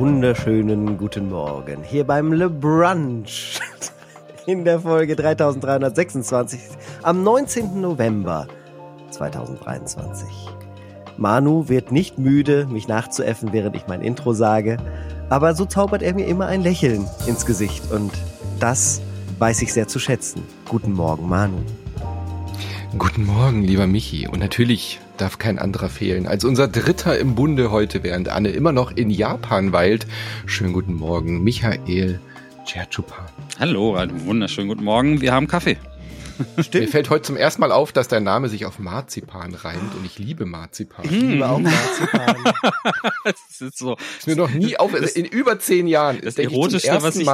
wunderschönen guten Morgen. Hier beim Le Brunch in der Folge 3326 am 19. November 2023. Manu wird nicht müde, mich nachzuäffen, während ich mein Intro sage, aber so zaubert er mir immer ein Lächeln ins Gesicht und das weiß ich sehr zu schätzen. Guten Morgen, Manu. Guten Morgen, lieber Michi. Und natürlich darf kein anderer fehlen als unser Dritter im Bunde heute, während Anne immer noch in Japan weilt. Schönen guten Morgen, Michael Tschertschupan. Hallo, einen wunderschönen guten Morgen. Wir haben Kaffee. Stimmt. Mir fällt heute zum ersten Mal auf, dass dein Name sich auf Marzipan reimt und ich liebe Marzipan. Ich liebe auch Marzipan. Das ist so. Ist mir noch nie auf, in über 10 Jahren. Das Erotischste,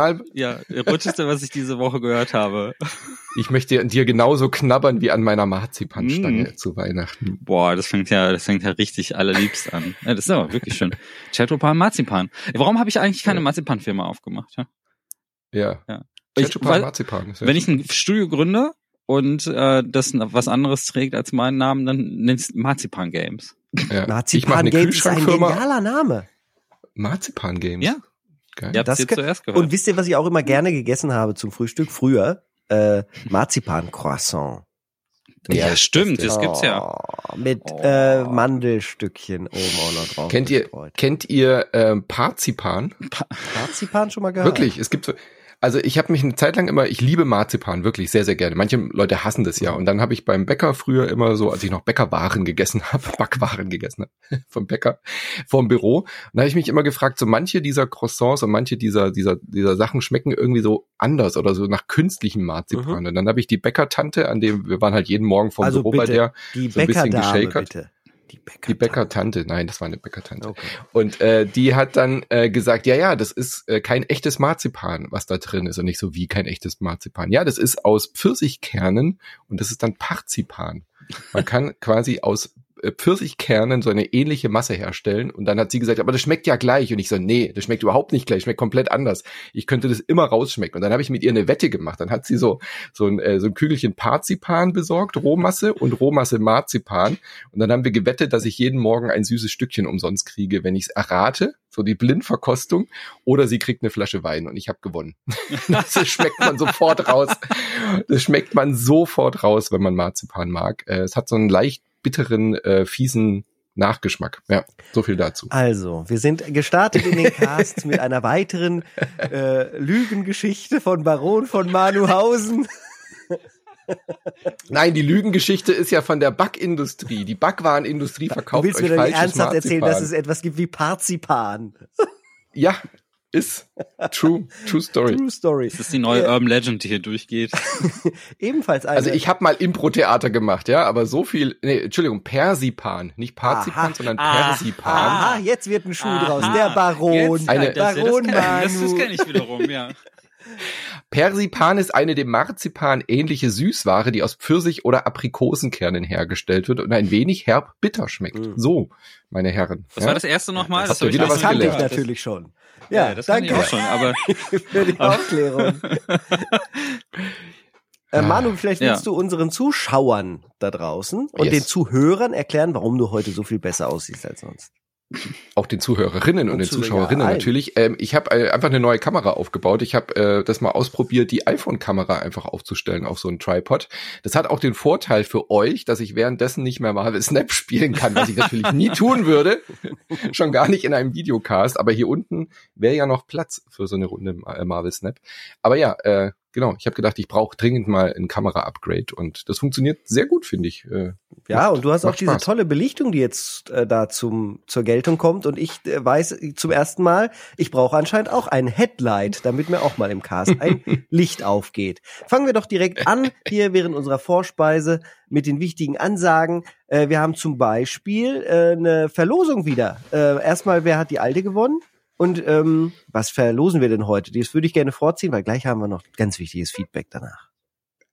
was ich diese Woche gehört habe. Ich möchte dir genauso knabbern wie an meiner Marzipanstange zu Weihnachten. Boah, das fängt ja richtig allerliebst an. Ja, das ist aber wirklich schön. Tschertschupan, Marzipan. Warum habe ich eigentlich keine Marzipanfirma aufgemacht? Ja. Marzipan. Wenn ich ein Studio gründe und das was anderes trägt als meinen Namen, dann nennt es Marzipan Games. Ja. Marzipan Games ist ein genialer Name. Marzipan Games? Ja. Geil. Ihr habt es zuerst gehört. Und wisst ihr, was ich auch immer gerne gegessen habe zum Frühstück früher? Marzipan Croissant. Ja, stimmt, das gibt's ja. Mit Mandelstückchen oben auch noch drauf. Kennt ihr Parzipan? Parzipan schon mal gehört? Wirklich, es gibt so. Also ich habe mich eine Zeit lang ich liebe Marzipan, wirklich sehr, sehr gerne. Manche Leute hassen das ja. Und dann habe ich beim Bäcker früher immer so, als ich noch Bäckerwaren gegessen habe, Backwaren gegessen habe, vom Bäcker, vom Büro. Und da habe ich mich immer gefragt, so manche dieser Croissants und manche dieser Sachen schmecken irgendwie so anders oder so nach künstlichem Marzipan. Und dann habe ich die Bäckertante, wir waren halt jeden Morgen vom Büro bei der, so ein bisschen geschakert. Die Bäckertante, nein, das war eine Bäckertante. Okay. Und die hat dann gesagt, ja, das ist kein echtes Marzipan, was da drin ist. Und nicht so wie kein echtes Marzipan. Ja, das ist aus Pfirsichkernen und das ist dann Parzipan. Man kann quasi aus Pfirsichkernen so eine ähnliche Masse herstellen. Und dann hat sie gesagt, aber das schmeckt ja gleich. Und ich so, nee, das schmeckt überhaupt nicht gleich, schmeckt komplett anders. Ich könnte das immer rausschmecken. Und dann habe ich mit ihr eine Wette gemacht. Dann hat sie so ein Kügelchen Parzipan besorgt, Rohmasse und Rohmasse Marzipan. Und dann haben wir gewettet, dass ich jeden Morgen ein süßes Stückchen umsonst kriege, wenn ich es errate, so die Blindverkostung, oder sie kriegt eine Flasche Wein und ich habe gewonnen. Das schmeckt man sofort raus. Das schmeckt man sofort raus, wenn man Marzipan mag. Es hat so einen leicht bitteren, fiesen Nachgeschmack. Ja, so viel dazu. Also, wir sind gestartet in den Cast mit einer weiteren Lügengeschichte von Baron von Manuhausen. Nein, die Lügengeschichte ist ja von der Backindustrie. Die Backwarenindustrie verkauft euch falsches Marzipan. Du willst mir doch nicht ernsthaft erzählen, dass es etwas gibt wie Parzipan. Ja, ist True Story. True Story. Das ist die neue Urban Legend, die hier durchgeht. Ebenfalls eine. Also ich habe mal Impro-Theater gemacht, ja, aber so viel, Persipan, nicht Parzipan, sondern Persipan. Aha, jetzt wird ein Schuh draus. Der Baron. Das kenne ich wiederum, ja. Persipan ist eine dem Marzipan ähnliche Süßware, die aus Pfirsich- oder Aprikosenkernen hergestellt wird und ein wenig herb-bitter schmeckt. So, meine Herren. Was war das erste nochmal? Das habt ihr wieder was kannte gelernt. ich natürlich schon. Ja, das danke. Kann ich auch schon, aber für die Aufklärung. Manu, vielleicht willst du unseren Zuschauern da draußen und den Zuhörern erklären, warum du heute so viel besser aussiehst als sonst. Auch den Zuhörerinnen und den Zuschauerinnen natürlich. Ich habe einfach eine neue Kamera aufgebaut. Ich habe das mal ausprobiert, die iPhone-Kamera einfach aufzustellen auf so einen Tripod. Das hat auch den Vorteil für euch, dass ich währenddessen nicht mehr Marvel Snap spielen kann, was ich natürlich nie tun würde. Schon gar nicht in einem Videocast. Aber hier unten wäre ja noch Platz für so eine Runde Marvel Snap. Aber ja, genau, ich habe gedacht, ich brauche dringend mal ein Kamera-Upgrade und das funktioniert sehr gut, finde ich. Und du hast auch diese tolle Belichtung, die jetzt da zur Geltung kommt und ich weiß zum ersten Mal, ich brauche anscheinend auch ein Headlight, damit mir auch mal im Cast ein Licht aufgeht. Fangen wir doch direkt an, hier während unserer Vorspeise mit den wichtigen Ansagen. Wir haben zum Beispiel eine Verlosung wieder. Erstmal, wer hat die alte gewonnen? Und was verlosen wir denn heute? Das würde ich gerne vorziehen, weil gleich haben wir noch ganz wichtiges Feedback danach.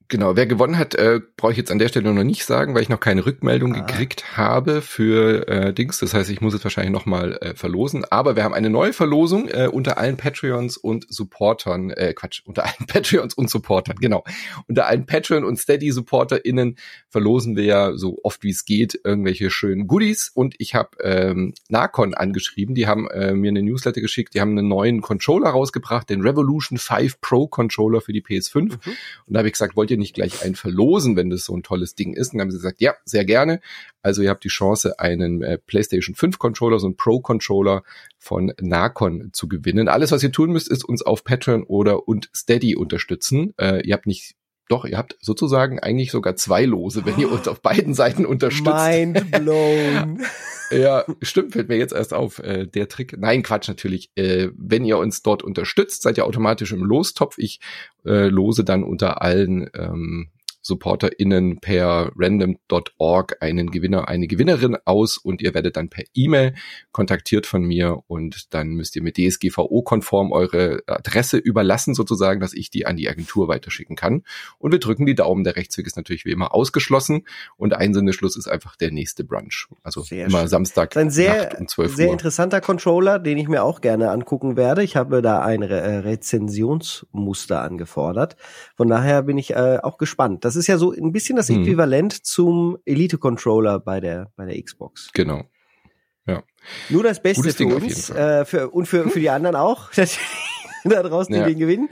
Genau, wer gewonnen hat, brauche ich jetzt an der Stelle noch nicht sagen, weil ich noch keine Rückmeldung gekriegt habe für Dings. Das heißt, ich muss es wahrscheinlich nochmal verlosen. Aber wir haben eine neue Verlosung unter allen Patreons und Supportern. Unter allen Patreons und Supportern, genau. Unter allen Patreon- und Steady-SupporterInnen verlosen wir ja so oft wie es geht irgendwelche schönen Goodies. Und ich habe Narcon angeschrieben. Die haben mir eine Newsletter geschickt. Die haben einen neuen Controller rausgebracht, den Revolution 5 Pro Controller für die PS5. Und da habe ich gesagt, wollt ihr nicht gleich einen verlosen, wenn das so ein tolles Ding ist? Und dann haben sie gesagt, ja, sehr gerne. Also ihr habt die Chance, einen PlayStation 5 Controller, so einen Pro Controller von Narcon zu gewinnen. Alles, was ihr tun müsst, ist uns auf Patreon und Steady unterstützen. Ihr habt sozusagen eigentlich sogar 2 Lose, wenn ihr uns auf beiden Seiten unterstützt. Mind blown. Ja, stimmt, fällt mir jetzt erst auf, der Trick. Nein, Quatsch, natürlich. Wenn ihr uns dort unterstützt, seid ihr automatisch im Lostopf. Ich lose dann unter allen SupporterInnen per random.org einen Gewinner, eine Gewinnerin aus und ihr werdet dann per E-Mail kontaktiert von mir und dann müsst ihr mit DSGVO-konform eure Adresse überlassen sozusagen, dass ich die an die Agentur weiterschicken kann. Und wir drücken die Daumen. Der Rechtsweg ist natürlich wie immer ausgeschlossen und Einsendeschluss ist einfach der nächste Brunch. Also sehr immer schön. Samstag Nacht um 12 Uhr. Sehr interessanter Controller, den ich mir auch gerne angucken werde. Ich habe da ein Rezensionsmuster angefordert. Von daher bin ich auch gespannt. Das ist ja so ein bisschen das Äquivalent zum Elite-Controller bei der Xbox. Genau. Ja. Nur das Beste Gutes für Ding auf uns jeden Fall. für die anderen auch, dass da draußen die den gewinnen.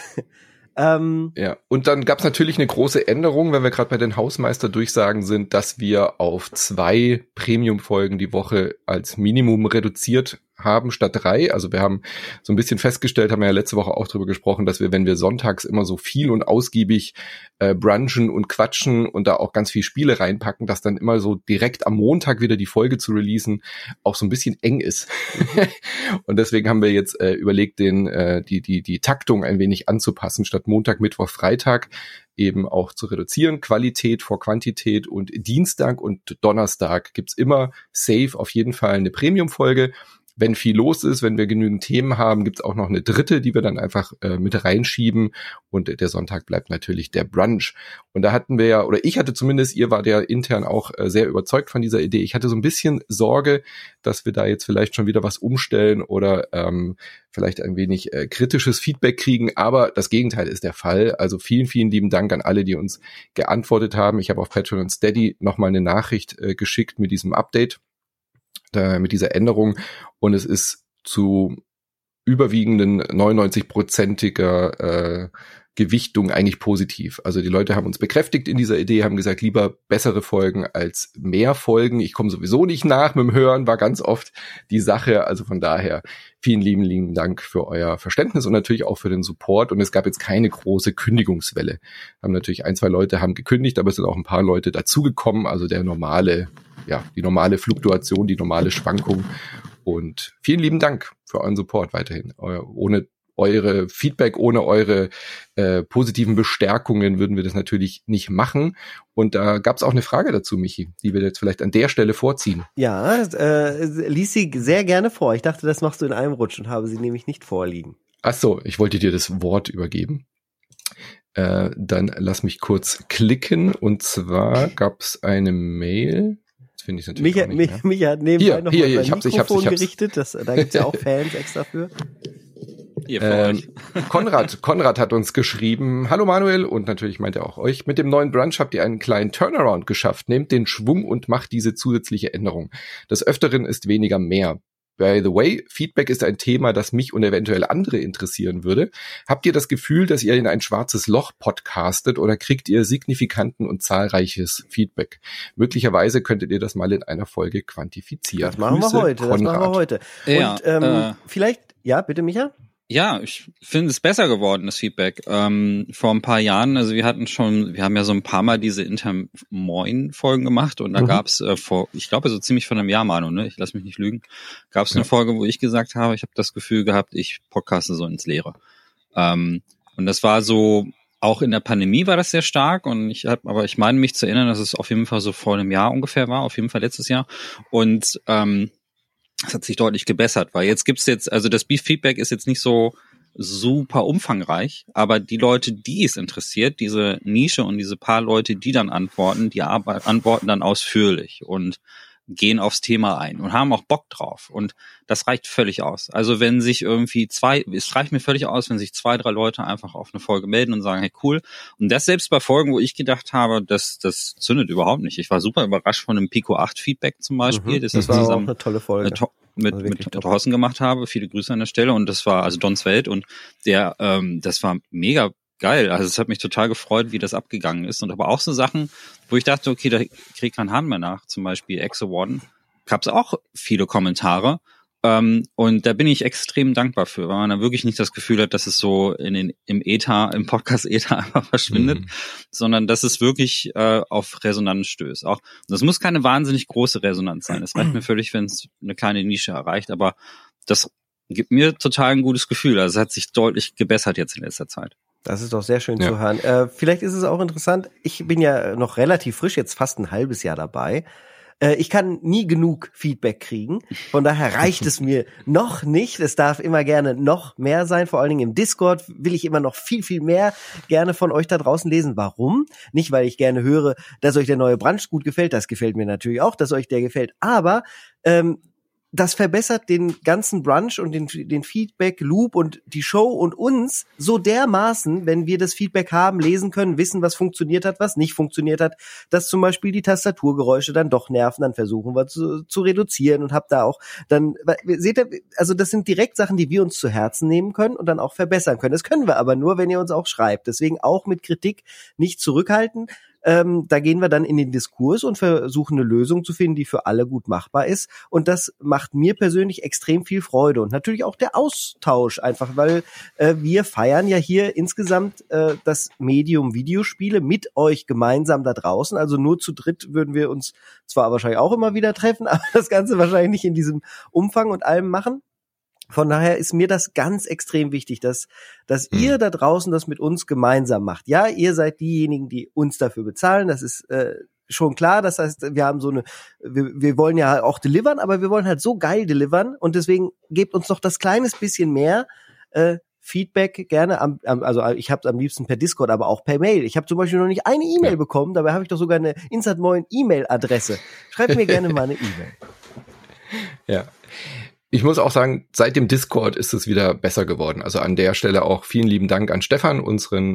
Ja, und dann gab es natürlich eine große Änderung, wenn wir gerade bei den Hausmeister-Durchsagen sind, dass wir auf 2 Premium-Folgen die Woche als Minimum reduziert haben statt 3. Also wir haben so ein bisschen festgestellt, haben wir ja letzte Woche auch drüber gesprochen, dass wir, wenn wir sonntags immer so viel und ausgiebig brunchen und quatschen und da auch ganz viel Spiele reinpacken, dass dann immer so direkt am Montag wieder die Folge zu releasen auch so ein bisschen eng ist. Und deswegen haben wir jetzt überlegt, die Taktung ein wenig anzupassen, statt Montag, Mittwoch, Freitag eben auch zu reduzieren. Qualität vor Quantität und Dienstag und Donnerstag gibt's immer safe auf jeden Fall eine Premium-Folge. Wenn viel los ist, wenn wir genügend Themen haben, gibt's auch noch eine dritte, die wir dann einfach mit reinschieben. Und der Sonntag bleibt natürlich der Brunch. Und da hatten wir ja, oder ich hatte zumindest, ihr wart ja intern auch sehr überzeugt von dieser Idee. Ich hatte so ein bisschen Sorge, dass wir da jetzt vielleicht schon wieder was umstellen oder vielleicht ein wenig kritisches Feedback kriegen. Aber das Gegenteil ist der Fall. Also vielen, vielen lieben Dank an alle, die uns geantwortet haben. Ich habe auf Patreon und Steady nochmal eine Nachricht geschickt mit diesem Update. Mit dieser Änderung und es ist zu überwiegenden 99%iger Gewichtung eigentlich positiv. Also die Leute haben uns bekräftigt in dieser Idee, haben gesagt, lieber bessere Folgen als mehr Folgen. Ich komme sowieso nicht nach mit dem Hören, war ganz oft die Sache. Also von daher vielen lieben Dank für euer Verständnis und natürlich auch für den Support. Und es gab jetzt keine große Kündigungswelle. Haben natürlich 1, 2 Leute haben gekündigt, aber es sind auch ein paar Leute dazugekommen. Also die normale Fluktuation, die normale Schwankung. Und vielen lieben Dank für euren Support weiterhin. Ohne eure Feedback, ohne eure positiven Bestärkungen würden wir das natürlich nicht machen. Und da gab es auch eine Frage dazu, Michi, die wir jetzt vielleicht an der Stelle vorziehen. Ja, lies sie sehr gerne vor. Ich dachte, das machst du in einem Rutsch und habe sie nämlich nicht vorliegen. Ach so, ich wollte dir das Wort übergeben. Dann lass mich kurz klicken. Und zwar gab es eine Mail. Finde ich natürlich Micha hat nebenbei noch mal sein Mikrofon gerichtet. Da gibt's ja auch Fans extra für. Konrad hat uns geschrieben, hallo Manuel, und natürlich meint er auch euch, mit dem neuen Brunch habt ihr einen kleinen Turnaround geschafft, nehmt den Schwung und macht diese zusätzliche Änderung. Des Öfteren ist weniger mehr. By the way, Feedback ist ein Thema, das mich und eventuell andere interessieren würde. Habt ihr das Gefühl, dass ihr in ein schwarzes Loch podcastet oder kriegt ihr signifikanten und zahlreiches Feedback? Möglicherweise könntet ihr das mal in einer Folge quantifizieren. Das machen wir heute. Ja, und vielleicht, ja, bitte Micha? Ja, ich finde es besser geworden, das Feedback. Vor ein paar Jahren, also wir haben ja so ein paar Mal diese Inter-Moin-Folgen gemacht und da gab's ich glaube so ziemlich von einem Jahr, Manu, ne? Ich lass mich nicht lügen, gab's eine Folge, wo ich gesagt habe, ich habe das Gefühl gehabt, ich podcaste so ins Leere. Und das war so, auch in der Pandemie war das sehr stark und ich meine mich zu erinnern, dass es auf jeden Fall so vor einem Jahr ungefähr war, auf jeden Fall letztes Jahr. Und es hat sich deutlich gebessert, weil also das Feedback ist jetzt nicht so super umfangreich, aber die Leute, die es interessiert, diese Nische und diese paar Leute, die dann antworten, die antworten dann ausführlich und gehen aufs Thema ein und haben auch Bock drauf. Und das reicht völlig aus. Also wenn sich irgendwie es reicht mir völlig aus, wenn sich 2, 3 Leute einfach auf eine Folge melden und sagen, hey, cool. Und das selbst bei Folgen, wo ich gedacht habe, das zündet überhaupt nicht. Ich war super überrascht von einem Pico 8 Feedback zum Beispiel. Das war auch eine tolle Folge. Mit Thorsten gemacht habe. Viele Grüße an der Stelle. Und das war also Dons Welt und das war mega geil. Also es hat mich total gefreut, wie das abgegangen ist. Und aber auch so Sachen, wo ich dachte, okay, da krieg kein Hahn mehr nach. Zum Beispiel Exo-Warden. Gab es auch viele Kommentare. Und da bin ich extrem dankbar für, weil man da wirklich nicht das Gefühl hat, dass es so im Podcast-Ether einfach verschwindet, sondern dass es wirklich auf Resonanz stößt. Auch das muss keine wahnsinnig große Resonanz sein. Es reicht mir völlig, wenn es eine kleine Nische erreicht. Aber das gibt mir total ein gutes Gefühl. Also es hat sich deutlich gebessert jetzt in letzter Zeit. Das ist doch sehr schön zu hören. Vielleicht ist es auch interessant, ich bin ja noch relativ frisch, jetzt fast ein halbes Jahr dabei. Ich kann nie genug Feedback kriegen, von daher reicht es mir noch nicht. Es darf immer gerne noch mehr sein, vor allen Dingen im Discord will ich immer noch viel, viel mehr gerne von euch da draußen lesen. Warum? Nicht, weil ich gerne höre, dass euch der neue Brunch gut gefällt, das gefällt mir natürlich auch, dass euch der gefällt, aber das verbessert den ganzen Brunch und den Feedback-Loop und die Show und uns so dermaßen, wenn wir das Feedback haben, lesen können, wissen, was funktioniert hat, was nicht funktioniert hat, dass zum Beispiel die Tastaturgeräusche dann doch nerven, dann versuchen wir zu reduzieren und hab da auch dann, seht ihr, also das sind direkt Sachen, die wir uns zu Herzen nehmen können und dann auch verbessern können. Das können wir aber nur, wenn ihr uns auch schreibt. Deswegen auch mit Kritik nicht zurückhalten. Da gehen wir dann in den Diskurs und versuchen eine Lösung zu finden, die für alle gut machbar ist. Und das macht mir persönlich extrem viel Freude. Und natürlich auch der Austausch einfach, weil wir feiern ja hier insgesamt das Medium Videospiele mit euch gemeinsam da draußen. Also nur zu dritt würden wir uns zwar wahrscheinlich auch immer wieder treffen, aber das Ganze wahrscheinlich nicht in diesem Umfang und allem machen. Von daher ist mir das ganz extrem wichtig, dass ihr da draußen das mit uns gemeinsam macht. Ja, ihr seid diejenigen, die uns dafür bezahlen. Das ist schon klar. Das heißt, wir haben wir wollen ja auch delivern, aber wir wollen halt so geil delivern. Und deswegen gebt uns noch das kleines bisschen mehr Feedback gerne. Also ich habe es am liebsten per Discord, aber auch per Mail. Ich habe zum Beispiel noch nicht eine E-Mail bekommen. Dabei habe ich doch sogar eine Insert Moin E-Mail-Adresse. Schreibt mir gerne mal eine E-Mail. Ja. Ich muss auch sagen, seit dem Discord ist es wieder besser geworden. Also an der Stelle auch vielen lieben Dank an Stefan, unseren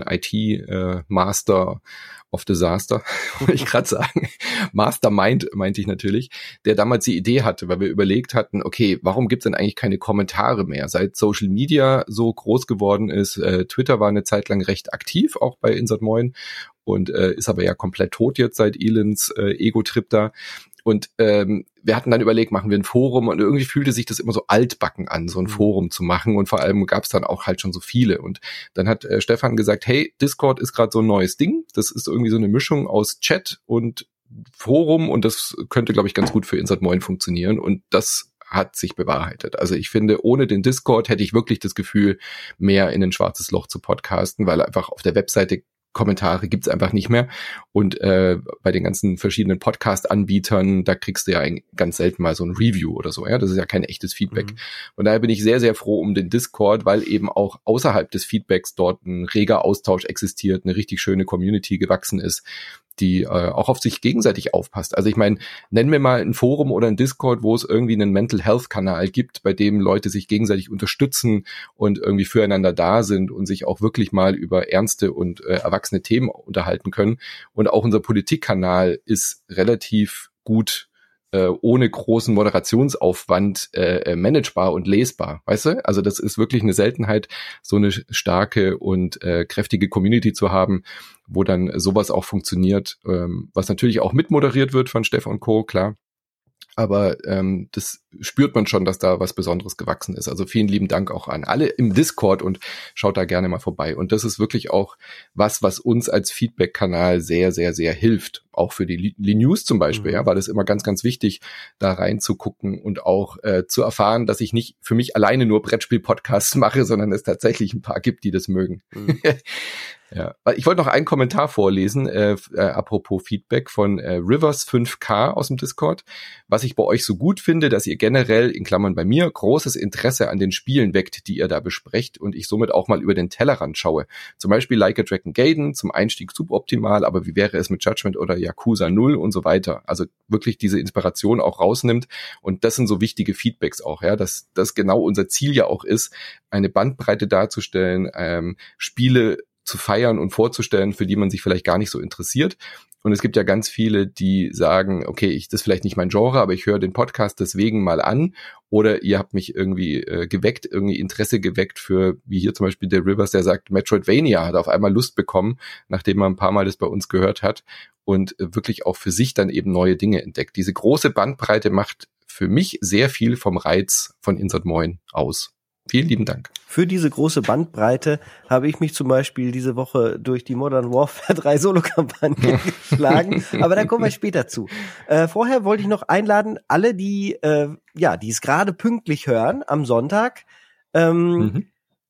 IT-Master of Disaster, wollte ich gerade sagen. Mastermind meinte ich natürlich, der damals die Idee hatte, weil wir überlegt hatten, okay, warum gibt's denn eigentlich keine Kommentare mehr? Seit Social Media so groß geworden ist, Twitter war eine Zeit lang recht aktiv, auch bei Insert Moin, und ist aber ja komplett tot jetzt seit Elons Ego-Trip da. Und wir hatten dann überlegt, machen wir ein Forum, und irgendwie fühlte sich das immer so altbacken an, so ein Forum zu machen, und vor allem gab es dann auch halt schon so viele. Und dann hat Stefan gesagt, hey, Discord ist gerade so ein neues Ding, das ist irgendwie so eine Mischung aus Chat und Forum, und das könnte, glaube ich, ganz gut für Insert Moin funktionieren, und das hat sich bewahrheitet. Also ich finde, ohne den Discord hätte ich wirklich das Gefühl, mehr in ein schwarzes Loch zu podcasten, weil einfach auf der Webseite Kommentare gibt's einfach nicht mehr, und bei den ganzen verschiedenen Podcast-Anbietern, da kriegst du ja ganz selten mal so ein Review oder so, ja, das ist ja kein echtes Feedback. Und daher bin ich sehr, sehr froh um den Discord, weil eben auch außerhalb des Feedbacks dort ein reger Austausch existiert, eine richtig schöne Community gewachsen ist, die auch auf sich gegenseitig aufpasst. Also ich meine, nennen wir mal ein Forum oder ein Discord, wo es irgendwie einen Mental Health Kanal gibt, bei dem Leute sich gegenseitig unterstützen und irgendwie füreinander da sind und sich auch wirklich mal über ernste und erwachsene Themen unterhalten können. Und auch unser Politikkanal ist relativ gut ohne großen Moderationsaufwand managebar und lesbar, weißt du? Also das ist wirklich eine Seltenheit, so eine starke und kräftige Community zu haben, wo dann sowas auch funktioniert, was natürlich auch mitmoderiert wird von Steff und Co., klar. Aber das spürt man schon, dass da was Besonderes gewachsen ist. Also vielen lieben Dank auch an alle im Discord, und schaut da gerne mal vorbei. Und das ist wirklich auch was uns als Feedback-Kanal sehr, sehr, sehr hilft. Auch für die News zum Beispiel, ja, war das immer ganz, ganz wichtig, da reinzugucken und auch zu erfahren, dass ich nicht für mich alleine nur Brettspiel-Podcasts mache, sondern es tatsächlich ein paar gibt, die das mögen. Ja, ich wollte noch einen Kommentar vorlesen, apropos Feedback von Rivers 5K aus dem Discord. Was ich bei euch so gut finde, dass ihr generell, in Klammern bei mir, großes Interesse an den Spielen weckt, die ihr da besprecht und ich somit auch mal über den Tellerrand schaue. Zum Beispiel Like a Dragon Gaiden, zum Einstieg suboptimal, aber wie wäre es mit Judgment oder Yakuza 0 und so weiter. Also wirklich diese Inspiration auch rausnimmt und das sind so wichtige Feedbacks auch, ja, dass das genau unser Ziel ja auch ist, eine Bandbreite darzustellen, Spiele zu feiern und vorzustellen, für die man sich vielleicht gar nicht so interessiert. Und es gibt ja ganz viele, die sagen, okay, das ist vielleicht nicht mein Genre, aber ich höre den Podcast deswegen mal an. Oder ihr habt mich irgendwie geweckt, irgendwie Interesse geweckt für, wie hier zum Beispiel der Rivers, der sagt, Metroidvania, hat auf einmal Lust bekommen, nachdem er ein paar Mal das bei uns gehört hat und wirklich auch für sich dann eben neue Dinge entdeckt. Diese große Bandbreite macht für mich sehr viel vom Reiz von Insert Moin aus. Vielen lieben Dank. Für diese große Bandbreite habe ich mich zum Beispiel diese Woche durch die Modern Warfare 3 Solo-Kampagne geschlagen, aber da kommen wir später zu. Vorher wollte ich noch einladen, alle, die es gerade pünktlich hören, am Sonntag, am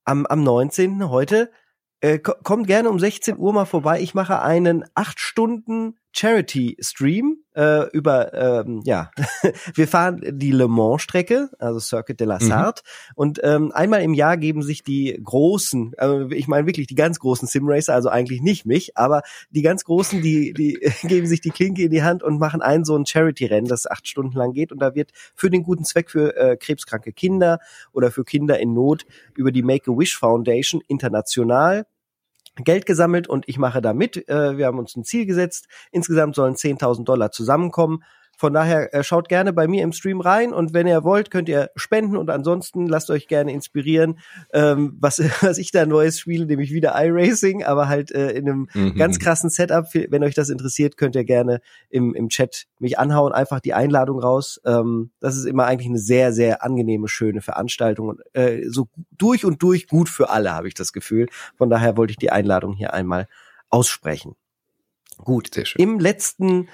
19. heute, kommt gerne um 16 Uhr mal vorbei. Ich mache einen 8 Stunden Charity-Stream über, wir fahren die Le Mans-Strecke, also Circuit de la Sarthe, und einmal im Jahr geben sich die großen, ich meine wirklich die ganz großen Simracer, also eigentlich nicht mich, aber die ganz großen, die geben sich die Klinke in die Hand und machen so ein Charity-Rennen, das 8 Stunden lang geht, und da wird für den guten Zweck für krebskranke Kinder oder für Kinder in Not über die Make-A-Wish Foundation international Geld gesammelt und ich mache da mit. Wir haben uns ein Ziel gesetzt. Insgesamt sollen $10.000 zusammenkommen. Von daher schaut gerne bei mir im Stream rein und wenn ihr wollt, könnt ihr spenden und ansonsten lasst euch gerne inspirieren, was ich da Neues spiele, nämlich wieder iRacing, aber halt in einem ganz krassen Setup. Wenn euch das interessiert, könnt ihr gerne im Chat mich anhauen, einfach die Einladung raus. Das ist immer eigentlich eine sehr, sehr angenehme, schöne Veranstaltung und so durch und durch gut für alle, habe ich das Gefühl. Von daher wollte ich die Einladung hier einmal aussprechen. Gut, sehr schön. Im letzten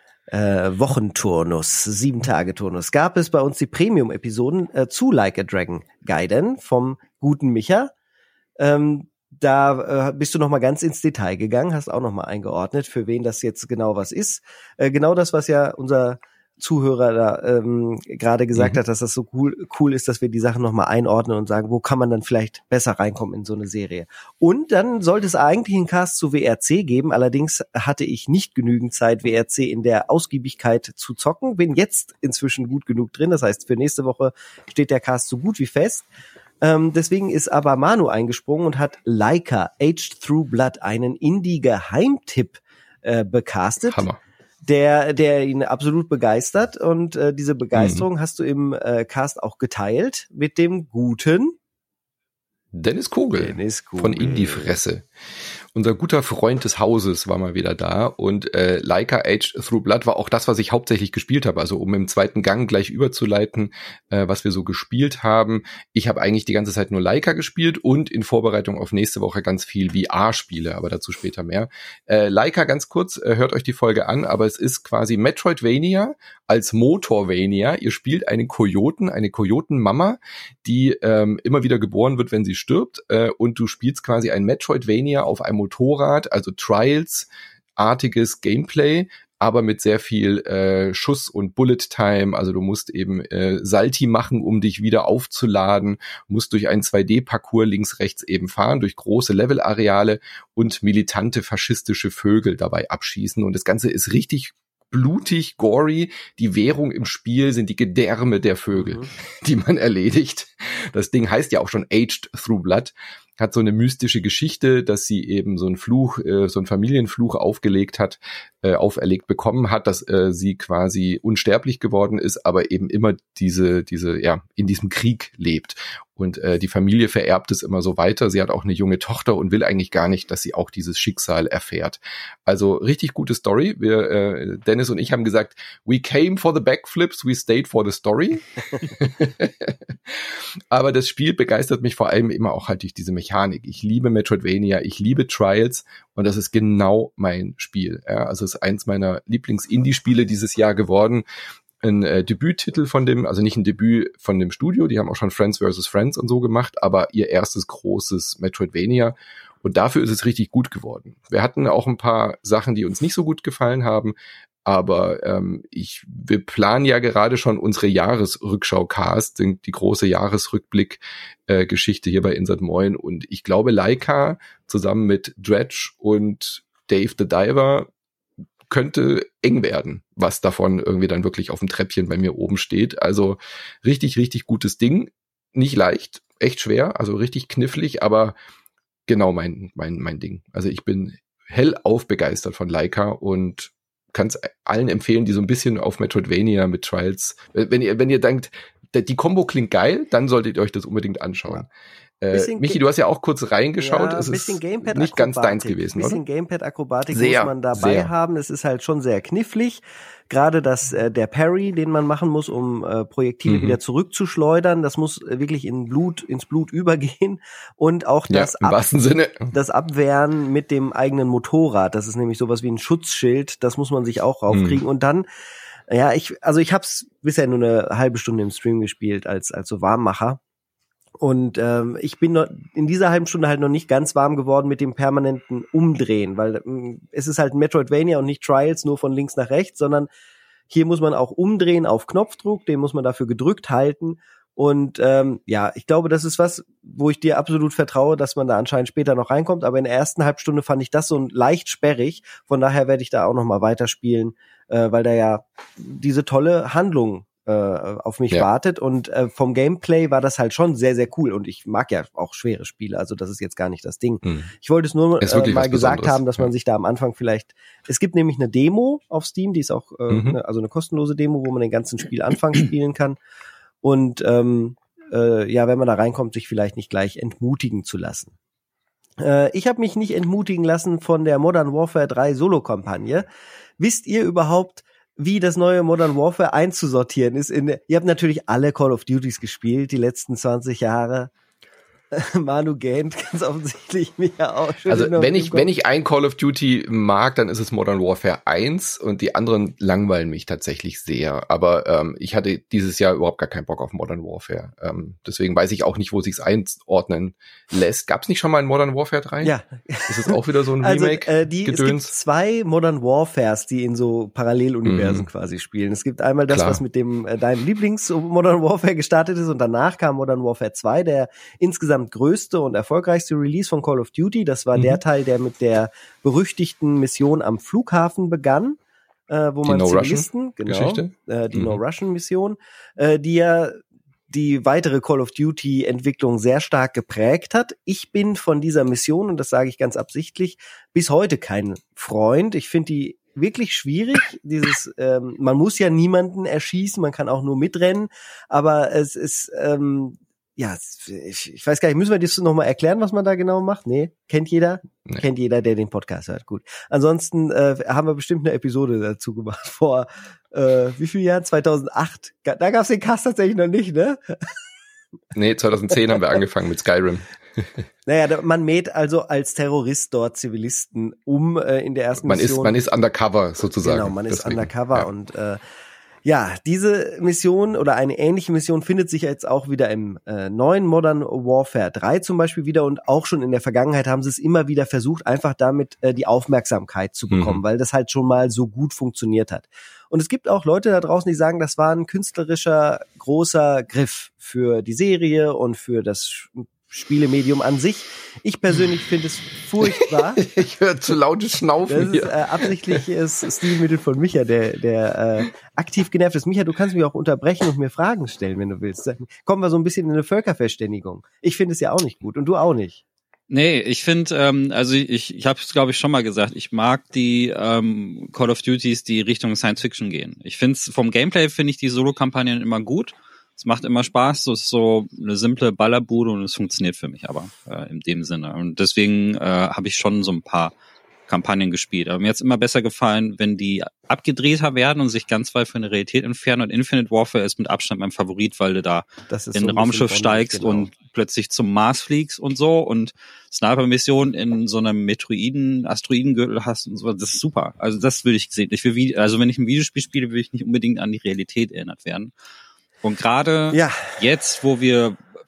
Wochenturnus, 7-Tage-Turnus, gab es bei uns die Premium-Episoden zu Like a Dragon Gaiden vom guten Micha. Da bist du noch mal ganz ins Detail gegangen, hast auch noch mal eingeordnet, für wen das jetzt genau was ist. Genau das, was ja unser Zuhörer da gerade gesagt hat, dass das so cool ist, dass wir die Sachen nochmal einordnen und sagen, wo kann man dann vielleicht besser reinkommen in so eine Serie. Und dann sollte es eigentlich einen Cast zu WRC geben, allerdings hatte ich nicht genügend Zeit, WRC in der Ausgiebigkeit zu zocken, bin jetzt inzwischen gut genug drin, das heißt, für nächste Woche steht der Cast so gut wie fest. Deswegen ist aber Manu eingesprungen und hat Laika Aged Through Blood, einen Indie-Geheimtipp becastet. Hammer. Der ihn absolut begeistert und diese Begeisterung hast du im Cast auch geteilt mit dem guten Dennis Kogel von Indie-Fresse. Unser guter Freund des Hauses war mal wieder da und Laika Aged Through Blood war auch das, was ich hauptsächlich gespielt habe. Also um im zweiten Gang gleich überzuleiten, was wir so gespielt haben. Ich habe eigentlich die ganze Zeit nur Laika gespielt und in Vorbereitung auf nächste Woche ganz viel VR-Spiele, aber dazu später mehr. Laika, ganz kurz, hört euch die Folge an, aber es ist quasi Metroidvania als Motorvania. Ihr spielt einen Kojoten, eine Kojotenmama, die immer wieder geboren wird, wenn sie stirbt und du spielst quasi ein Metroidvania auf einem Motorrad, also Trials-artiges Gameplay, aber mit sehr viel Schuss- und Bullet-Time. Also du musst eben Salti machen, um dich wieder aufzuladen, musst durch einen 2D-Parcours links, rechts eben fahren, durch große Levelareale und militante faschistische Vögel dabei abschießen. Und das Ganze ist richtig blutig, gory. Die Währung im Spiel sind die Gedärme der Vögel, die man erledigt. Das Ding heißt ja auch schon Aged Through Blood. Hat so eine mystische Geschichte, dass sie eben so einen Fluch, so einen Familienfluch auferlegt bekommen hat, dass sie quasi unsterblich geworden ist, aber eben immer diese in diesem Krieg lebt. Und die Familie vererbt es immer so weiter. Sie hat auch eine junge Tochter und will eigentlich gar nicht, dass sie auch dieses Schicksal erfährt. Also richtig gute Story. Dennis und ich haben gesagt, we came for the backflips, we stayed for the story. Aber das Spiel begeistert mich vor allem immer auch halt durch diese Mechanik. Ich liebe Metroidvania, ich liebe Trials und das ist genau mein Spiel. Ja, also es ist eins meiner Lieblings-Indie-Spiele dieses Jahr geworden. Ein Debüttitel von dem, also nicht ein Debüt von dem Studio, die haben auch schon Friends vs. Friends und so gemacht, aber ihr erstes großes Metroidvania Und dafür ist es richtig gut geworden. Wir hatten auch ein paar Sachen, die uns nicht so gut gefallen haben, aber wir planen ja gerade schon unsere Jahresrückschau-Cast, die große Jahresrückblick-Geschichte hier bei Insert Moin. Und ich glaube, Laika zusammen mit Dredge und Dave the Diver könnte eng werden, was davon irgendwie dann wirklich auf dem Treppchen bei mir oben steht. Also richtig, richtig gutes Ding. Nicht leicht, echt schwer, also richtig knifflig, aber genau mein Ding. Also ich bin hellauf begeistert von Laika und kann es allen empfehlen, die so ein bisschen auf Metroidvania mit Trials, wenn ihr denkt, die Kombo klingt geil, dann solltet ihr euch das unbedingt anschauen. Michi, du hast ja auch kurz reingeschaut. Ja, es ist nicht ganz deins gewesen, oder? Ein bisschen Gamepad-Akrobatik muss man dabei haben. Es ist halt schon sehr knifflig. Gerade der Parry, den man machen muss, um Projektile wieder zurückzuschleudern, das muss wirklich ins Blut übergehen. Und auch das Abwehren mit dem eigenen Motorrad. Das ist nämlich sowas wie ein Schutzschild. Das muss man sich auch raufkriegen. Und dann, ja, ich hab's bisher nur eine halbe Stunde im Stream gespielt als so Warmmacher. Und ich bin in dieser halben Stunde halt noch nicht ganz warm geworden mit dem permanenten Umdrehen, weil es ist halt ein Metroidvania und nicht Trials nur von links nach rechts, sondern hier muss man auch umdrehen auf Knopfdruck, den muss man dafür gedrückt halten. Und ich glaube, das ist was, wo ich dir absolut vertraue, dass man da anscheinend später noch reinkommt. Aber in der ersten Halbstunde fand ich das so leicht sperrig. Von daher werde ich da auch noch mal weiterspielen, weil da ja diese tolle Handlung auf mich wartet. Und vom Gameplay war das halt schon sehr, sehr cool. Und ich mag ja auch schwere Spiele, also das ist jetzt gar nicht das Ding. Ich wollte es nur mal gesagt haben, dass man sich da am Anfang vielleicht... Es gibt nämlich eine Demo auf Steam, die ist auch eine kostenlose Demo, wo man den ganzen Spielanfang spielen kann. Und wenn man da reinkommt, sich vielleicht nicht gleich entmutigen zu lassen. Ich habe mich nicht entmutigen lassen von der Modern Warfare 3 Solo-Kampagne. Wisst ihr überhaupt, wie das neue Modern Warfare einzusortieren ist? Ihr habt natürlich alle Call of Duties gespielt, die letzten 20 Jahre. Manu gähnt ganz offensichtlich mich ja auch schon. Also wenn ich ein Call of Duty mag, dann ist es Modern Warfare 1 und die anderen langweilen mich tatsächlich sehr. Aber ich hatte dieses Jahr überhaupt gar keinen Bock auf Modern Warfare. Deswegen weiß ich auch nicht, wo sich's einordnen lässt. Gab's nicht schon mal ein Modern Warfare 3? Ja. Ist es auch wieder so ein Remake? Es gibt 2 Modern Warfares, die in so Paralleluniversen quasi spielen. Es gibt einmal das, was mit dem deinem Lieblings-Modern Warfare gestartet ist und danach kam Modern Warfare 2, der insgesamt größte und erfolgreichste Release von Call of Duty. Das war der Teil, der mit der berüchtigten Mission am Flughafen begann, wo man Zivilisten, die No-Russian-Mission, die ja die weitere Call of Duty-Entwicklung sehr stark geprägt hat. Ich bin von dieser Mission, und das sage ich ganz absichtlich, bis heute kein Freund. Ich finde die wirklich schwierig. Man muss ja niemanden erschießen, man kann auch nur mitrennen, aber es ist ich weiß gar nicht, müssen wir das noch mal erklären, was man da genau macht? Nee, kennt jeder? Nee. Kennt jeder, der den Podcast hört. Gut. Ansonsten haben wir bestimmt eine Episode dazu gemacht vor wie viel Jahren? 2008. Da gab's den Cast tatsächlich noch nicht, ne? Nee, 2010 haben wir angefangen mit Skyrim. Naja, man mäht also als Terrorist dort Zivilisten in der ersten Mission. Man ist undercover sozusagen. Genau, man ist undercover und diese Mission oder eine ähnliche Mission findet sich jetzt auch wieder im neuen Modern Warfare 3 zum Beispiel wieder und auch schon in der Vergangenheit haben sie es immer wieder versucht, einfach damit die Aufmerksamkeit zu bekommen, weil das halt schon mal so gut funktioniert hat. Und es gibt auch Leute da draußen, die sagen, das war ein künstlerischer, großer Griff für die Serie und für das Spielemedium an sich. Ich persönlich finde es furchtbar. Ich höre zu lautes Schnaufen hier. Das ist absichtliches Stilmittel von Micha, der aktiv genervt ist. Micha, du kannst mich auch unterbrechen und mir Fragen stellen, wenn du willst. Kommen wir so ein bisschen in eine Völkerverständigung. Ich finde es ja auch nicht gut und du auch nicht. Nee, ich finde, ich habe es, glaube ich, schon mal gesagt, ich mag die Call of Duties, die Richtung Science Fiction gehen. Ich finde es, vom Gameplay finde ich die Solo-Kampagnen immer gut. Es macht immer Spaß, so ist so eine simple Ballerbude und es funktioniert für mich aber in dem Sinne. Und deswegen habe ich schon so ein paar Kampagnen gespielt. Aber mir hat's immer besser gefallen, wenn die abgedrehter werden und sich ganz weit von der Realität entfernen. Und Infinite Warfare ist mit Abstand mein Favorit, weil du da in ein Raumschiff steigst und plötzlich zum Mars fliegst und so und Sniper-Missionen in so einem Asteroidengürtel hast und so. Das ist super. Also das würde ich sehen. Wenn ich ein Videospiel spiele, will ich nicht unbedingt an die Realität erinnert werden. Und gerade jetzt, wo wir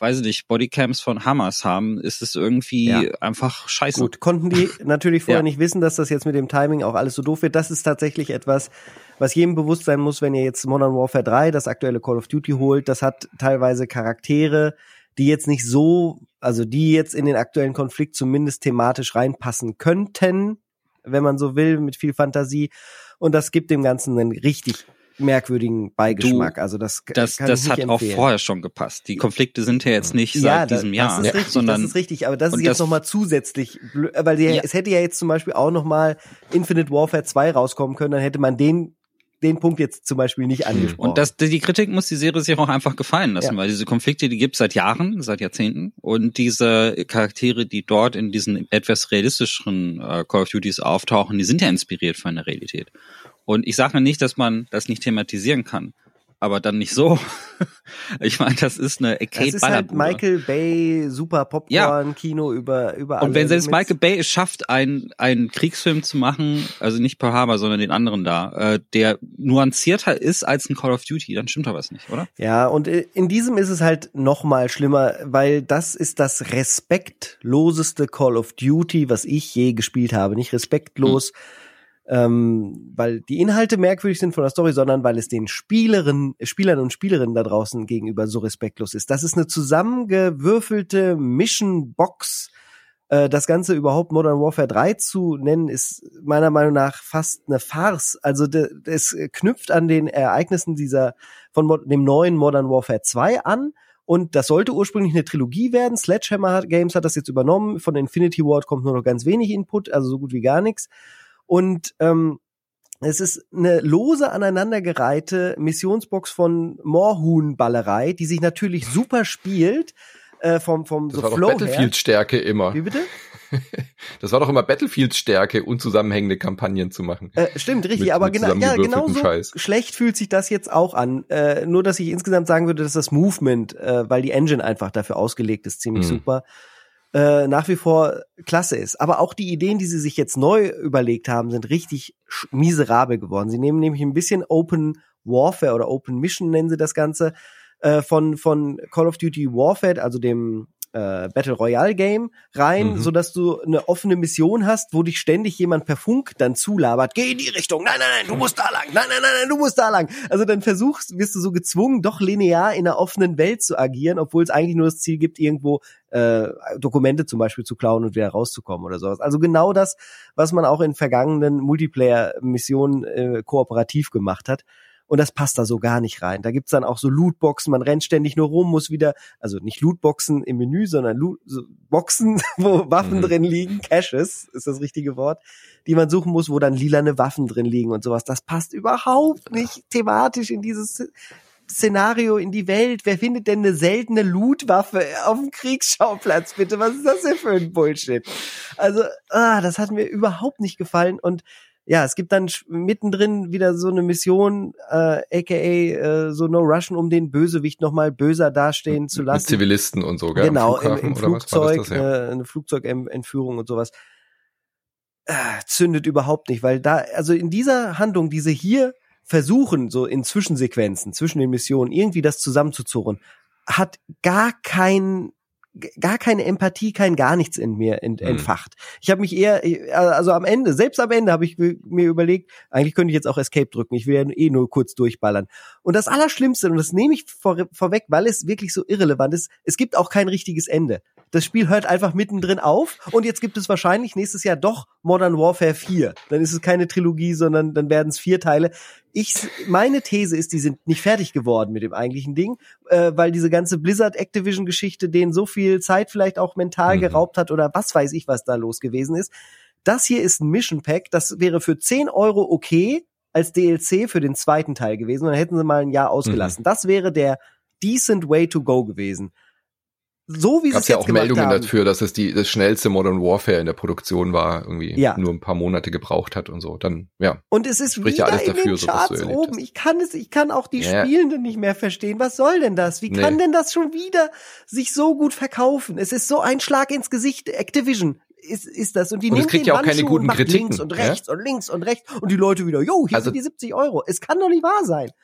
weiß ich nicht, Bodycams von Hamas haben, ist es irgendwie einfach scheiße. Gut, konnten die natürlich vorher nicht wissen, dass das jetzt mit dem Timing auch alles so doof wird. Das ist tatsächlich etwas, was jedem bewusst sein muss, wenn ihr jetzt Modern Warfare 3, das aktuelle Call of Duty holt. Das hat teilweise Charaktere, die jetzt nicht so, also die jetzt in den aktuellen Konflikt zumindest thematisch reinpassen könnten, wenn man so will, mit viel Fantasie. Und das gibt dem Ganzen einen richtig merkwürdigen Beigeschmack. Also das kann ich nicht hat empfehlen. Auch vorher schon gepasst. Die Konflikte sind ja jetzt nicht seit diesem Jahr. Das ist richtig, sondern, das ist richtig, aber das ist jetzt nochmal zusätzlich, weil es hätte ja jetzt zum Beispiel auch nochmal Infinite Warfare 2 rauskommen können, dann hätte man den Punkt jetzt zum Beispiel nicht angesprochen. Und die Kritik muss die Serie sich auch einfach gefallen lassen, weil diese Konflikte, die gibt's seit Jahren, seit Jahrzehnten, und diese Charaktere, die dort in diesen etwas realistischeren Call of Duties auftauchen, die sind ja inspiriert von der Realität. Und ich sage nicht, dass man das nicht thematisieren kann, aber dann nicht so. Ich meine, das ist eine Arcade-Ballerbude. Das ist halt Michael Bay, super Popcorn-Kino über alle. Und wenn selbst Michael Bay es schafft, einen Kriegsfilm zu machen, also nicht Pearl Harbor, sondern den anderen da, der nuancierter ist als ein Call of Duty, dann stimmt da was nicht, oder? Ja, und in diesem ist es halt noch mal schlimmer, weil das ist das respektloseste Call of Duty, was ich je gespielt habe. Nicht respektlos, weil die Inhalte merkwürdig sind von der Story, sondern weil es den Spielern und Spielerinnen da draußen gegenüber so respektlos ist. Das ist eine zusammengewürfelte Mission-Box. Das Ganze überhaupt Modern Warfare 3 zu nennen, ist meiner Meinung nach fast eine Farce. Also es knüpft an den Ereignissen von dem neuen Modern Warfare 2 an. Und das sollte ursprünglich eine Trilogie werden. Sledgehammer Games hat das jetzt übernommen. Von Infinity Ward kommt nur noch ganz wenig Input, also so gut wie gar nichts. Und es ist eine lose aneinandergereihte Missionsbox von Moorhuhn-Ballerei, die sich natürlich super spielt, vom das so war Flow doch Battlefield-Stärke immer. Wie bitte? Das war doch immer Battlefield-Stärke, unzusammenhängende Kampagnen zu machen. Stimmt, richtig, aber genau so Scheiß. Schlecht fühlt sich das jetzt auch an. Nur, dass ich insgesamt sagen würde, dass das Movement, weil die Engine einfach dafür ausgelegt ist, ziemlich super, nach wie vor klasse ist. Aber auch die Ideen, die sie sich jetzt neu überlegt haben, sind richtig miserabel geworden. Sie nehmen nämlich ein bisschen Open Warfare oder Open Mission nennen sie das Ganze, von Call of Duty Warfare, also dem Battle Royale Game rein, so dass du eine offene Mission hast, wo dich ständig jemand per Funk dann zulabert, geh in die Richtung, nein, du musst da lang, nein, du musst da lang. Also dann wirst du so gezwungen, doch linear in einer offenen Welt zu agieren, obwohl es eigentlich nur das Ziel gibt, irgendwo Dokumente zum Beispiel zu klauen und wieder rauszukommen oder sowas. Also genau das, was man auch in vergangenen Multiplayer-Missionen kooperativ gemacht hat. Und das passt da so gar nicht rein. Da gibt's dann auch so Lootboxen, man rennt ständig nur rum, muss wieder, also nicht Lootboxen im Menü, sondern so Boxen, wo Waffen drin liegen, Caches ist das richtige Wort, die man suchen muss, wo dann lilane Waffen drin liegen und sowas. Das passt überhaupt nicht thematisch in dieses Szenario, in die Welt. Wer findet denn eine seltene Lootwaffe auf dem Kriegsschauplatz, bitte? Was ist das denn für ein Bullshit? Also, das hat mir überhaupt nicht gefallen und ja, es gibt dann mittendrin wieder so eine Mission, aka so No Russian, um den Bösewicht nochmal böser dastehen zu lassen. Mit Zivilisten und so, gell? Genau, im Flugzeug, eine Flugzeugentführung und sowas. Zündet überhaupt nicht, weil also in dieser Handlung, die sie hier versuchen, so in Zwischensequenzen, zwischen den Missionen, irgendwie das zusammenzuzurren, hat gar keine Empathie, kein gar nichts in mir entfacht. Ich habe mich also selbst am Ende habe ich mir überlegt, eigentlich könnte ich jetzt auch Escape drücken, ich will ja nur kurz durchballern. Und das Allerschlimmste, und das nehme ich vorweg, weil es wirklich so irrelevant ist, es gibt auch kein richtiges Ende. Das Spiel hört einfach mittendrin auf und jetzt gibt es wahrscheinlich nächstes Jahr doch Modern Warfare 4. Dann ist es keine Trilogie, sondern dann werden es 4 Teile. Meine These ist, die sind nicht fertig geworden mit dem eigentlichen Ding, weil diese ganze Blizzard-Activision-Geschichte denen so viel Zeit vielleicht auch mental geraubt hat oder was weiß ich, was da los gewesen ist. Das hier ist ein Mission Pack, das wäre für 10 € okay als DLC für den zweiten Teil gewesen und dann hätten sie mal ein Jahr ausgelassen. Das wäre der decent way to go gewesen. So wie sie es jetzt gemacht haben. Gab ja auch Meldungen dafür, dass es das schnellste Modern Warfare in der Produktion war, irgendwie nur ein paar Monate gebraucht hat und so. Dann, ja. Und es ist wieder alles dafür, in den Charts oben. Ich kann auch die Spielenden nicht mehr verstehen. Was soll denn das? Wie kann denn das schon wieder sich so gut verkaufen? Es ist so ein Schlag ins Gesicht. Activision ist das. Und die nehmen den ja auch keine Handschuh guten und macht Kritiken, links und rechts und links und rechts. Und die Leute wieder, hier sind die 70 €. Es kann doch nicht wahr sein.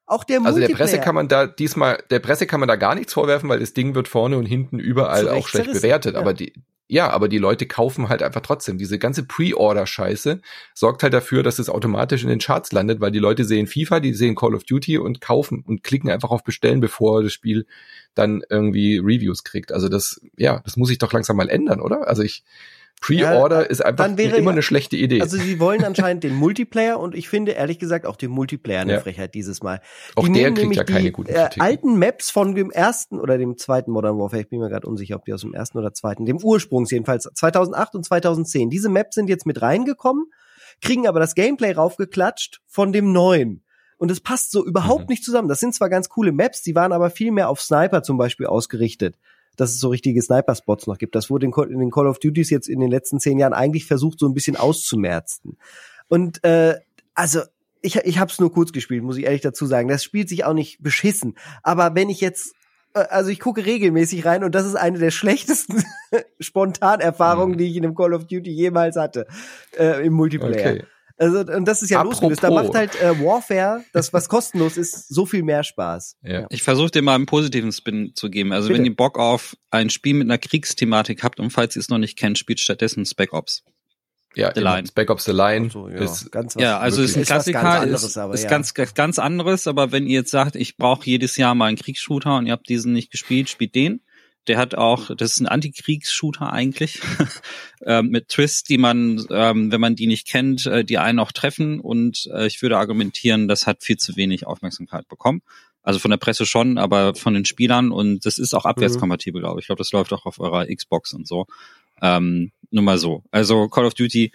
Auch der Also Multiplayer. Der Presse kann man da gar nichts vorwerfen, weil das Ding wird vorne und hinten überall auch schlecht bewertet. Ja. Aber die Leute kaufen halt einfach trotzdem. Diese ganze Pre-Order-Scheiße sorgt halt dafür, dass es automatisch in den Charts landet, weil die Leute sehen FIFA, die sehen Call of Duty und kaufen und klicken einfach auf Bestellen, bevor das Spiel dann irgendwie Reviews kriegt. Also das muss sich doch langsam mal ändern, oder? Also Pre-Order ist einfach immer eine schlechte Idee. Also sie wollen anscheinend den Multiplayer und ich finde ehrlich gesagt auch den Multiplayer eine Frechheit dieses Mal. Auch der kriegt ja keine guten Kritiken. Die alten Maps von dem ersten oder dem zweiten Modern Warfare, ich bin mir gerade unsicher, ob die aus dem ersten oder zweiten, dem Ursprungs jedenfalls, 2008 und 2010. Diese Maps sind jetzt mit reingekommen, kriegen aber das Gameplay raufgeklatscht von dem neuen. Und es passt so überhaupt nicht zusammen. Das sind zwar ganz coole Maps, die waren aber viel mehr auf Sniper zum Beispiel ausgerichtet. Dass es so richtige Sniper-Spots noch gibt. Das wurde in den Call of Duties jetzt in den letzten 10 Jahren eigentlich versucht, so ein bisschen auszumerzen. Und also ich habe es nur kurz gespielt, muss ich ehrlich dazu sagen. Das spielt sich auch nicht beschissen. Aber wenn ich jetzt, also ich gucke regelmäßig rein und das ist eine der schlechtesten Spontanerfahrungen, die ich in einem Call of Duty jemals hatte im Multiplayer. Okay. Also, und das ist ja losgelöst. Da macht halt Warfare, das was kostenlos ist, so viel mehr Spaß. Ja. Ich versuche dir mal einen positiven Spin zu geben. Also wenn ihr Bock auf ein Spiel mit einer Kriegsthematik habt und falls ihr es noch nicht kennt, spielt stattdessen Spec Ops. Ja, The Line. Spec Ops The Line ist ganz was. Ja, also ist ein Klassiker, ist ganz anderes. Aber wenn ihr jetzt sagt, ich brauche jedes Jahr mal einen Kriegsshooter und ihr habt diesen nicht gespielt, spielt den. Der hat auch, das ist ein Antikriegs-Shooter eigentlich, mit Twists, die man, wenn man die nicht kennt, die einen auch treffen und ich würde argumentieren, das hat viel zu wenig Aufmerksamkeit bekommen. Also von der Presse schon, aber von den Spielern und das ist auch abwärtskompatibel, glaube ich. Ich glaube, das läuft auch auf eurer Xbox und so. Nur mal so. Also Call of Duty,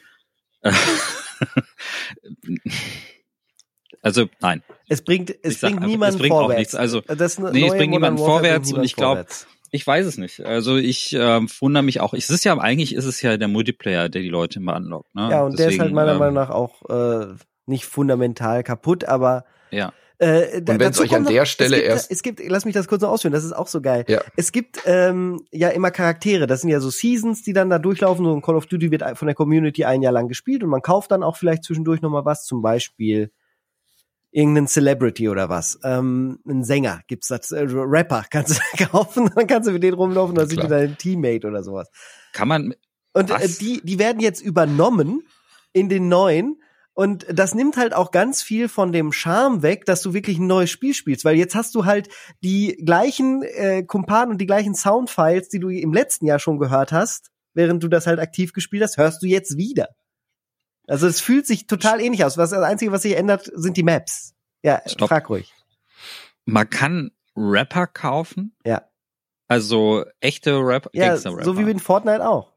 also nein. Es bringt niemanden vorwärts. Also es bringt niemanden vorwärts und ich glaube, ich weiß es nicht. Also ich wundere mich auch. Es ist ja der Multiplayer, der die Leute immer anlockt. Ne? Ja, und deswegen, der ist halt meiner Meinung nach auch nicht fundamental kaputt, aber ja. Und wenn es euch an der Stelle lass mich das kurz noch ausführen, das ist auch so geil. Ja. Es gibt ja immer Charaktere, das sind ja so Seasons, die dann da durchlaufen. So ein Call of Duty wird von der Community ein Jahr lang gespielt und man kauft dann auch vielleicht zwischendurch nochmal was, zum Beispiel irgendeinen Celebrity oder was. Ein Sänger gibt's das, Rapper kannst du kaufen, dann kannst du mit denen rumlaufen, dann sind die dein Teammate oder sowas. Kann man. Und die werden jetzt übernommen in den neuen. Und das nimmt halt auch ganz viel von dem Charme weg, dass du wirklich ein neues Spiel spielst, weil jetzt hast du halt die gleichen Kumpanen und die gleichen Soundfiles, die du im letzten Jahr schon gehört hast, während du das halt aktiv gespielt hast, hörst du jetzt wieder. Also es fühlt sich total ähnlich aus. Das Einzige, was sich ändert, sind die Maps. Ja, Stopp. Frag ruhig. Man kann Rapper kaufen? Ja. Also echte Rapper, ja, Gangster-Rapper. So wie in Fortnite auch.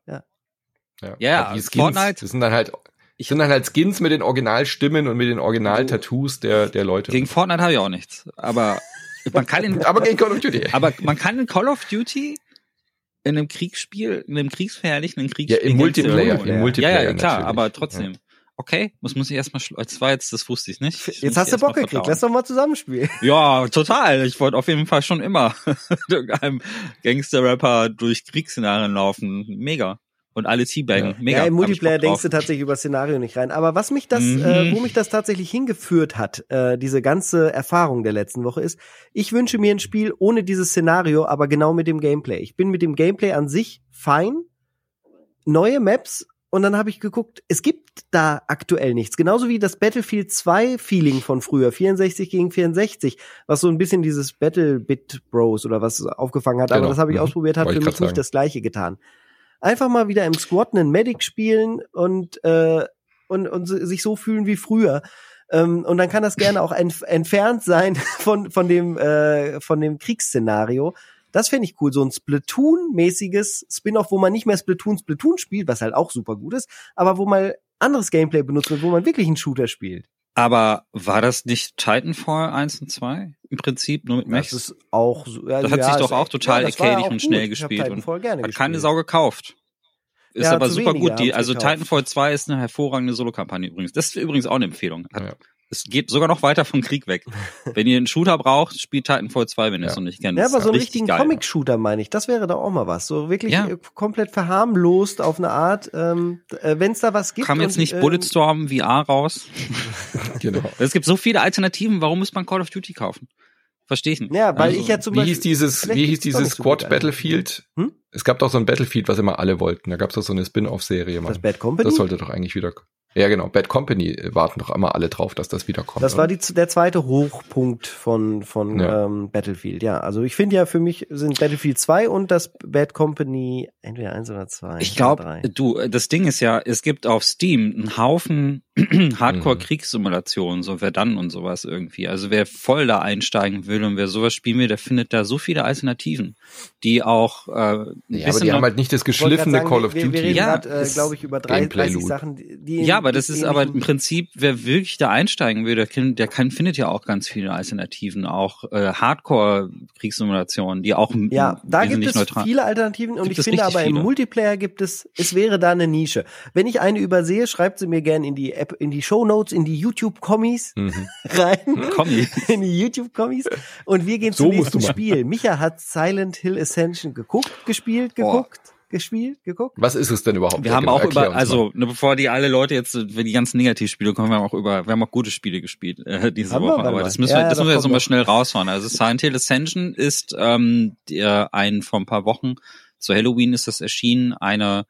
Ja, die Skins, Fortnite. Das sind dann halt Skins mit den Originalstimmen und mit den Original-Tattoos der Leute. Gegen Fortnite habe ich auch nichts. Aber man kann aber gegen Call of Duty. Aber man kann in Call of Duty in einem Kriegsspiel, in einem kriegsverherrlichenden Kriegsspiel. Ja, im Multiplayer. Ja, klar, aber trotzdem. Ja. Okay, das muss ich erstmal, das wusste ich nicht. Jetzt hast du Bock gekriegt, lass doch mal zusammenspielen. Ja, total. Ich wollte auf jeden Fall schon immer mit irgendeinem Gangster-Rapper durch Kriegsszenarien laufen. Mega. Und alle Teabaggen. Mega. Ja, im Multiplayer denkst du tatsächlich über Szenario nicht rein. Aber was mich wo mich das tatsächlich hingeführt hat, diese ganze Erfahrung der letzten Woche ist, ich wünsche mir ein Spiel ohne dieses Szenario, aber genau mit dem Gameplay. Ich bin mit dem Gameplay an sich fein. Neue Maps. Und dann habe ich geguckt, es gibt da aktuell nichts. Genauso wie das Battlefield 2 Feeling von früher, 64 gegen 64, was so ein bisschen dieses Battle-Bit Bros oder was aufgefangen hat. Genau. Aber das habe ich ausprobiert, hat für mich nicht das Gleiche getan. Einfach mal wieder im Squad einen Medic spielen und sich so fühlen wie früher. Und dann kann das gerne auch entfernt sein von dem Kriegsszenario. Das fände ich cool, so ein Splatoon-mäßiges Spin-off, wo man nicht mehr Splatoon spielt, was halt auch super gut ist, aber wo mal anderes Gameplay benutzt wird, wo man wirklich einen Shooter spielt. Aber war das nicht Titanfall 1 und 2? Im Prinzip nur mit Mechs? Das ist auch so. Das hat sich doch auch total arcadisch und schnell gespielt und hat keine Sau gekauft. Ist aber super gut. Also Titanfall 2 ist eine hervorragende Solo-Kampagne übrigens. Das ist übrigens auch eine Empfehlung. Hat Es geht sogar noch weiter vom Krieg weg. Wenn ihr einen Shooter braucht, spielt Titanfall 2, wenn ihr es noch nicht kennt. Ja, aber so einen richtigen geil. Comic-Shooter, meine ich, das wäre doch auch mal was. So wirklich komplett verharmlost auf eine Art, wenn es da was gibt. Kam jetzt nicht Bulletstorm VR raus? Genau. Es gibt so viele Alternativen, warum muss man Call of Duty kaufen? Verstehe ich nicht. Ja, weil ich ja zum Beispiel... Wie hieß dieses Squad Battlefield? Es gab doch so ein Battlefield, was immer alle wollten. Da gab es doch so eine Spin-off-Serie. Das Bad Company? Das sollte doch eigentlich wieder... Ja, genau. Bad Company warten doch immer alle drauf, dass das wiederkommt. Das war der zweite Hochpunkt von Battlefield, ja. Also ich finde ja, für mich sind Battlefield 2 und das Bad Company entweder 1 oder 2. Ich glaube, das Ding ist ja, es gibt auf Steam einen Haufen Hardcore-Kriegssimulationen, so Verdun und sowas irgendwie. Also wer voll da einsteigen will und wer sowas spielen will, der findet da so viele Alternativen, die auch aber die haben halt nicht das geschliffene Call of Duty. Wir reden gerade, glaube ich, über 30 Sachen, die ja, aber das ist aber im Prinzip, wer wirklich da einsteigen will, der findet ja auch ganz viele Alternativen, auch Hardcore-Kriegssimulationen, die auch da gibt es viele Alternativen und ich finde aber im Multiplayer es wäre da eine Nische. Wenn ich eine übersehe, schreibt sie mir gerne in die App, in die Shownotes, in die YouTube-Kommis rein. In die YouTube-Kommis. Und wir gehen zum nächsten Spiel. Micha hat Silent Hill Ascension gespielt. Was ist es denn überhaupt? Wir haben auch bevor die alle Leute jetzt, wenn die ganzen Negativspiele kommen, wir haben auch gute Spiele gespielt diese Woche. Aber das müssen wir jetzt mal schnell raushauen. Also Silent Hill Ascension ist vor ein paar Wochen, zu Halloween ist das erschienen, eine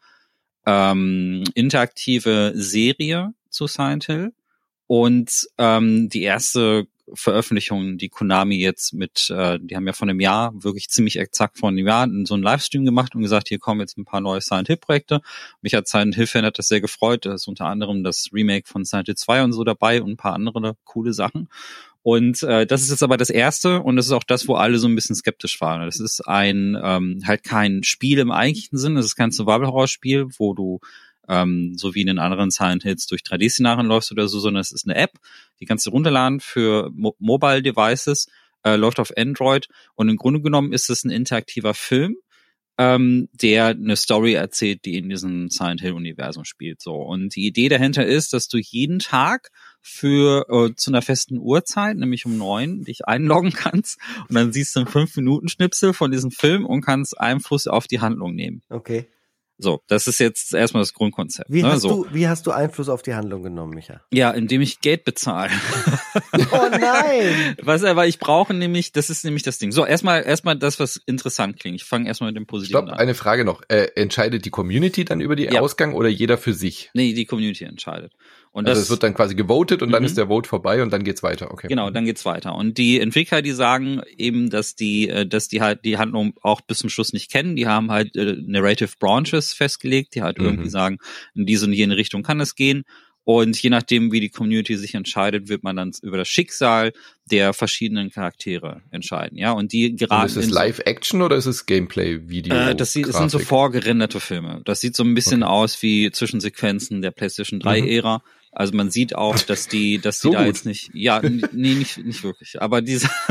interaktive Serie zu Silent Hill und die erste Veröffentlichung, die Konami jetzt die haben ja vor einem Jahr, wirklich ziemlich exakt vor einem Jahr, so einen Livestream gemacht und gesagt, hier kommen jetzt ein paar neue Silent Hill Projekte. Mich als Silent Hill Fan hat das sehr gefreut, da ist unter anderem das Remake von Silent Hill 2 und so dabei und ein paar andere coole Sachen. Und das ist jetzt aber das erste und das ist auch das, wo alle so ein bisschen skeptisch waren. Das ist halt kein Spiel im eigentlichen Sinn, das ist kein Survival-Horror-Spiel, wo du so wie in den anderen Silent Hills durch 3D-Szenarien läufst oder so, sondern es ist eine App, die kannst du runterladen für Mobile Devices, läuft auf Android und im Grunde genommen ist es ein interaktiver Film, der eine Story erzählt, die in diesem Silent Hill-Universum spielt. So. Und die Idee dahinter ist, dass du jeden Tag zu einer festen Uhrzeit, nämlich um 9, dich einloggen kannst und dann siehst du einen 5-Minuten-Schnipsel von diesem Film und kannst Einfluss auf die Handlung nehmen. Okay. So, das ist jetzt erstmal das Grundkonzept. Wie hast du Einfluss auf die Handlung genommen, Micha? Ja, indem ich Geld bezahle. Oh nein! Ich brauche nämlich, das ist nämlich das Ding. So, erstmal das, was interessant klingt. Ich fange erstmal mit dem Positiven an. Eine Frage noch. Entscheidet die Community dann über die Ausgang oder jeder für sich? Nee, die Community entscheidet. Und also es wird dann quasi gewotet und dann ist der Vote vorbei und dann geht's weiter. Okay. Genau, dann geht's weiter. Und die Entwickler, die sagen eben, dass die halt die Handlung auch bis zum Schluss nicht kennen. Die haben halt Narrative Branches festgelegt, die halt irgendwie sagen, in diese und jene Richtung kann es gehen. Und je nachdem, wie die Community sich entscheidet, wird man dann über das Schicksal der verschiedenen Charaktere entscheiden. Ja, und die geraten. Und ist es Live-Action oder ist es Gameplay-Video? Es sind so vorgerenderte Filme. Das sieht so ein bisschen aus wie Zwischensequenzen der PlayStation 3-Ära. Also man sieht auch, dass die so da gut. jetzt nicht, nicht wirklich. Aber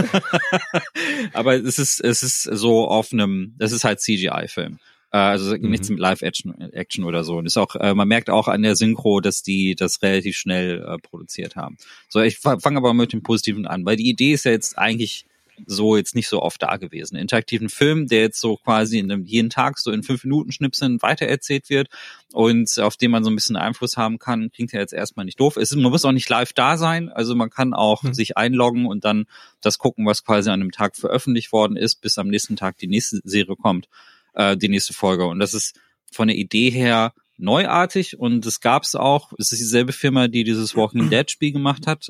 aber es ist so auf das ist halt CGI-Film. Also nichts mit Live-Action oder so. Und ist auch, man merkt auch an der Synchro, dass die das relativ schnell produziert haben. So, ich fange aber mit dem Positiven an, weil die Idee ist ja jetzt eigentlich so jetzt nicht so oft da gewesen. Einen interaktiven Film, der jetzt so quasi jeden Tag so in 5-Minuten-Schnipseln weitererzählt wird und auf den man so ein bisschen Einfluss haben kann, klingt ja jetzt erstmal nicht doof. Man muss auch nicht live da sein, also man kann auch sich einloggen und dann das gucken, was quasi an einem Tag veröffentlicht worden ist, bis am nächsten Tag die nächste Serie kommt, die nächste Folge. Und das ist von der Idee her neuartig und es ist dieselbe Firma, die dieses Walking Dead Spiel gemacht hat,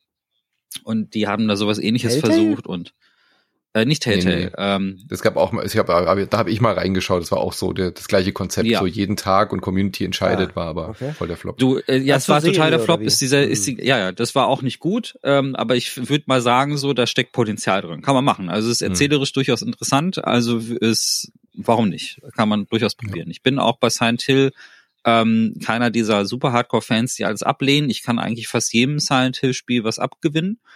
und die haben da sowas Ähnliches versucht und nicht Telltale. Nee. Das gab auch mal, da habe ich mal reingeschaut, das war auch so das gleiche Konzept, so jeden Tag und Community entscheidet, war aber voll der Flop. Es war total der Flop, das war auch nicht gut, aber ich würde mal sagen, so, da steckt Potenzial drin, kann man machen. Also es ist erzählerisch durchaus interessant, also warum nicht? Kann man durchaus probieren. Ich bin auch bei Silent Hill keiner dieser super Hardcore-Fans, die alles ablehnen. Ich kann eigentlich fast jedem Silent Hill-Spiel was abgewinnen.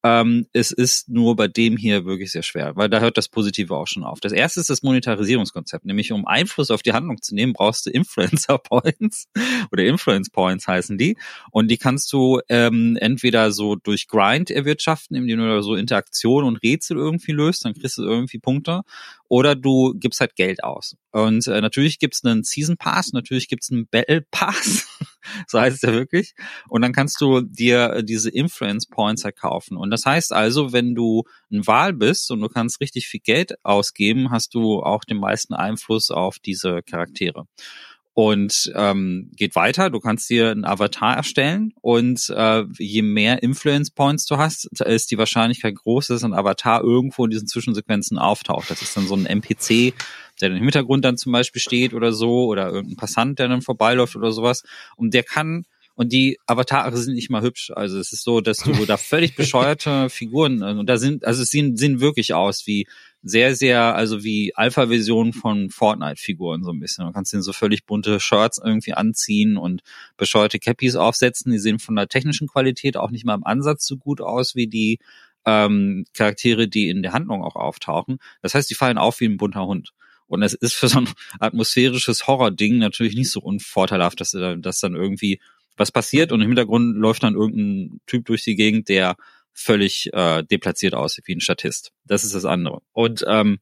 Es ist nur bei dem hier wirklich sehr schwer, weil da hört das Positive auch schon auf. Das erste ist das Monetarisierungskonzept, nämlich um Einfluss auf die Handlung zu nehmen, brauchst du Influencer Points oder Influence Points heißen die, und die kannst du entweder so durch Grind erwirtschaften, indem du so Interaktion und Rätsel irgendwie löst, dann kriegst du irgendwie Punkte, oder du gibst halt Geld aus. Und natürlich gibt's einen Season Pass, natürlich gibt's einen Battle Pass, so heißt es ja wirklich, und dann kannst du dir diese Influence Points halt kaufen. Und das heißt also, wenn du ein Wal bist und du kannst richtig viel Geld ausgeben, hast du auch den meisten Einfluss auf diese Charaktere. Und geht weiter, du kannst dir einen Avatar erstellen und je mehr Influence Points du hast, ist die Wahrscheinlichkeit groß, dass ein Avatar irgendwo in diesen Zwischensequenzen auftaucht. Das ist dann so ein NPC, der im Hintergrund dann zum Beispiel steht oder so, oder irgendein Passant, der dann vorbeiläuft oder sowas. Und der kann, und die Avatare sind nicht mal hübsch. Also es ist so, dass du da völlig bescheuerte Figuren, und da sind, also es sehen wirklich aus wie sehr, sehr, also wie Alpha-Versionen von Fortnite-Figuren so ein bisschen. Du kannst denen so völlig bunte Shirts irgendwie anziehen und bescheuerte Cappies aufsetzen. Die sehen von der technischen Qualität auch nicht mal im Ansatz so gut aus wie die Charaktere, die in der Handlung auch auftauchen. Das heißt, die fallen auf wie ein bunter Hund. Und es ist für so ein atmosphärisches Horror-Ding natürlich nicht so unvorteilhaft, dass dann irgendwie was passiert und im Hintergrund läuft dann irgendein Typ durch die Gegend, der völlig deplatziert aussieht wie ein Statist. Das ist das andere. Und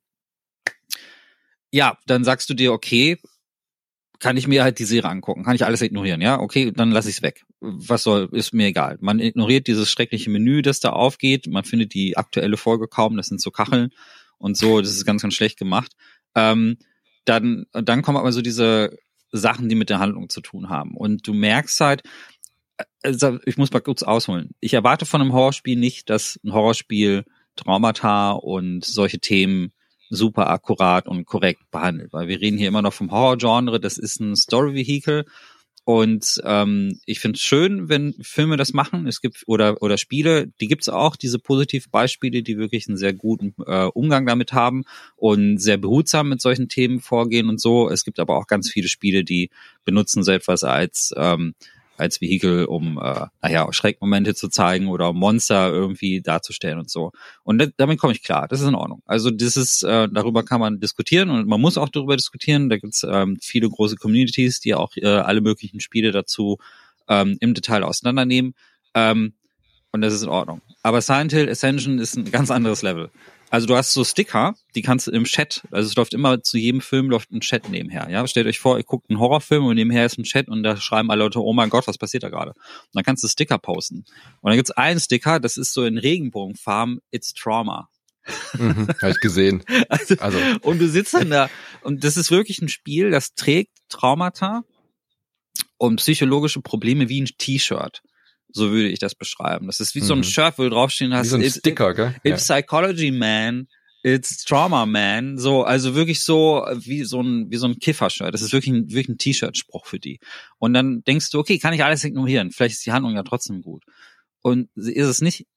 ja, dann sagst du dir, okay, kann ich mir halt die Serie angucken, kann ich alles ignorieren, ja? Okay, dann lasse ich es weg. Was soll, ist mir egal. Man ignoriert dieses schreckliche Menü, das da aufgeht. Man findet die aktuelle Folge kaum, das sind so Kacheln und so, das ist ganz, ganz schlecht gemacht. Dann kommen aber so diese Sachen, die mit der Handlung zu tun haben. Und du merkst halt, also ich muss mal kurz ausholen. Ich erwarte von einem Horrorspiel nicht, dass ein Horrorspiel Traumata und solche Themen super akkurat und korrekt behandelt, weil wir reden hier immer noch vom Horror-Genre, das ist ein Story-Vehicle und ich finde es schön, wenn Filme das machen, es gibt oder Spiele, die gibt's auch, diese Positivbeispiele, die wirklich einen sehr guten Umgang damit haben und sehr behutsam mit solchen Themen vorgehen und so. Es gibt aber auch ganz viele Spiele, die benutzen so etwas als Vehikel, um Schreckmomente zu zeigen oder Monster irgendwie darzustellen und so. Und damit komme ich klar, das ist in Ordnung. Also das ist, darüber kann man diskutieren und man muss auch darüber diskutieren. Da gibt's viele große Communities, die auch alle möglichen Spiele dazu im Detail auseinandernehmen. Und das ist in Ordnung. Aber Silent Hill Ascension ist ein ganz anderes Level. Also du hast so Sticker, die kannst du im Chat, also es läuft immer zu jedem Film läuft ein Chat nebenher, ja. Stellt euch vor, ihr guckt einen Horrorfilm und nebenher ist ein Chat und da schreiben alle Leute, oh mein Gott, was passiert da gerade? Und dann kannst du Sticker posten. Und dann gibt's einen Sticker, das ist so in Regenbogenfarben, It's Trauma. Habe ich gesehen. Also. Und du sitzt dann da und das ist wirklich ein Spiel, das trägt Traumata und psychologische Probleme wie ein T-Shirt. So würde ich das beschreiben. Das ist wie so ein Shirt, wo du draufstehen hast. Wie so ein Sticker, gell? It's Psychology Man, it's Trauma Man. So, also wirklich so wie so ein Kiffer-Shirt. Das ist wirklich ein T-Shirt-Spruch für die. Und dann denkst du, okay, kann ich alles ignorieren? Vielleicht ist die Handlung ja trotzdem gut. Und ist es nicht.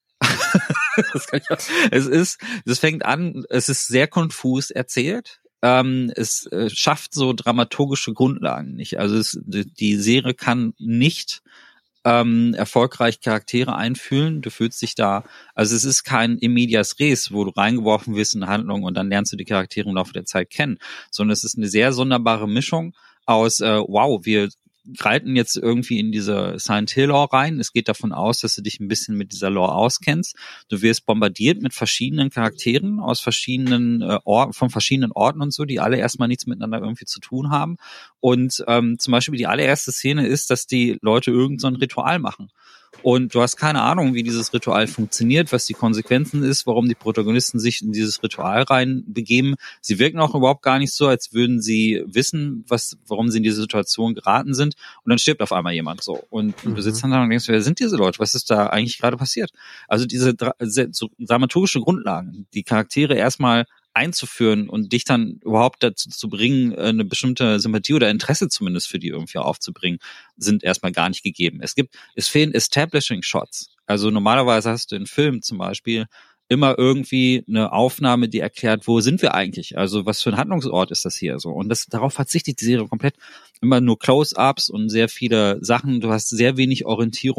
Es fängt an, es ist sehr konfus erzählt. Es schafft so dramaturgische Grundlagen nicht. Also die Serie kann nicht erfolgreich Charaktere einfühlen. Du fühlst dich da, also es ist kein in medias res, wo du reingeworfen wirst in eine Handlung und dann lernst du die Charaktere im Laufe der Zeit kennen, sondern es ist eine sehr sonderbare Mischung aus, wir greifen jetzt irgendwie in diese Silent Hill Lore rein. Es geht davon aus, dass du dich ein bisschen mit dieser Lore auskennst. Du wirst bombardiert mit verschiedenen Charakteren aus verschiedenen von verschiedenen Orten und so, die alle erstmal nichts miteinander irgendwie zu tun haben. Und zum Beispiel die allererste Szene ist, dass die Leute irgend so ein Ritual machen. Und du hast keine Ahnung, wie dieses Ritual funktioniert, was die Konsequenzen ist, warum die Protagonisten sich in dieses Ritual reinbegeben. Sie wirken auch überhaupt gar nicht so, als würden sie wissen, warum sie in diese Situation geraten sind. Und dann stirbt auf einmal jemand so. Und du sitzt dann da und denkst, wer sind diese Leute? Was ist da eigentlich gerade passiert? Also diese so dramaturgische Grundlagen, die Charaktere erstmal einzuführen und dich dann überhaupt dazu zu bringen, eine bestimmte Sympathie oder Interesse zumindest für die irgendwie aufzubringen, sind erstmal gar nicht gegeben. Es fehlen Establishing Shots. Also normalerweise hast du in Filmen zum Beispiel immer irgendwie eine Aufnahme, die erklärt, wo sind wir eigentlich? Also was für ein Handlungsort ist das hier so? Und darauf verzichtet die Serie komplett. Immer nur Close-ups und sehr viele Sachen. Du hast sehr wenig Orientierung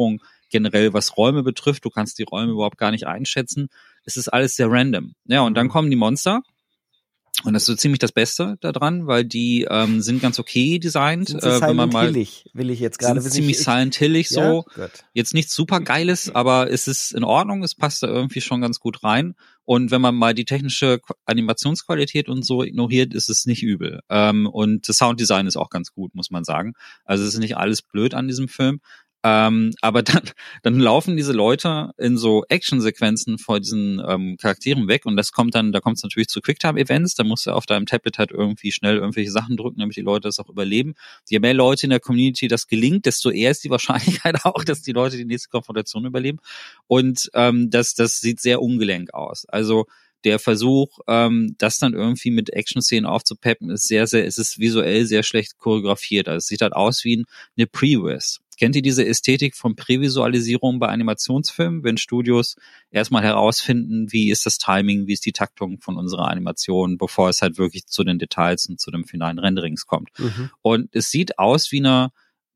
generell was Räume betrifft. Du kannst die Räume überhaupt gar nicht einschätzen. Es ist alles sehr random. Ja, und dann kommen die Monster. Und das ist so ziemlich das Beste daran, weil die sind ganz okay designt. Sind sie wenn man mal Silent-Hillig, will ich jetzt gerade wissen. Ziemlich Silent-Hillig so. Ja? Jetzt nichts super Geiles, aber es ist in Ordnung. Es passt da irgendwie schon ganz gut rein. Und wenn man mal die technische Animationsqualität und so ignoriert, ist es nicht übel. Und das Sounddesign ist auch ganz gut, muss man sagen. Also es ist nicht alles blöd an diesem Film. Aber dann laufen diese Leute in so Actionsequenzen vor diesen Charakteren weg und da kommt es natürlich zu Quicktime-Events, da musst du auf deinem Tablet halt irgendwie schnell irgendwelche Sachen drücken, damit die Leute das auch überleben. Je mehr Leute in der Community das gelingt, desto eher ist die Wahrscheinlichkeit auch, dass die Leute die nächste Konfrontation überleben. Und das sieht sehr ungelenk aus. Also der Versuch, das dann irgendwie mit Action-Szenen aufzupeppen, es ist visuell sehr schlecht choreografiert. Also es sieht halt aus wie eine Pre-Vis. Kennt ihr diese Ästhetik von Prävisualisierung bei Animationsfilmen, wenn Studios erstmal herausfinden, wie ist das Timing, wie ist die Taktung von unserer Animation, bevor es halt wirklich zu den Details und zu dem finalen Renderings kommt. Und es sieht aus wie eine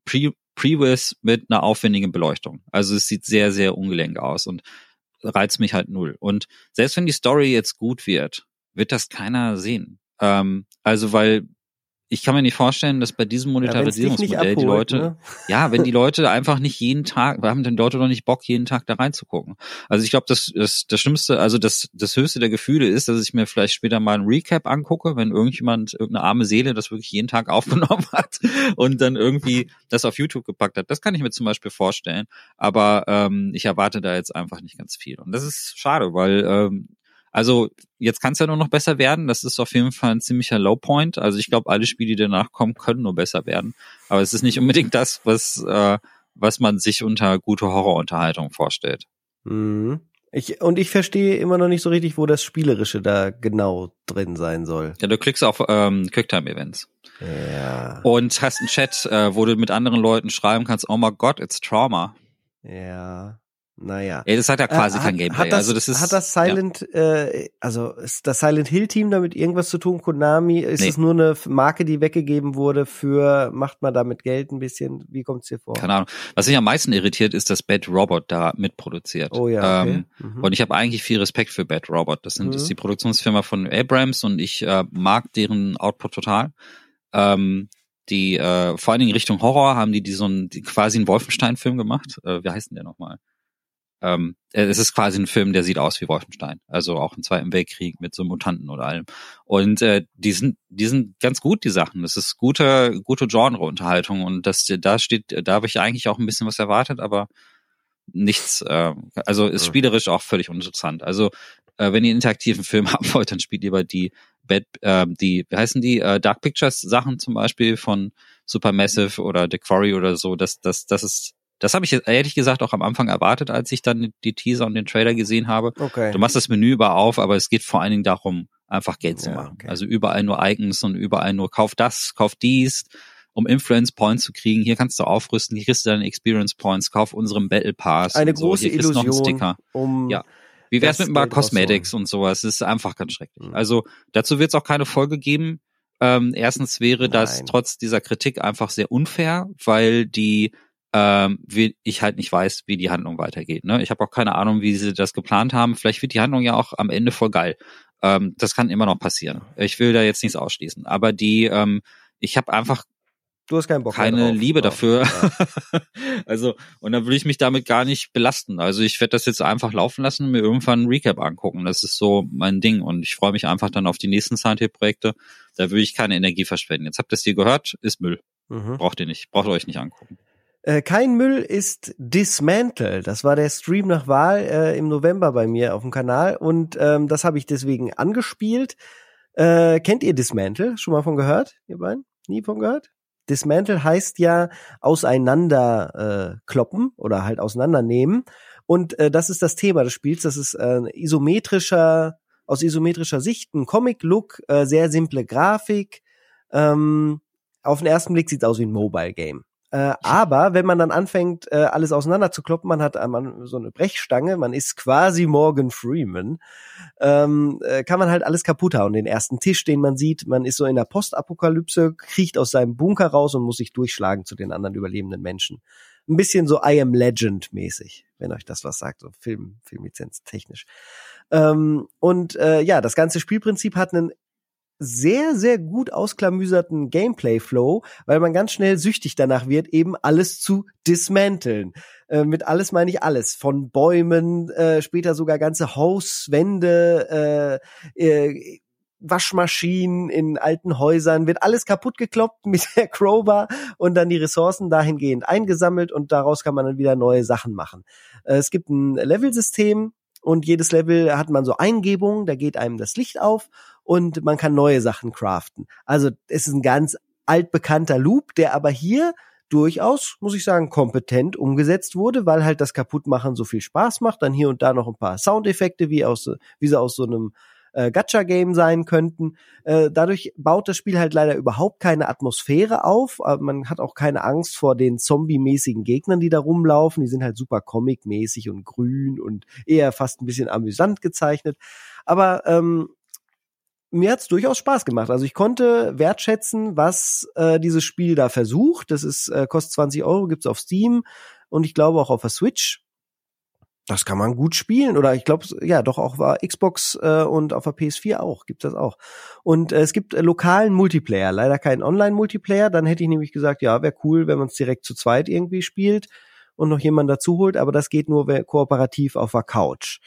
Pre-Vis mit einer aufwendigen Beleuchtung. Also es sieht sehr, sehr ungelenk aus und reizt mich halt null. Und selbst wenn die Story jetzt gut wird das keiner sehen. Also weil ich kann mir nicht vorstellen, dass bei diesem Monetarisierungsmodell die Leute, ne? Ja, wenn die Leute einfach nicht jeden Tag, wir haben den Leute doch nicht Bock, jeden Tag da reinzugucken. Also ich glaube, das Schlimmste, also das höchste der Gefühle ist, dass ich mir vielleicht später mal ein Recap angucke, wenn irgendeine arme Seele das wirklich jeden Tag aufgenommen hat und dann irgendwie das auf YouTube gepackt hat. Das kann ich mir zum Beispiel vorstellen. Aber ich erwarte da jetzt einfach nicht ganz viel. Und das ist schade, weil also jetzt kann es ja nur noch besser werden. Das ist auf jeden Fall ein ziemlicher Lowpoint. Also ich glaube, alle Spiele, die danach kommen, können nur besser werden. Aber es ist nicht unbedingt das, was man sich unter gute Horrorunterhaltung vorstellt. Mhm. Ich verstehe immer noch nicht so richtig, wo das Spielerische da genau drin sein soll. Ja, du klickst auf Quicktime-Events. Ja. Und hast einen Chat, wo du mit anderen Leuten schreiben kannst, oh my God, it's Trauma. Ja. Naja. Ey, das hat ja quasi kein Gameplay. Hat das Silent Hill Team damit irgendwas zu tun? Konami? Ist es nur eine Marke, die weggegeben wurde macht man damit Geld ein bisschen? Wie kommt's dir vor? Keine Ahnung. Was mich am meisten irritiert, ist, dass Bad Robot da mitproduziert. Oh ja, okay. Und ich habe eigentlich viel Respekt für Bad Robot. Das ist die Produktionsfirma von Abrams und ich mag deren Output total. Vor allen Dingen Richtung Horror haben die quasi einen Wolfenstein-Film gemacht. Wie heißt denn der nochmal? Es ist quasi ein Film, der sieht aus wie Wolfenstein. Also auch im Zweiten Weltkrieg mit so Mutanten oder allem. Und die sind ganz gut, die Sachen. Das ist gute Genre-Unterhaltung und da habe ich eigentlich auch ein bisschen was erwartet, aber nichts. Also ist spielerisch auch völlig uninteressant. Also wenn ihr einen interaktiven Film haben wollt, dann spielt lieber wie heißen die? Dark Pictures Sachen zum Beispiel von Supermassive oder The Quarry oder so. Das habe ich ehrlich gesagt auch am Anfang erwartet, als ich dann die Teaser und den Trailer gesehen habe. Okay. Du machst das Menü über auf, aber es geht vor allen Dingen darum, einfach Geld zu machen. Okay. Also überall nur Icons und überall nur kauf das, kauf dies, um Influence Points zu kriegen. Hier kannst du aufrüsten, hier kriegst du deine Experience Points, kauf unseren Battle Pass. Eine und so. große Hier kriegst du noch einen Illusion, Sticker. Ja. Wie wär's mit ein paar Cosmetics und sowas? Das ist einfach ganz schrecklich. Also dazu wird es auch keine Folge geben. Erstens wäre das trotz dieser Kritik einfach sehr unfair, weil ich halt nicht weiß, wie die Handlung weitergeht. Ne? Ich habe auch keine Ahnung, wie sie das geplant haben. Vielleicht wird die Handlung ja auch am Ende voll geil. Das kann immer noch passieren. Ich will da jetzt nichts ausschließen. Aber ich habe einfach Du hast keinen Bock keine drauf. Liebe dafür. Ja. Also, und dann will ich mich damit gar nicht belasten. Also ich werde das jetzt einfach laufen lassen und mir irgendwann ein Recap angucken. Das ist so mein Ding. Und ich freue mich einfach dann auf die nächsten Silent Hill Projekte. Da will ich keine Energie verschwenden. Jetzt habt ihr es hier gehört, ist Müll. Braucht ihr nicht. Braucht ihr euch nicht angucken. Kein Müll ist Dismantle. Das war der Stream nach Wahl im November bei mir auf dem Kanal und das habe ich deswegen angespielt. Kennt ihr Dismantle? Schon mal von gehört, ihr beiden? Nie von gehört? Dismantle heißt ja auseinander kloppen oder halt auseinandernehmen und das ist das Thema des Spiels. Das ist aus isometrischer Sicht ein Comic-Look, sehr simple Grafik. Auf den ersten Blick sieht es aus wie ein Mobile-Game. Aber wenn man dann anfängt, alles auseinander zu kloppen, man hat so eine Brechstange, man ist quasi Morgan Freeman, kann man halt alles kaputt hauen. Den ersten Tisch, den man sieht, man ist so in der Postapokalypse, kriecht aus seinem Bunker raus und muss sich durchschlagen zu den anderen überlebenden Menschen. ein bisschen so I Am Legend mäßig, wenn euch das was sagt, so Filmlizenz technisch. Das ganze Spielprinzip hat einen sehr, sehr gut ausklamüserten Gameplay-Flow, weil man ganz schnell süchtig danach wird, eben alles zu dismanteln. Mit alles meine ich alles. Von Bäumen, später sogar ganze Hauswände, Waschmaschinen in alten Häusern, wird alles kaputt gekloppt mit der Crowbar und dann die Ressourcen dahingehend eingesammelt und daraus kann man dann wieder neue Sachen machen. Es gibt ein Levelsystem und jedes Level hat man so Eingebungen, da geht einem das Licht auf und man kann neue Sachen craften. Also es ist ein ganz altbekannter Loop, der aber hier durchaus, muss ich sagen, kompetent umgesetzt wurde, weil halt das Kaputtmachen so viel Spaß macht. Dann hier und da noch ein paar Soundeffekte, wie sie aus so einem Gacha-Game sein könnten. Dadurch baut das Spiel halt leider überhaupt keine Atmosphäre auf. Man hat auch keine Angst vor den zombie-mäßigen Gegnern, die da rumlaufen. Die sind halt super comic-mäßig und grün und eher fast ein bisschen amüsant gezeichnet. Aber mir hat's durchaus Spaß gemacht. Also ich konnte wertschätzen, was dieses Spiel da versucht. Das ist kostet 20 €, gibt's auf Steam und ich glaube auch auf der Switch. Das kann man gut spielen. Oder ich glaube, ja, doch auch war Xbox und auf der PS4 auch, gibt's das auch. Und es gibt lokalen Multiplayer, leider keinen Online-Multiplayer. Dann hätte ich nämlich gesagt, ja, wäre cool, wenn man es direkt zu zweit irgendwie spielt und noch jemand dazu holt. Aber das geht nur kooperativ auf der Couch.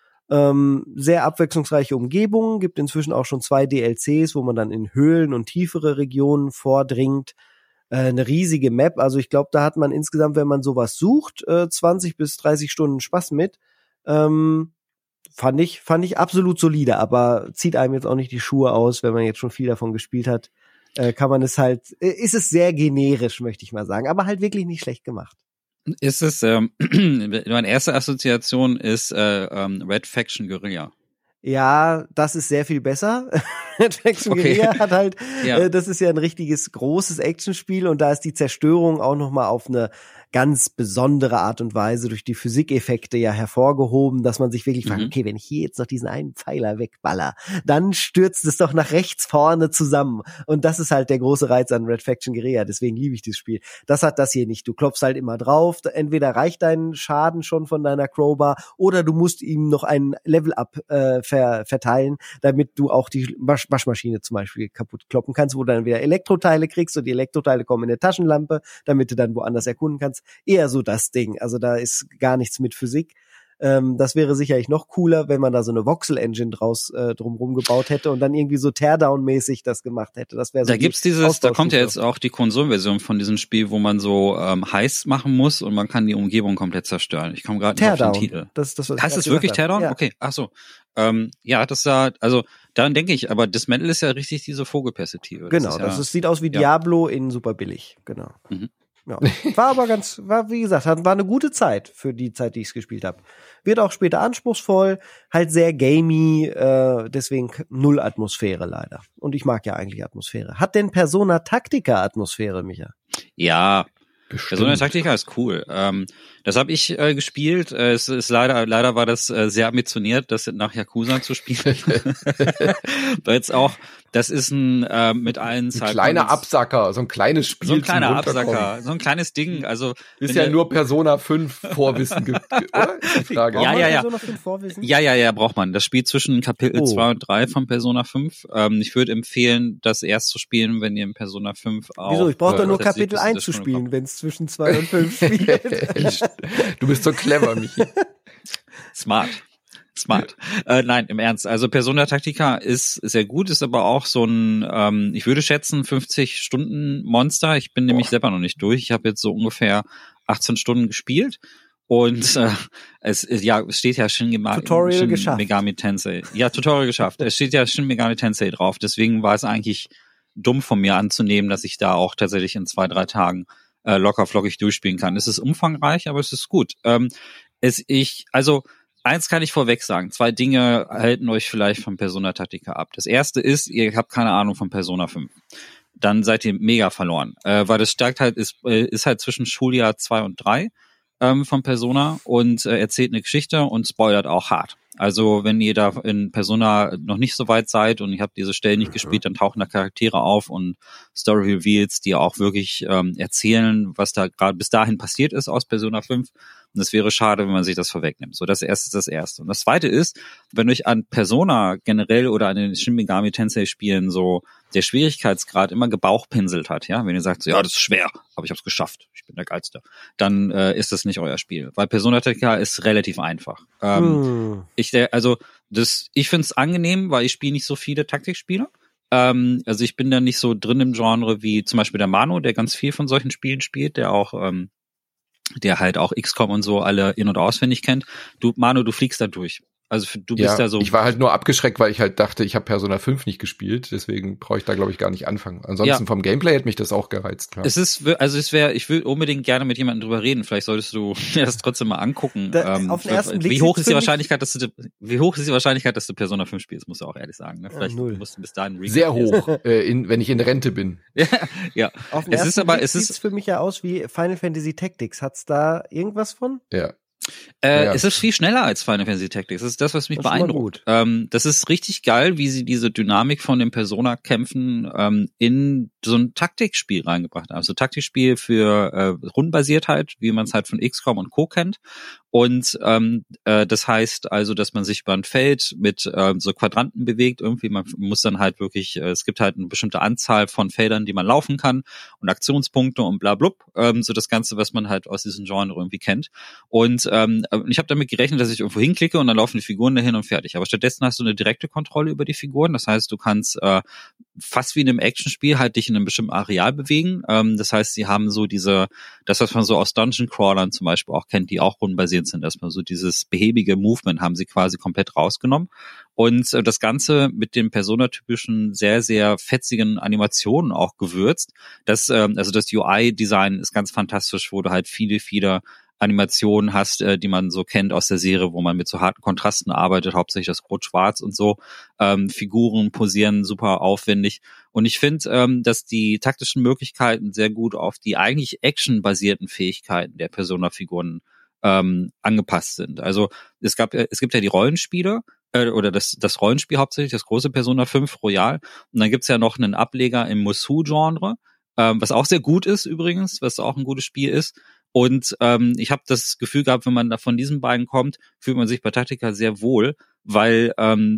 Sehr abwechslungsreiche Umgebungen, gibt inzwischen auch schon 2 DLCs, wo man dann in Höhlen und tiefere Regionen vordringt. Eine riesige Map, also ich glaube, da hat man insgesamt, wenn man sowas sucht, 20 bis 30 Stunden Spaß mit. Fand ich absolut solide, aber zieht einem jetzt auch nicht die Schuhe aus, wenn man jetzt schon viel davon gespielt hat. Kann man es halt, ist es sehr generisch, möchte ich mal sagen, aber halt wirklich nicht schlecht gemacht. Ist es, meine erste Assoziation ist Red Faction Guerilla. Ja, das ist sehr viel besser. Red Faction Guerilla hat halt, das ist ja ein richtiges großes Actionspiel und da ist die Zerstörung auch nochmal auf eine ganz besondere Art und Weise durch die Physikeffekte ja hervorgehoben, dass man sich wirklich fragt, okay, wenn ich hier jetzt noch diesen einen Pfeiler wegballer, dann stürzt es doch nach rechts vorne zusammen. Und das ist halt der große Reiz an Red Faction Guerilla, deswegen liebe ich dieses Spiel. Das hat das hier nicht. Du klopfst halt immer drauf, entweder reicht dein Schaden schon von deiner Crowbar oder du musst ihm noch ein Level-Up verteilen, damit du auch die Waschmaschine zum Beispiel kaputt kloppen kannst, wo du dann wieder Elektroteile kriegst und die Elektroteile kommen in eine Taschenlampe, damit du dann woanders erkunden kannst. Eher so das Ding. Also da ist gar nichts mit Physik. Das wäre sicherlich noch cooler, wenn man da so eine Voxel-Engine draus drumherum gebaut hätte und dann irgendwie so Teardown-mäßig das gemacht hätte. Das wäre so. Da gibt's da kommt ja jetzt auch die Konsolenversion von diesem Spiel, wo man so Heists machen muss und man kann die Umgebung komplett zerstören. Ich komme gerade nicht auf den Titel. Das heißt es wirklich Teardown? Ja. Okay, ach so. Das war, also daran denke ich, aber Dismantle ist ja richtig diese Vogelperspektive. Genau, sieht aus wie Diablo in super billig, genau. Ja. War wie gesagt, war eine gute Zeit für die Zeit, die ich es gespielt habe. Wird auch später anspruchsvoll, halt sehr gamey, deswegen null Atmosphäre leider. Und ich mag ja eigentlich Atmosphäre. Hat denn Persona Tactica Atmosphäre, Micha? Ja, Persona Tactica ist cool. Das habe ich gespielt. Es ist leider war das sehr ambitioniert, das nach Yakuza zu spielen. Weil jetzt auch, das ist ein mit allen Zeiten. Ein kleiner Absacker, so ein kleines Spiel. So ein kleiner Absacker, so ein kleines Ding. Also ist ja nur Persona 5 Vorwissen gibt, oder? Ist die Frage. Ja. Persona 5 Vorwissen? Ja, braucht man. Das Spiel zwischen Kapitel 2 und 3 von Persona 5. Ich würde empfehlen, das erst zu spielen, wenn ihr in Persona 5 auch. Wieso? Ich brauche doch nur Kapitel 1 zu spielen, wenn es zwischen 2 und 5 spielt. Du bist so clever, Michi. Smart. Nein, im Ernst. Also Persona Tactica ist sehr gut, ist aber auch so ein, ich würde schätzen, 50-Stunden-Monster. Ich bin nämlich selber noch nicht durch. Ich habe jetzt so ungefähr 18 Stunden gespielt. Und es steht ja Shin Megami Tensei. Ja, Tutorial geschafft. Es steht ja Shin Megami Tensei drauf. Deswegen war es eigentlich dumm von mir anzunehmen, dass ich da auch tatsächlich in 2-3 Tagen locker flockig durchspielen kann. Es ist umfangreich, aber es ist gut. Eins kann ich vorweg sagen. 2 Dinge halten euch vielleicht von Persona Tactica ab. Das erste ist, ihr habt keine Ahnung von Persona 5. Dann seid ihr mega verloren. Weil das ist halt zwischen Schuljahr 2 und 3 von Persona und erzählt eine Geschichte und spoilert auch hart. Also wenn ihr da in Persona noch nicht so weit seid und ihr habt diese Stellen nicht gespielt, dann tauchen da Charaktere auf und Story Reveals, die auch wirklich erzählen, was da gerade bis dahin passiert ist aus Persona 5. Und es wäre schade, wenn man sich das vorwegnimmt. So, das erste ist das Erste. Und das Zweite ist, wenn euch an Persona generell oder an den Shin Megami Tensei Spielen so der Schwierigkeitsgrad immer gebauchpinselt hat, ja, wenn ihr sagt, so, ja, das ist schwer, aber ich habe es geschafft, ich bin der Geilste, dann ist das nicht euer Spiel. Weil Persona Tactica ist relativ einfach. Ich finde es angenehm, weil ich spiele nicht so viele Taktikspiele. Also ich bin da nicht so drin im Genre wie zum Beispiel der Manu, der ganz viel von solchen Spielen spielt, der halt auch XCOM und so alle in- und auswendig kennt. Manu, du fliegst da durch. Also du bist da so. Ich war halt nur abgeschreckt, weil ich halt dachte, ich habe Persona 5 nicht gespielt, deswegen brauche ich da, glaube ich, gar nicht anfangen. Ansonsten vom Gameplay hätte mich das auch gereizt. Klar. Ich will unbedingt gerne mit jemandem drüber reden. Vielleicht solltest du dir das trotzdem mal angucken. Auf den ersten Blick wie hoch ist die Wahrscheinlichkeit, dass du Persona 5 spielst, musst du auch ehrlich sagen. Ne? Vielleicht musst du bis dahin sehr hoch, wenn ich in Rente bin. Ja. Auf den ersten Blick sieht's für mich ja aus wie Final Fantasy Tactics. Hat's da irgendwas von? Ja. Es ist viel schneller als Final Fantasy Tactics. Das ist das, was mich beeindruckt. Das ist richtig geil, wie sie diese Dynamik von den Persona-Kämpfen in so ein Taktikspiel reingebracht haben. Also Taktikspiel für Rundenbasiertheit, wie man es halt von XCOM und Co. kennt. Und das heißt also, dass man sich über ein Feld mit so Quadranten bewegt. Irgendwie, man muss dann halt wirklich, es gibt halt eine bestimmte Anzahl von Feldern, die man laufen kann und Aktionspunkte und bla blub. So das Ganze, was man halt aus diesem Genre irgendwie kennt. Und ich habe damit gerechnet, dass ich irgendwo hinklicke und dann laufen die Figuren dahin und fertig. Aber stattdessen hast du eine direkte Kontrolle über die Figuren. Das heißt, du kannst fast wie in einem Actionspiel halt dich in einem bestimmten Areal bewegen. Das heißt, sie haben so das, was man so aus Dungeon Crawlern zum Beispiel auch kennt, die auch rundenbasiert sind, dass man so dieses behäbige Movement haben sie quasi komplett rausgenommen. Und das Ganze mit den personatypischen, sehr, sehr fetzigen Animationen auch gewürzt. Das UI-Design ist ganz fantastisch, wo du halt viele Animationen hast, die man so kennt aus der Serie, wo man mit so harten Kontrasten arbeitet, hauptsächlich das Rot-Schwarz und so. Figuren posieren super aufwendig. Und ich finde, dass die taktischen Möglichkeiten sehr gut auf die eigentlich actionbasierten Fähigkeiten der Persona-Figuren angepasst sind. Also es gibt ja die Rollenspiele, oder das Rollenspiel hauptsächlich, das große Persona 5 Royal. Und dann gibt's ja noch einen Ableger im Musou-Genre, was auch sehr gut ist übrigens, was auch ein gutes Spiel ist. Und ich habe das Gefühl gehabt, wenn man da von diesen beiden kommt, fühlt man sich bei Tactica sehr wohl, weil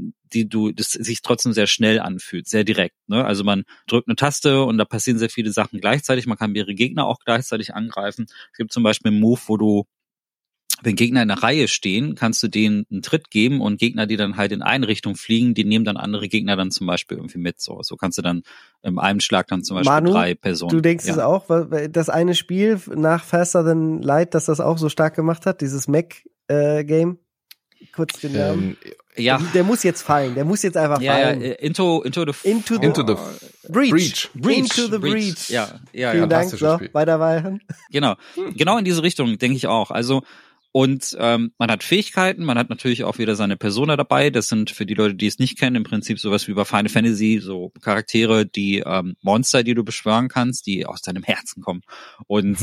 das sich trotzdem sehr schnell anfühlt, sehr direkt. Ne? Also man drückt eine Taste und da passieren sehr viele Sachen gleichzeitig. Man kann mehrere Gegner auch gleichzeitig angreifen. Es gibt zum Beispiel einen Move, wo wenn Gegner in einer Reihe stehen, kannst du denen einen Tritt geben und Gegner, die dann halt in eine Richtung fliegen, die nehmen dann andere Gegner dann zum Beispiel irgendwie mit. So kannst du dann in einem Schlag dann zum Beispiel Manu, 3 Personen. Du denkst es auch, weil das eine Spiel nach Faster Than Light, dass das auch so stark gemacht hat, dieses Mech-Game? Kurz den Namen. Ja. Der muss jetzt fallen. Der muss jetzt einfach fallen. Ja, Into the Breach. Into the Breach. Ja. Vielen Dank. So, weitermachen. Genau in diese Richtung denke ich auch. Also und man hat Fähigkeiten, man hat natürlich auch wieder seine Persona dabei. Das sind für die Leute, die es nicht kennen, im Prinzip sowas wie bei Final Fantasy, so Charaktere, die Monster, die du beschwören kannst, die aus deinem Herzen kommen. Und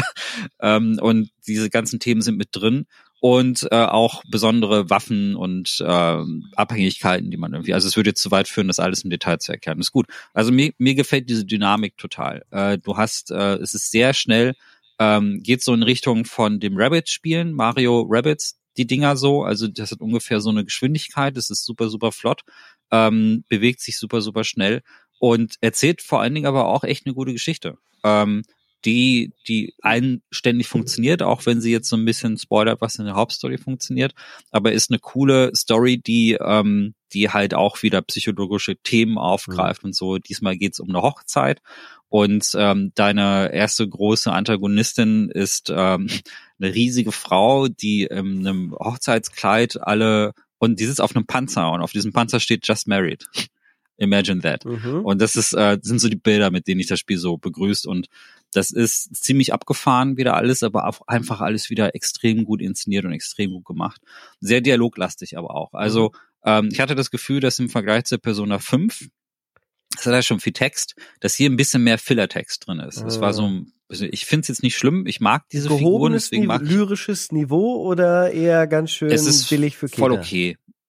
und diese ganzen Themen sind mit drin. Und auch besondere Waffen und Abhängigkeiten, die man irgendwie, also es würde jetzt zu weit führen, das alles im Detail zu erklären. Das ist gut. Also mir gefällt diese Dynamik total. Du hast, es ist sehr schnell, geht so in Richtung von dem Rabbids-Spielen, Mario Rabbids, die Dinger so, also das hat ungefähr so eine Geschwindigkeit, das ist super, super flott, bewegt sich super, super schnell und erzählt vor allen Dingen aber auch echt eine gute Geschichte. Die einständig funktioniert, auch wenn sie jetzt so ein bisschen spoilert, was in der Hauptstory funktioniert, aber ist eine coole Story, die halt auch wieder psychologische Themen aufgreift und so. Diesmal geht's um eine Hochzeit und deine erste große Antagonistin ist eine riesige Frau, die in einem Hochzeitskleid und die sitzt auf einem Panzer und auf diesem Panzer steht Just Married. Imagine that. Und das sind so die Bilder, mit denen ich das Spiel so begrüßt und das ist ziemlich abgefahren wieder alles, aber auch einfach alles wieder extrem gut inszeniert und extrem gut gemacht. Sehr dialoglastig aber auch. Also ich hatte das Gefühl, dass im Vergleich zur Persona 5, das hat ja schon viel Text, dass hier ein bisschen mehr Filler-Text drin ist. Es war so, ich finde es jetzt nicht schlimm, ich mag diese Figuren, deswegen mag ich. Lyrisches Niveau oder eher ganz schön billig für Kinder? Voll okay.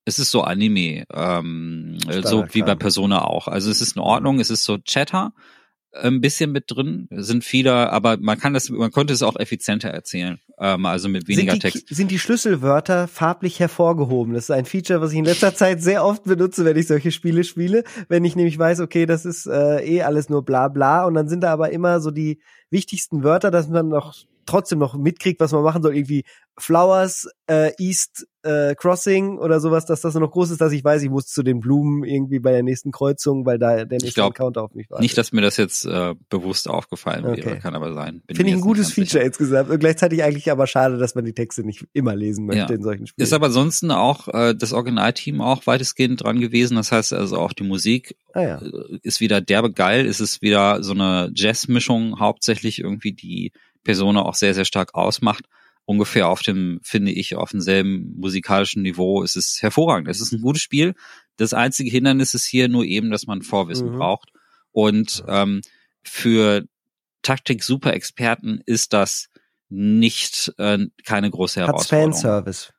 Es ist so Anime, so wie bei Persona auch. Also es ist in Ordnung, es ist so Chatter, ein bisschen mit drin, sind viele, aber man konnte es auch effizienter erzählen, also mit weniger Text. Sind die Schlüsselwörter farblich hervorgehoben? Das ist ein Feature, was ich in letzter Zeit sehr oft benutze, wenn ich solche Spiele spiele, wenn ich nämlich weiß, okay, das ist alles nur bla bla, und dann sind da aber immer so die wichtigsten Wörter, dass man trotzdem noch mitkriegt, was man machen soll, irgendwie Flowers, East Crossing oder sowas, dass das noch groß ist, dass ich weiß, ich muss zu den Blumen irgendwie bei der nächsten Kreuzung, weil da der nächste Encounter auf mich wartet. Nicht, dass mir das jetzt bewusst aufgefallen wäre, kann aber sein. Finde ich ein gutes Feature insgesamt und gleichzeitig eigentlich aber schade, dass man die Texte nicht immer lesen möchte in solchen Spielen. Ist aber ansonsten auch das Originalteam auch weitestgehend dran gewesen, das heißt also auch die Musik ist wieder derbe geil, es ist wieder so eine Jazz-Mischung hauptsächlich irgendwie, die Persona auch sehr, sehr stark ausmacht. Ungefähr auf demselben musikalischen Niveau. Es ist hervorragend. Es ist ein gutes Spiel. Das einzige Hindernis ist hier nur eben, dass man Vorwissen braucht. Und für Taktik-Super-Experten ist das nicht keine große Herausforderung. Hat's Fanservice?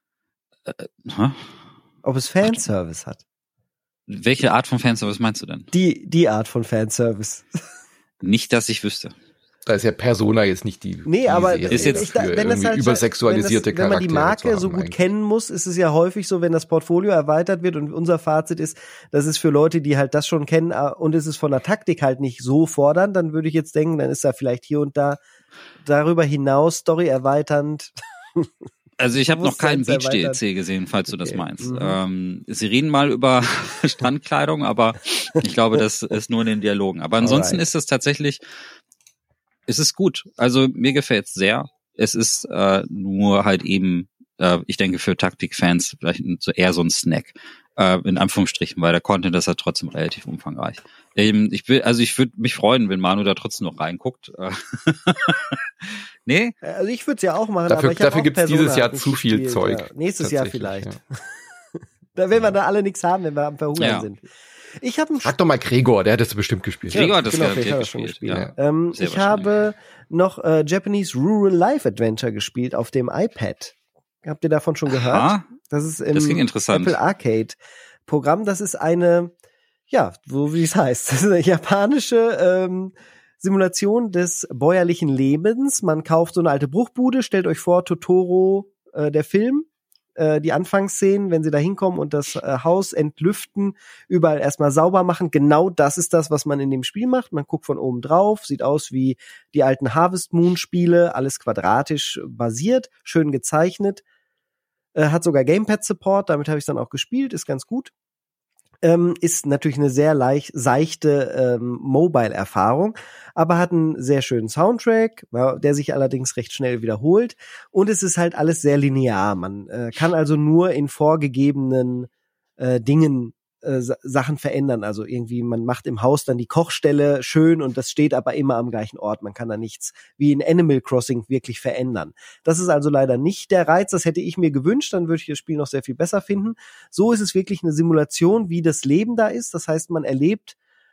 Ob es Fanservice hat? Welche Art von Fanservice meinst du denn? Die Art von Fanservice. Nicht, dass ich wüsste. Da ist ja Persona jetzt nicht die. Nee, aber ist jetzt wenn das halt übersexualisierte Charaktere. Wenn man die Marke so gut kennen muss, ist es ja häufig so, wenn das Portfolio erweitert wird, und unser Fazit ist, das ist für Leute, die halt das schon kennen, und es ist von der Taktik halt nicht so fordernd, dann würde ich jetzt denken, dann ist da vielleicht hier und da darüber hinaus Story erweiternd. Also ich habe noch keinen Beach-DLC gesehen, falls du das meinst. Sie reden mal über Strandkleidung, aber ich glaube, das ist nur in den Dialogen. Aber ansonsten ist das tatsächlich, es ist gut. Also mir gefällt's sehr. Es ist nur halt eben, ich denke für Taktikfans vielleicht eher so ein Snack, in Anführungsstrichen, weil der Content ist halt trotzdem relativ umfangreich. Ich würde mich freuen, wenn Manu da trotzdem noch reinguckt. Nee? Also ich würde es ja auch machen. Dafür gibt's dieses Jahr zu viel Zeug. Ja. Nächstes Jahr vielleicht. Ja. Da werden wir da alle nichts haben, wenn wir am Verhungern sind. Frag doch mal Gregor, der hat das bestimmt gespielt. Gregor hat das garantiert gespielt. Ja. Ich habe noch Japanese Rural Life Adventure gespielt auf dem iPad. Habt ihr davon schon gehört? Aha. Das ist im Apple Arcade Programm. Das ist eine, so wie es heißt, das ist eine japanische Simulation des bäuerlichen Lebens. Man kauft so eine alte Bruchbude, stellt euch vor, Totoro, der Film, die Anfangsszenen, wenn sie da hinkommen und das Haus entlüften, überall erstmal sauber machen. Genau das ist das, was man in dem Spiel macht. Man guckt von oben drauf, sieht aus wie die alten Harvest Moon Spiele, alles quadratisch basiert, schön gezeichnet. Hat sogar Gamepad Support, damit habe ich dann auch gespielt, ist ganz gut. Ist natürlich eine sehr seichte Mobile-Erfahrung, aber hat einen sehr schönen Soundtrack, der sich allerdings recht schnell wiederholt, und es ist halt alles sehr linear. Man kann also nur in vorgegebenen Dingen Sachen verändern. Also irgendwie, man macht im Haus dann die Kochstelle schön und das steht aber immer am gleichen Ort. Man kann da nichts wie in Animal Crossing wirklich verändern. Das ist also leider nicht der Reiz. Das hätte ich mir gewünscht, dann würde ich das Spiel noch sehr viel besser finden. So ist es wirklich eine Simulation, wie das Leben da ist. Das heißt, man erlebt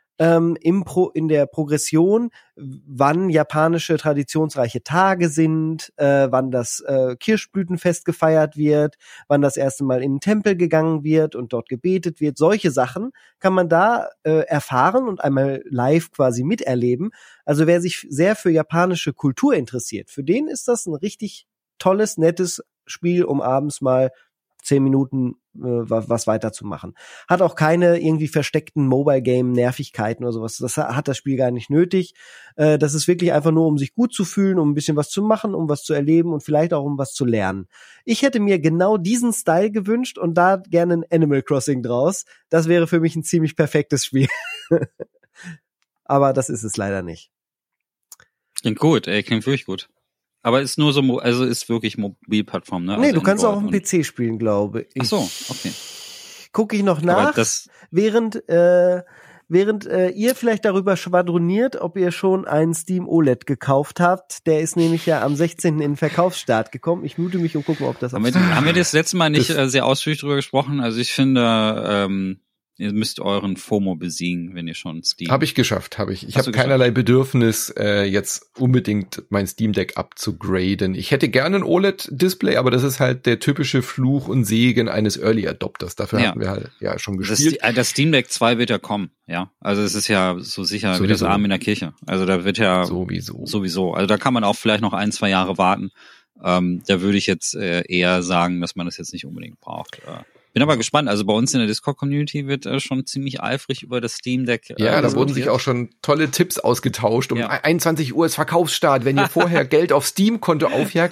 in der Progression, wann japanische traditionsreiche Tage sind, wann das Kirschblütenfest gefeiert wird, wann das erste Mal in den Tempel gegangen wird und dort gebetet wird. Solche Sachen kann man da erfahren und einmal live quasi miterleben. Also wer sich sehr für japanische Kultur interessiert, für den ist das ein richtig tolles, nettes Spiel, um abends mal 10 Minuten was weiterzumachen. Hat auch keine irgendwie versteckten Mobile-Game-Nervigkeiten oder sowas. Das hat das Spiel gar nicht nötig. Das ist wirklich einfach nur, um sich gut zu fühlen, um ein bisschen was zu machen, um was zu erleben und vielleicht auch um was zu lernen. Ich hätte mir genau diesen Style gewünscht und da gerne ein Animal Crossing draus. Das wäre für mich ein ziemlich perfektes Spiel. Aber das ist es leider nicht. Klingt gut, klingt wirklich gut. Aber ist nur so, also ist wirklich Mobilplattform, ne? Nee, also du kannst auch auf dem PC spielen, glaube ich. Ach so, okay. Gucke ich noch nach, während ihr vielleicht darüber schwadroniert, ob ihr schon einen Steam OLED gekauft habt. Der ist nämlich ja am 16. in den Verkaufsstart gekommen. Ich mute mich und gucke mal, ob das haben wir das letzte Mal nicht sehr ausführlich drüber gesprochen? Also ich finde, Ihr müsst euren FOMO besiegen, wenn ihr schon Steam... Habe ich geschafft, habe ich. Ich habe keinerlei Bedürfnis, jetzt unbedingt mein Steam Deck abzugraden. Ich hätte gerne ein OLED-Display, aber das ist halt der typische Fluch und Segen eines Early Adopters. Dafür hatten wir halt ja schon gespielt. Das Steam Deck 2 wird ja kommen, ja. Also es ist ja so sicher wie das Arm in der Kirche. Also da wird ja... Sowieso. Also da kann man auch vielleicht noch 1-2 Jahre warten. Da würde ich jetzt eher sagen, dass man das jetzt nicht unbedingt braucht. Bin aber gespannt. Also bei uns in der Discord-Community wird schon ziemlich eifrig über das Steam Deck da wurden sich auch schon tolle Tipps ausgetauscht. Um 21 Uhr ist Verkaufsstart. Wenn ihr vorher Geld auf Steam-Konto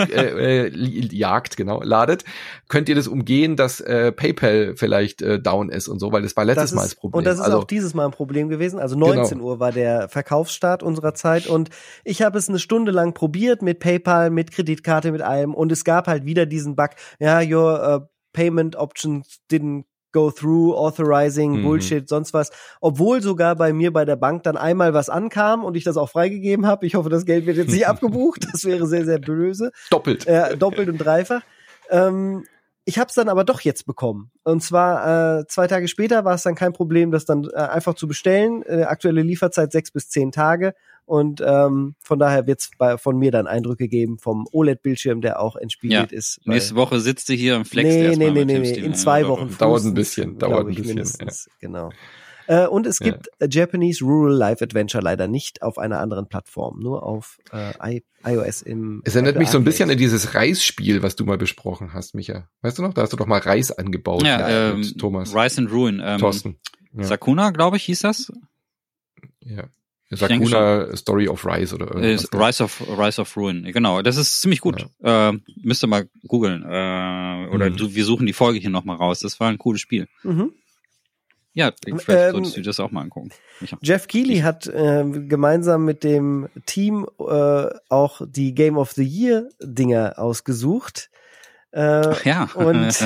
ladet, könnt ihr das umgehen, dass PayPal vielleicht down ist und so, weil das war letztes Mal das Problem. Und das ist auch dieses Mal ein Problem gewesen. Also 19 Uhr war der Verkaufsstart unserer Zeit und ich habe es eine Stunde lang probiert mit PayPal, mit Kreditkarte, mit allem und es gab halt wieder diesen Bug. Ja, your Payment Options didn't go through, authorizing, Bullshit, sonst was. Obwohl sogar bei mir bei der Bank dann einmal was ankam und ich das auch freigegeben habe. Ich hoffe, das Geld wird jetzt nicht abgebucht. Das wäre sehr, sehr böse. Doppelt. Doppelt und dreifach. Ich habe es dann aber doch jetzt bekommen. Und zwar 2 Tage später war es dann kein Problem, das dann einfach zu bestellen. Aktuelle Lieferzeit 6 bis 10 Tage. Und von daher wird es von mir dann Eindrücke geben vom OLED-Bildschirm, der auch entspiegelt ist. Nächste Woche sitzt du hier und flext erstmal mit dem Steam. In 2 Wochen. Dauert ein bisschen. Mindestens, genau. Und es gibt Japanese Rural Life Adventure leider nicht auf einer anderen Plattform, nur auf iOS im Es erinnert mich so ein bisschen an dieses Reisspiel, was du mal besprochen hast, Micha. Weißt du noch? Da hast du doch mal Reis angebaut mit Thomas. Rise and Ruin. Thorsten. Ja. Sakuna, glaube ich, hieß das? Ja. Sakuna Story of Rise oder irgendwas. Rise of Ruin, genau. Das ist ziemlich gut. Ja. Müsst ihr mal googeln. Wir suchen die Folge hier nochmal raus. Das war ein cooles Spiel. Ja, vielleicht solltest du das auch mal angucken. Jeff Keighley hat gemeinsam mit dem Team auch die Game of the Year Dinger ausgesucht. Und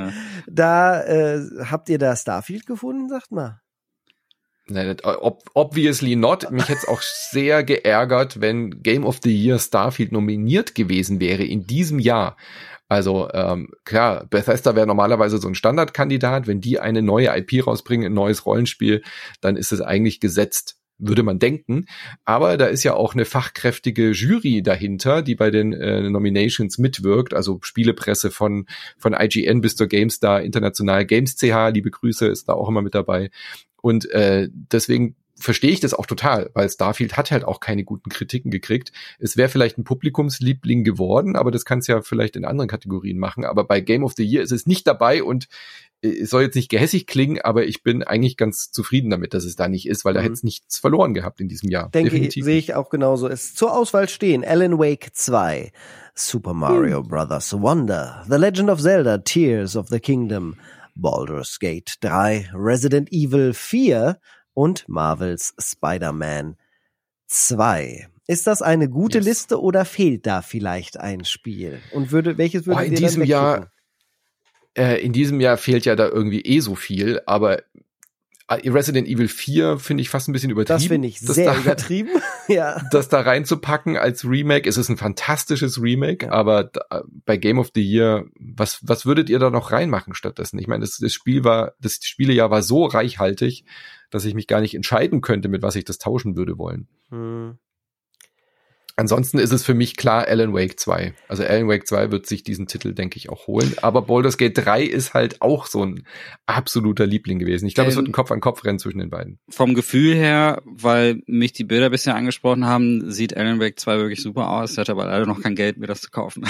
da habt ihr da Starfield gefunden, sagt mal. Nein, obviously not. Mich hätte es auch sehr geärgert, wenn Game of the Year Starfield nominiert gewesen wäre in diesem Jahr. Also klar, Bethesda wäre normalerweise so ein Standardkandidat. Wenn die eine neue IP rausbringen, ein neues Rollenspiel, dann ist es eigentlich gesetzt, würde man denken. Aber da ist ja auch eine fachkräftige Jury dahinter, die bei den Nominations mitwirkt. Also Spielepresse von IGN bis zur GameStar, international Games.ch, liebe Grüße, ist da auch immer mit dabei. Und deswegen verstehe ich das auch total, weil Starfield hat halt auch keine guten Kritiken gekriegt. Es wäre vielleicht ein Publikumsliebling geworden, aber das kann es ja vielleicht in anderen Kategorien machen. Aber bei Game of the Year ist es nicht dabei und es soll jetzt nicht gehässig klingen, aber ich bin eigentlich ganz zufrieden damit, dass es da nicht ist, weil da hätte es nichts verloren gehabt in diesem Jahr. Sehe ich auch genauso. Es zur Auswahl stehen Alan Wake 2, Super Mario Bros. Wonder, The Legend of Zelda, Tears of the Kingdom, Baldur's Gate 3, Resident Evil 4 und Marvels Spider-Man 2. Ist das eine gute Liste oder fehlt da vielleicht ein Spiel? Und welches würdet ihr dann wegklicken? In diesem Jahr fehlt ja da irgendwie so viel, aber Resident Evil 4 finde ich fast ein bisschen übertrieben. Das finde ich sehr übertrieben. Ja. Das da reinzupacken als Remake, es ist ein fantastisches Remake, aber bei Game of the Year, was würdet ihr da noch reinmachen stattdessen? Ich meine, das Spielejahr war so reichhaltig, dass ich mich gar nicht entscheiden könnte, mit was ich das tauschen würde wollen. Ansonsten ist es für mich klar Alan Wake 2. Also Alan Wake 2 wird sich diesen Titel, denke ich, auch holen. Aber Baldur's Gate 3 ist halt auch so ein absoluter Liebling gewesen. Ich glaube, es wird ein Kopf-an-Kopf-Rennen zwischen den beiden. Vom Gefühl her, weil mich die Bilder bisher angesprochen haben, sieht Alan Wake 2 wirklich super aus. Ich hatte aber leider noch kein Geld, mir das zu kaufen.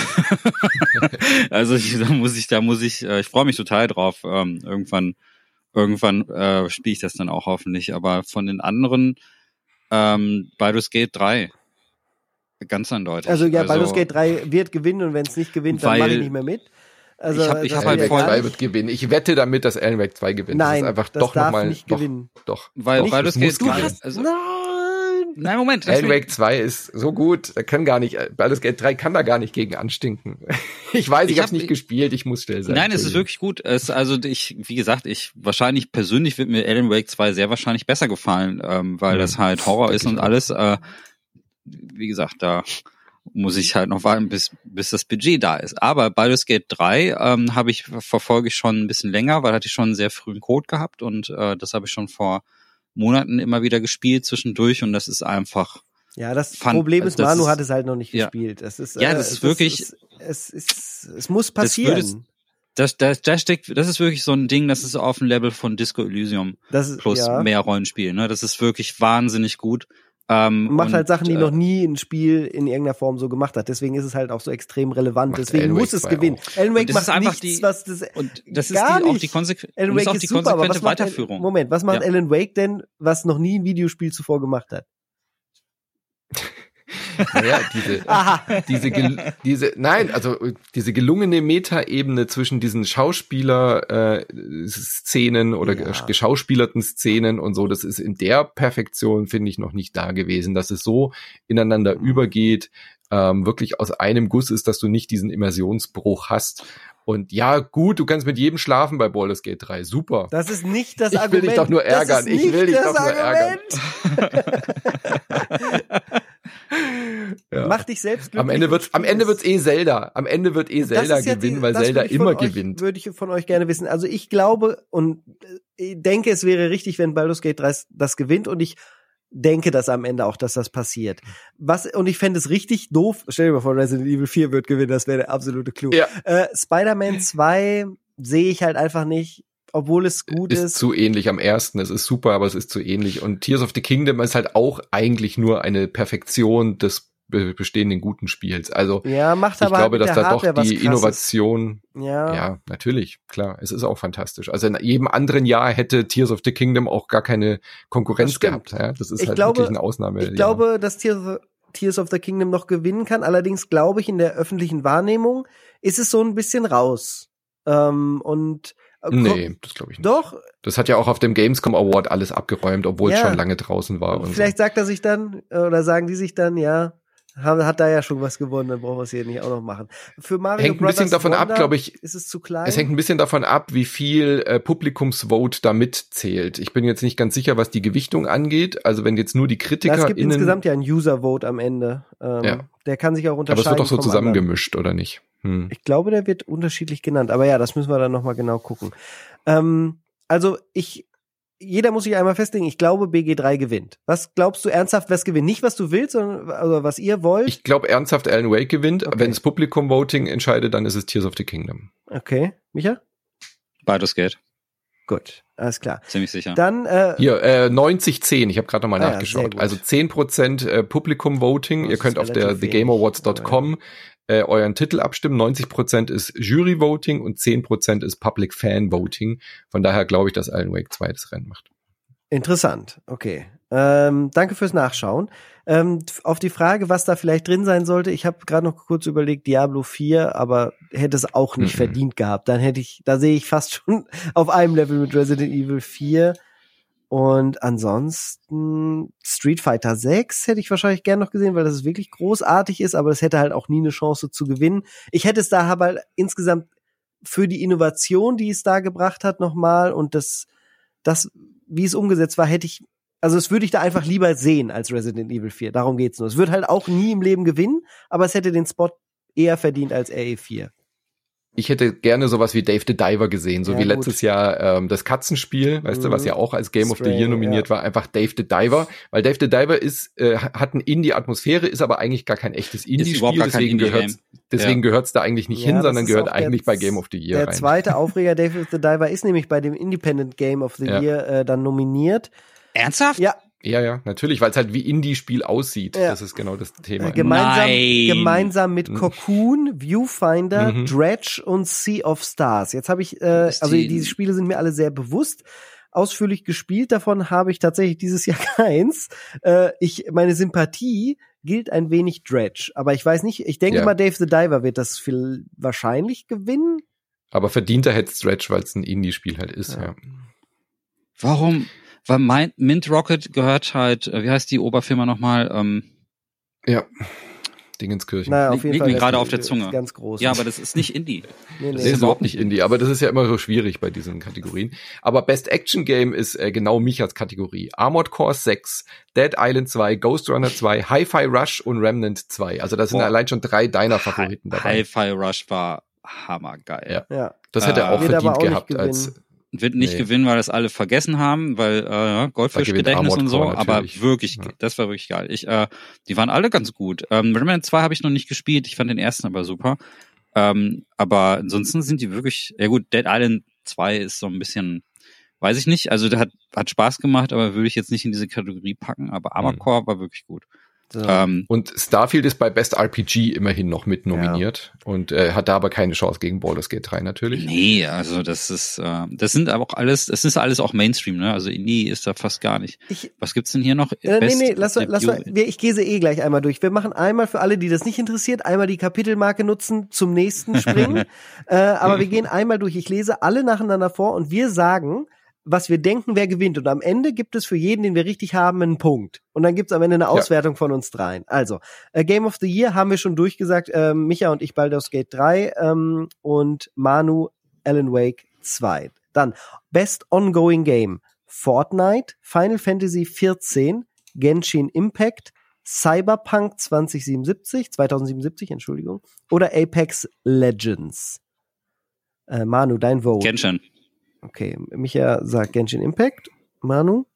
Also ich freue mich total drauf. Irgendwann spiele ich das dann auch hoffentlich. Aber von den anderen, Baldur's Gate 3. Ganz eindeutig. Also Baldur's Gate 3 wird gewinnen und wenn es nicht gewinnt, dann mache ich nicht mehr mit. Also ich habe halt Alan Wake 2 wird gewinnen. Ich wette damit, dass Alan Wake 2 gewinnt. Nein, das ist einfach das doch darf nochmal nicht gewinnen. Doch. Weil Baldur's Gate 3 Nein, Moment. Alan Wake 2 ist so gut, Baldur's Gate 3 kann da gar nicht gegen anstinken. Ich weiß, ich habe es nicht gespielt, ich muss still sein. Nein, es ist wirklich gut. Wahrscheinlich persönlich wird mir Alan Wake 2 sehr wahrscheinlich besser gefallen, weil das halt Horror ist und alles. Wie gesagt, da muss ich halt noch warten, bis das Budget da ist. Aber Baldur's Gate 3 verfolge ich schon ein bisschen länger, weil hatte ich schon einen sehr frühen Code gehabt und das habe ich schon vor Monaten immer wieder gespielt zwischendurch und das ist einfach. Ja, das Problem ist, Manu hat es halt noch nicht gespielt. Das ist wirklich. Es muss passieren. Das ist wirklich so ein Ding, das ist auf dem Level von Disco Elysium plus mehr Rollenspiel. Ne? Das ist wirklich wahnsinnig gut. Macht halt Sachen, die noch nie ein Spiel in irgendeiner Form so gemacht hat. Deswegen ist es halt auch so extrem relevant. Deswegen muss es gewinnen. Alan Wake macht nichts, was das und das ist auch die konsequente Weiterführung. Was macht Alan Wake denn, was noch nie ein Videospiel zuvor gemacht hat? Naja, diese gelungene Metaebene zwischen diesen Schauspieler-Szenen oder geschauspielerten Szenen und so, das ist in der Perfektion, finde ich, noch nicht da gewesen, dass es so ineinander übergeht, wirklich aus einem Guss ist, dass du nicht diesen Immersionsbruch hast. Und ja, gut, du kannst mit jedem schlafen bei Baldur's Gate 3. Super. Das ist nicht das Argument. Ich will dich doch nur ärgern. Ja. Mach dich selbst glücklich. Am Ende wird's Zelda. Am Ende wird Zelda gewinnen, weil Zelda immer gewinnt. Würde ich von euch gerne wissen. Also ich glaube und denke, es wäre richtig, wenn Baldur's Gate 3 das gewinnt und ich denke das am Ende auch, dass das passiert. Und ich fände es richtig doof. Stell dir mal vor, Resident Evil 4 wird gewinnen, das wäre der absolute Clou. Ja. Spider-Man 2 sehe ich halt einfach nicht, obwohl es gut ist. Ist zu ähnlich am ersten, es ist super, aber es ist zu ähnlich. Und Tears of the Kingdom ist halt auch eigentlich nur eine Perfektion des bestehenden guten Spiels. Also macht ich glaube, dass da doch die Innovation, ja, natürlich, klar, es ist auch fantastisch. Also in jedem anderen Jahr hätte Tears of the Kingdom auch gar keine Konkurrenz gehabt. Ja, das ist wirklich eine Ausnahme. Ich glaube, dass Tears of the Kingdom noch gewinnen kann. Allerdings glaube ich, in der öffentlichen Wahrnehmung ist es so ein bisschen raus. Nee, das glaube ich nicht. Doch. Das hat ja auch auf dem Gamescom Award alles abgeräumt, obwohl es schon lange draußen war. Und vielleicht sagt er sich dann, oder sagen die sich dann, hat da ja schon was gewonnen, dann brauchen wir es hier nicht auch noch machen. Für Mario hängt ein bisschen davon ab, glaube ich. Ist es zu klein? Es hängt ein bisschen davon ab, wie viel Publikumsvote da mitzählt. Ich bin jetzt nicht ganz sicher, was die Gewichtung angeht. Also wenn jetzt nur die KritikerInnen... Es gibt insgesamt ja ein User-Vote am Ende. Der kann sich auch unterscheiden. Aber es wird doch so zusammengemischt, oder nicht? Ich glaube, der wird unterschiedlich genannt. Aber ja, das müssen wir dann nochmal genau gucken. Jeder muss sich einmal festlegen, ich glaube, BG3 gewinnt. Was glaubst du ernsthaft, was gewinnt? Nicht, was du willst, sondern also was ihr wollt? Ich glaube ernsthaft, Alan Wake gewinnt. Okay. Wenn das Publikum-Voting entscheidet, dann ist es Tears of the Kingdom. Okay. Micha? Baldur's Gate. Gut, alles klar. Ziemlich sicher. Dann hier 90-10, ich habe gerade nochmal nachgeschaut. Also 10% Publikum-Voting. Ihr könnt auf der thegameawards.com euren Titel abstimmen. 90% ist Jury-Voting und 10% ist Public-Fan-Voting. Von daher glaube ich, dass Alan Wake 2 das Rennen macht. Interessant, okay. Danke fürs Nachschauen. Auf die Frage, was da vielleicht drin sein sollte, ich habe gerade noch kurz überlegt, Diablo 4, aber hätte es auch nicht verdient gehabt. Da sehe ich fast schon auf einem Level mit Resident Evil 4. Und ansonsten Street Fighter 6 hätte ich wahrscheinlich gern noch gesehen, weil das wirklich großartig ist, aber es hätte halt auch nie eine Chance zu gewinnen. Ich hätte es da aber insgesamt für die Innovation, die es da gebracht hat, nochmal und das, wie es umgesetzt war, das würde ich da einfach lieber sehen als Resident Evil 4. Darum geht's nur. Es wird halt auch nie im Leben gewinnen, aber es hätte den Spot eher verdient als RE4. Ich hätte gerne sowas wie Dave the Diver gesehen, so wie letztes Jahr das Katzenspiel, weißt du, was ja auch als Game of the Year nominiert war, einfach Dave the Diver, weil Dave the Diver hat eine Indie-Atmosphäre, ist aber eigentlich gar kein echtes Indie-Spiel, deswegen gehört's da eigentlich nicht hin, sondern gehört eigentlich bei Game of the Year rein. Der zweite Aufreger, Dave the Diver, ist nämlich bei dem Independent Game of the Year dann nominiert. Ernsthaft? Ja. Ja, natürlich, weil es halt wie Indie-Spiel aussieht. Ja. Das ist genau das Thema. Gemeinsam mit Cocoon, Viewfinder, Dredge und Sea of Stars. Jetzt habe ich, diese Spiele sind mir alle sehr bewusst. Ausführlich gespielt, davon habe ich tatsächlich dieses Jahr keins. Meine Sympathie gilt ein wenig Dredge. Aber ich weiß nicht, ich denke mal, Dave the Diver wird das wahrscheinlich gewinnen. Aber verdienter hätte es Dredge, weil es ein Indie-Spiel halt ist, ja. Warum? Weil Mint Rocket gehört halt, wie heißt die Oberfirma nochmal? Dingenskirchen. Naja, auf jeden Liegt Fall. mir gerade auf der Zunge. Ganz groß. Ja, aber das ist nicht Indie. Nee. Das ist überhaupt nicht Indie, aber das ist ja immer so schwierig bei diesen Kategorien. Aber Best Action Game ist genau Michas Kategorie. Armored Core 6, Dead Island 2, Ghost Runner 2, Hi-Fi Rush und Remnant 2. Also da sind allein schon 3 deiner Favoriten dabei. Hi-Fi Rush war hammergeil. Ja. Das hätte er auch Wird aber verdient auch nicht gehabt gewinnen. als Wird nicht gewinnen, weil das alle vergessen haben, weil Goldfischgedächtnis und so, Armored Core aber natürlich. wirklich, das war wirklich geil. Die waren alle ganz gut. Remnant 2 habe ich noch nicht gespielt, ich fand den ersten aber super. Aber ansonsten sind die wirklich, ja gut, Dead Island 2 ist so ein bisschen, weiß ich nicht, also der hat Spaß gemacht, aber würde ich jetzt nicht in diese Kategorie packen, aber Armored Core war wirklich gut. So. und Starfield ist bei Best RPG immerhin noch mit nominiert und hat da aber keine Chance gegen Baldur's Gate 3 natürlich. Nee, also das ist alles auch Mainstream, ne? Also Indie ist da fast gar nicht. Was gibt's denn hier noch? Lass mal, ich gehe sie gleich einmal durch. Wir machen einmal für alle, die das nicht interessiert, einmal die Kapitelmarke nutzen, zum nächsten springen. Aber wir gehen einmal durch. Ich lese alle nacheinander vor und wir sagen, was wir denken, wer gewinnt. Und am Ende gibt es für jeden, den wir richtig haben, einen Punkt. Und dann gibt's am Ende eine Auswertung von uns dreien. Also, Game of the Year haben wir schon durchgesagt. Micha und ich Baldur's Gate 3 und Manu Alan Wake 2. Dann Best Ongoing Game. Fortnite, Final Fantasy 14, Genshin Impact, Cyberpunk 2077, Entschuldigung, oder Apex Legends. Manu, dein Vote. Genshin. Okay, Micha sagt Genshin Impact. Manu?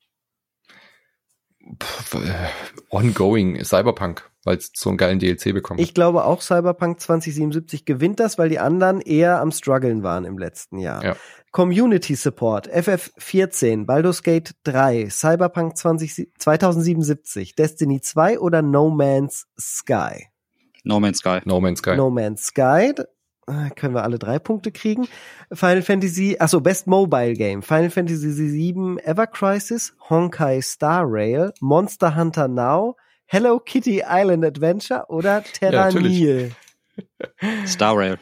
Ongoing Cyberpunk, weil es so einen geilen DLC bekommen hat. Ich glaube auch Cyberpunk 2077 gewinnt das, weil die anderen eher am struggeln waren im letzten Jahr. Ja. Community Support, FF14, Baldur's Gate 3, Cyberpunk 2077, Destiny 2 oder No Man's Sky? No Man's Sky. No Man's Sky. No Man's Sky. Können wir alle 3 Punkte kriegen. Final Fantasy, Best Mobile Game. Final Fantasy 7 Ever Crisis, Honkai Star Rail, Monster Hunter Now, Hello Kitty Island Adventure oder Terranil. Star Rail.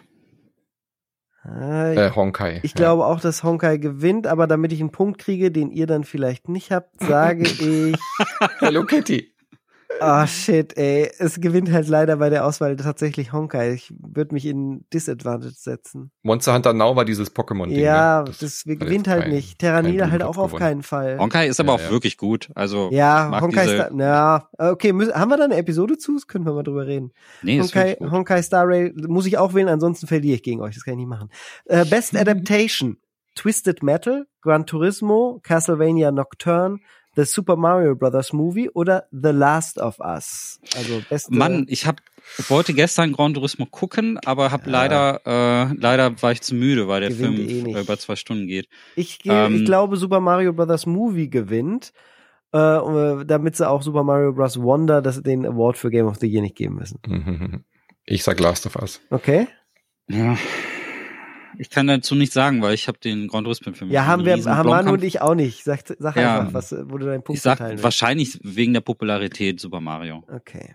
Honkai. Ich glaube auch, dass Honkai gewinnt, aber damit ich einen Punkt kriege, den ihr dann vielleicht nicht habt, sage ich Hello Kitty. Ah, shit, ey. Es gewinnt halt leider bei der Auswahl tatsächlich Honkai. Ich würde mich in Disadvantage setzen. Monster Hunter Now war dieses Pokémon-Ding. Ja, ne? das gewinnt halt nicht. Terranil halt auch auf keinen Fall. Honkai ist aber auch wirklich gut. Also ja, Honkai okay, haben wir da eine Episode zu? Das können wir mal drüber reden. Nee, Honkai Star Rail muss ich auch wählen, ansonsten verliere ich gegen euch. Das kann ich nicht machen. Best Adaptation. Twisted Metal, Gran Turismo, Castlevania Nocturne, The Super Mario Bros. Movie oder The Last of Us. Also beste. Mann, ich wollte gestern Gran Turismo gucken, aber leider war ich zu müde, weil der Film über 2 Stunden geht. Ich glaube, Super Mario Bros. Movie gewinnt, damit sie auch Super Mario Bros. Wonder den Award für Game of the Year nicht geben müssen. Ich sag Last of Us. Okay. Ja. Ich kann dazu nichts sagen, weil ich habe den Grand Turismo-Film. Ja, haben Manu und ich auch nicht. Sag einfach, wo du deinen Punkt teilen willst. Wahrscheinlich wegen der Popularität Super Mario. Okay.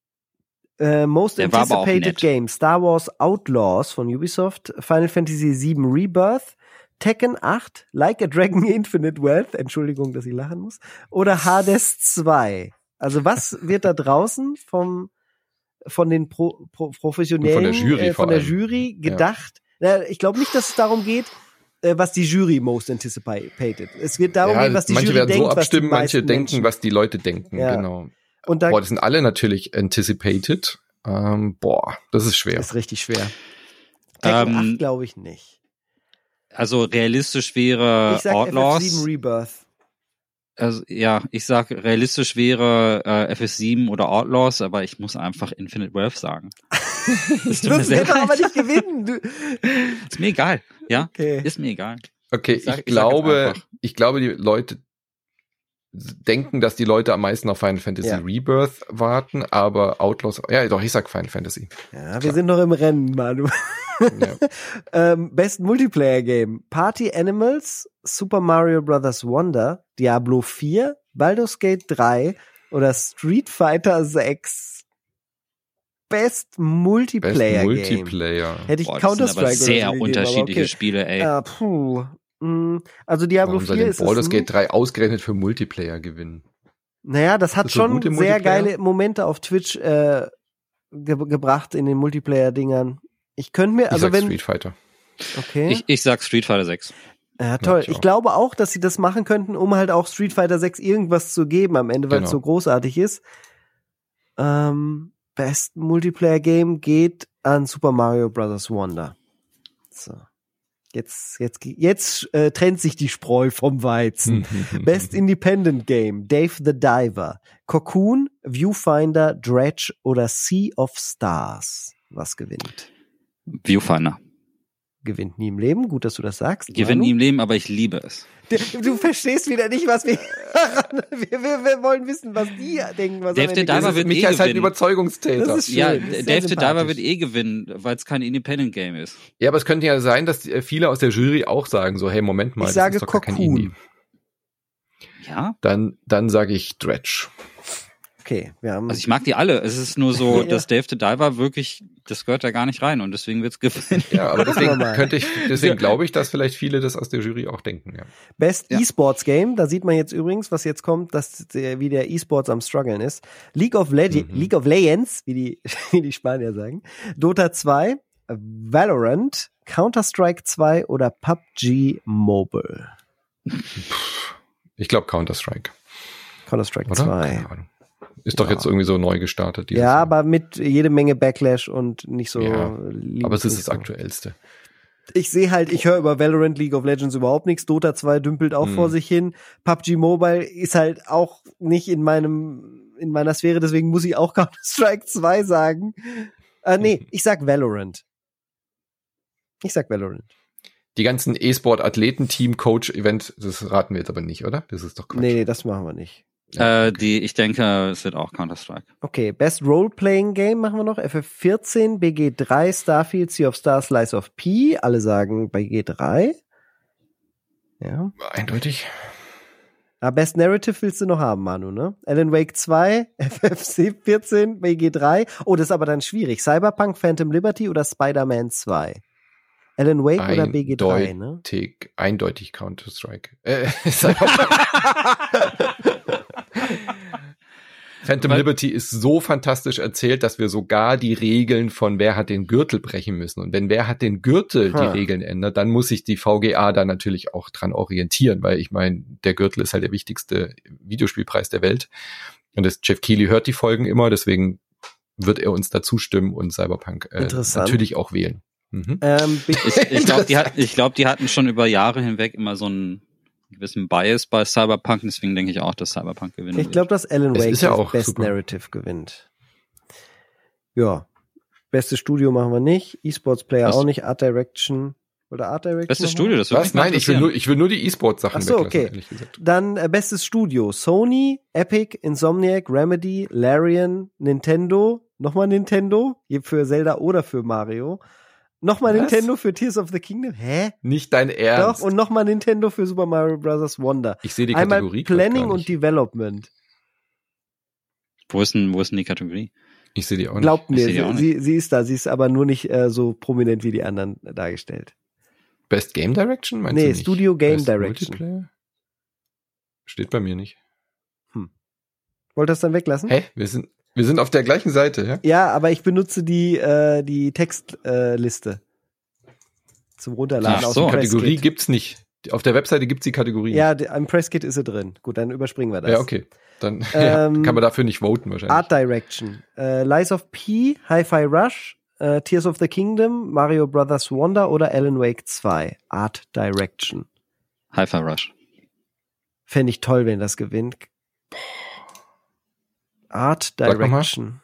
Most Anticipated Game, Star Wars Outlaws von Ubisoft, Final Fantasy 7 Rebirth, Tekken 8, Like a Dragon Infinite Wealth, Entschuldigung, dass ich lachen muss, oder Hades 2. Also was wird da draußen von den Professionellen, von der Jury gedacht? Ich glaube nicht, dass es darum geht, was die Jury most anticipated. Es wird darum gehen, was die Jury denkt. Manche werden so abstimmen, manche denken, was die Leute denken. Ja. Genau. Und das sind alle natürlich anticipated. Das ist schwer. Das ist richtig schwer. Tekken 8 glaube ich nicht. Also realistisch wäre Outlaws. FF7 Rebirth. Also ja, ich sag realistisch wäre FS7 oder Outlaws, aber ich muss einfach Infinite Wealth sagen. Das wird doch aber nicht gewinnen. Ist mir egal. Ja, ist mir egal. Okay, ich glaube, die Leute denken, dass die Leute am meisten auf Final Fantasy Rebirth warten, aber Outlaws, ich sag Final Fantasy. Ja, wir sind noch im Rennen, Manu. Ja. Best Multiplayer Game. Party Animals, Super Mario Bros. Wonder, Diablo 4, Baldur's Gate 3 oder Street Fighter 6. Best Multiplayer Game. Hätte ich Counter-Strike oder sehr unterschiedliche Spiele, ey. Also Diablo 4 soll denn ist Baldur's Gate 3 ausgerechnet für Multiplayer gewinnen? Naja, das hat schon sehr geile Momente auf Twitch gebracht in den Multiplayer-Dingern. Ich könnte mir, also wenn... Street Fighter. Okay. Ich sag Street Fighter 6. Ja, toll. Ja, ich glaube auch, dass sie das machen könnten, um halt auch Street Fighter 6 irgendwas zu geben am Ende, weil es so großartig ist. Best Multiplayer-Game geht an Super Mario Bros. Wonder. So. Jetzt trennt sich die Spreu vom Weizen. Best Independent Game, Dave the Diver, Cocoon, Viewfinder, Dredge oder Sea of Stars. Was gewinnt? Viewfinder. Gewinnt nie im Leben. Gut, dass du das sagst. Gewinnt nie im Leben, aber ich liebe es. Du verstehst wieder nicht, was wir wollen wissen, was die denken. Was Dave the Diver wird Micha ist halt ein Überzeugungstäter. Das ist schön. Ja, das ist Dave the Diver sympathisch. wird gewinnen, weil es kein Independent Game ist. Ja, aber es könnte ja sein, dass viele aus der Jury auch sagen so, hey, Moment mal, Ich sage das ist doch gar kein Cocoon. Indie. Ja? Dann sage ich Dredge. Okay, wir haben... Also ich mag die alle. Es ist nur so, dass Dave the Diver wirklich, das gehört da gar nicht rein und deswegen wird's gewinnen. Ja, aber deswegen mal. glaube ich, dass vielleicht viele das aus der Jury auch denken, ja. Best E-Sports Game, da sieht man jetzt übrigens, was jetzt kommt, wie der E-Sports am struggeln ist. League of Legends, wie die Spanier sagen. Dota 2, Valorant, Counter-Strike 2 oder PUBG Mobile. Ich glaube Counter-Strike. Counter-Strike Oder? 2. Keine Ahnung. Ist doch jetzt irgendwie so neu gestartet. Ja, Jahr. aber mit jede Menge Backlash und nicht so... Ja, aber es ist das Aktuellste. Ich höre über Valorant, League of Legends überhaupt nichts. Dota 2 dümpelt auch vor sich hin. PUBG Mobile ist halt auch nicht in meiner Sphäre, deswegen muss ich auch Counter-Strike 2 sagen. Nee, ich sag Valorant. Die ganzen E-Sport-Athleten, Team, Coach, Event, das raten wir jetzt aber nicht, oder? Das ist doch Quatsch. Nee, das machen wir nicht. Ich denke, es wird auch Counter-Strike. Okay, Best Role-Playing Game machen wir noch. FF14, BG3, Starfield, Sea of Stars, Lies of P. Alle sagen BG3. Ja. Eindeutig. Best Narrative willst du noch haben, Manu, ne? Alan Wake 2, FF14, BG3. Oh, das ist aber dann schwierig. Cyberpunk, Phantom Liberty oder Spider-Man 2? Alan Wake oder BG3, ne? Eindeutig Counter-Strike. Phantom Liberty ist so fantastisch erzählt, dass wir sogar die Regeln von wer hat den Gürtel brechen müssen. Und wenn wer hat den Gürtel die Regeln ändert, dann muss sich die VGA da natürlich auch dran orientieren, weil ich meine, der Gürtel ist halt der wichtigste Videospielpreis der Welt. Und das Jeff Keighley hört die Folgen immer, deswegen wird er uns da zustimmen und Cyberpunk natürlich auch wählen. Mhm. Ich glaube, die hatten schon über Jahre hinweg immer so einen gewissen Bias bei Cyberpunk, deswegen denke ich auch, dass Cyberpunk gewinnt. Ich glaube, dass Alan Wake ja auch Best super. Narrative gewinnt. Ja. Bestes Studio machen wir nicht. E-Sports Player auch nicht. Art Direction. Oder Art Direction? Bestes Studio, das wird mich Nein, ich will nur die E-Sport-Sachen Ach so, weglassen, okay. ehrlich gesagt. Dann bestes Studio. Sony, Epic, Insomniac, Remedy, Larian, Nintendo. Nochmal Nintendo. Für Zelda oder für Mario. Nochmal Nintendo für Tears of the Kingdom. Hä? Nicht dein Ernst. Doch, und nochmal Nintendo für Super Mario Bros. Wonder. Ich sehe die Einmal Kategorie Planning gar und nicht. Development. Wo ist denn die Kategorie? Ich sehe die auch nicht. Glaubt mir, Ich sehe die auch sie ist da. Sie ist aber nur nicht so prominent wie die anderen dargestellt. Best Game Direction, meinst du nicht? Studio Game Best Direction. Multiplayer? Steht bei mir nicht. Wollt ihr das dann weglassen? Hä? Wir sind auf der gleichen Seite, ja? Ja, aber ich benutze die Textliste zum Runterladen Ach aus so. dem Kategorie Presskit. gibt's nicht. Auf der Webseite gibt's die Kategorie Ja, nicht. im Presskit ist sie drin. Gut, dann überspringen wir das. Ja, okay. Dann kann man dafür nicht voten wahrscheinlich. Art Direction. Lies of P, Hi-Fi Rush, Tears of the Kingdom, Mario Bros. Wonder oder Alan Wake 2. Art Direction. Hi-Fi Rush. Fände ich toll, wenn das gewinnt. Art Sag noch mal. Direction.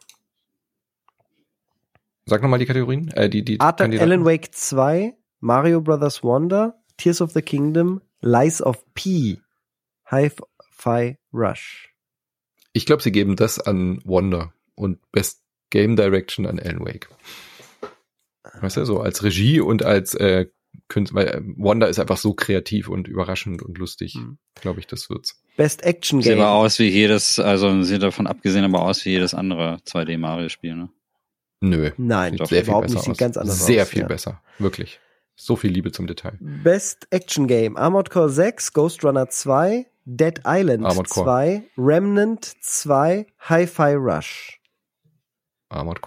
Sag nochmal die Kategorien. Die Art Kandidaten. Alan Wake 2, Mario Bros. Wonder, Tears of the Kingdom, Lies of P, Hi-Fi Rush. Ich glaube, sie geben das an Wonder und Best Game Direction an Alan Wake. Weißt du, so als Regie und als Künstler, weil Wonder ist einfach so kreativ und überraschend und lustig. Glaube ich, das wird's. Best Action Sieht Game. aber aus wie sieht davon abgesehen aber aus wie jedes andere 2D-Mario-Spiel, ne? Nö. Nein, Sieht Sehr viel überhaupt besser nicht. Sieht aus. ganz anders aus. Sehr viel ja. besser. Wirklich. So viel Liebe zum Detail. Best Action Game. Armored Core 6, Ghost Runner 2, Dead Island Armored Core. 2, Remnant 2, Hi-Fi Rush. Armored Core.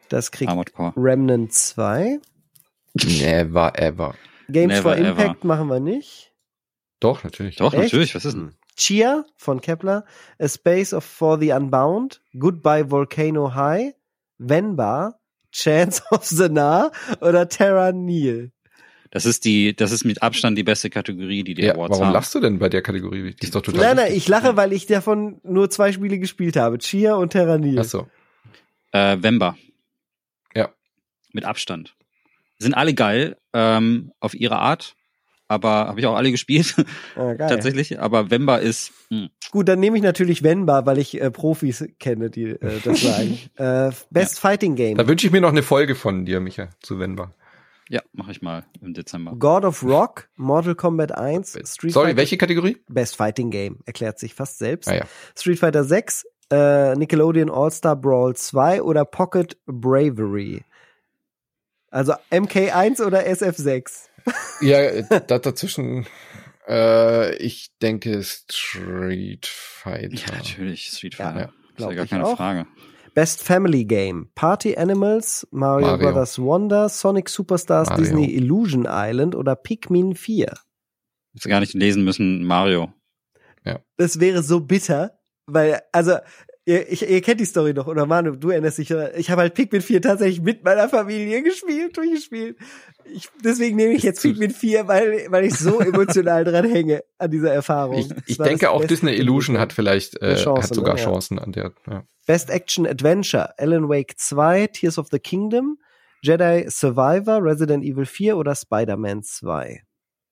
Das kriegt Armored Core. Remnant 2. Never ever. Games Never for Impact ever. machen wir nicht. Doch, natürlich. Doch, Echt? natürlich, was ist denn? Chia von Kepler, A Space for the Unbound, Goodbye Volcano High, Venba, Chance of the Nah oder Terra Nil. Das ist mit Abstand die beste Kategorie, die die Ja, Awards warum haben. lachst du denn bei der Kategorie? Die ist doch total Nein, wichtig. ich lache, weil ich davon nur 2 Spiele gespielt habe. Chia und Terra Nil. Ach so. Vemba. Ja. Mit Abstand. Sind alle geil, auf ihre Art. Aber habe ich auch alle gespielt. Ah, geil. Tatsächlich. Aber Vemba ist, Gut, dann nehme ich natürlich Venba, weil ich Profis kenne, die das sagen. Best Fighting Game. Da wünsche ich mir noch eine Folge von dir, Micha, zu Venba. ja, mache ich mal im Dezember. God of Rock, Mortal Kombat 1, Street Sorry, Fighter. welche Kategorie? Best Fighting Game, erklärt sich fast selbst. Ah ja. Street Fighter 6, Nickelodeon All-Star Brawl 2 oder Pocket Bravery. Also MK1 oder SF6? Ja, dazwischen, ich denke Street Fighter. Ja, natürlich, Street Ja, Fighter. glaub ist ja gar ich keine auch. Frage. Best Family Game, Party Animals, Mario Bros. Wonder, Sonic Superstars, Mario. Disney Illusion Island oder Pikmin 4. Jetzt gar nicht lesen müssen, Mario. Das wäre so bitter, weil, also, ihr kennt die Story noch, oder Manu, du erinnerst dich, ich habe halt Pikmin 4 tatsächlich mit meiner Familie durchgespielt. Deswegen nehme ich jetzt Pikmin 4, weil ich so emotional dran hänge an dieser Erfahrung. Ich Das war denke das auch beste Disney Illusion hat vielleicht, Chancen, hat sogar ne? Ja. Chancen an der, ja. Best Action Adventure, Alan Wake 2, Tears of the Kingdom, Jedi Survivor, Resident Evil 4 oder Spider-Man 2.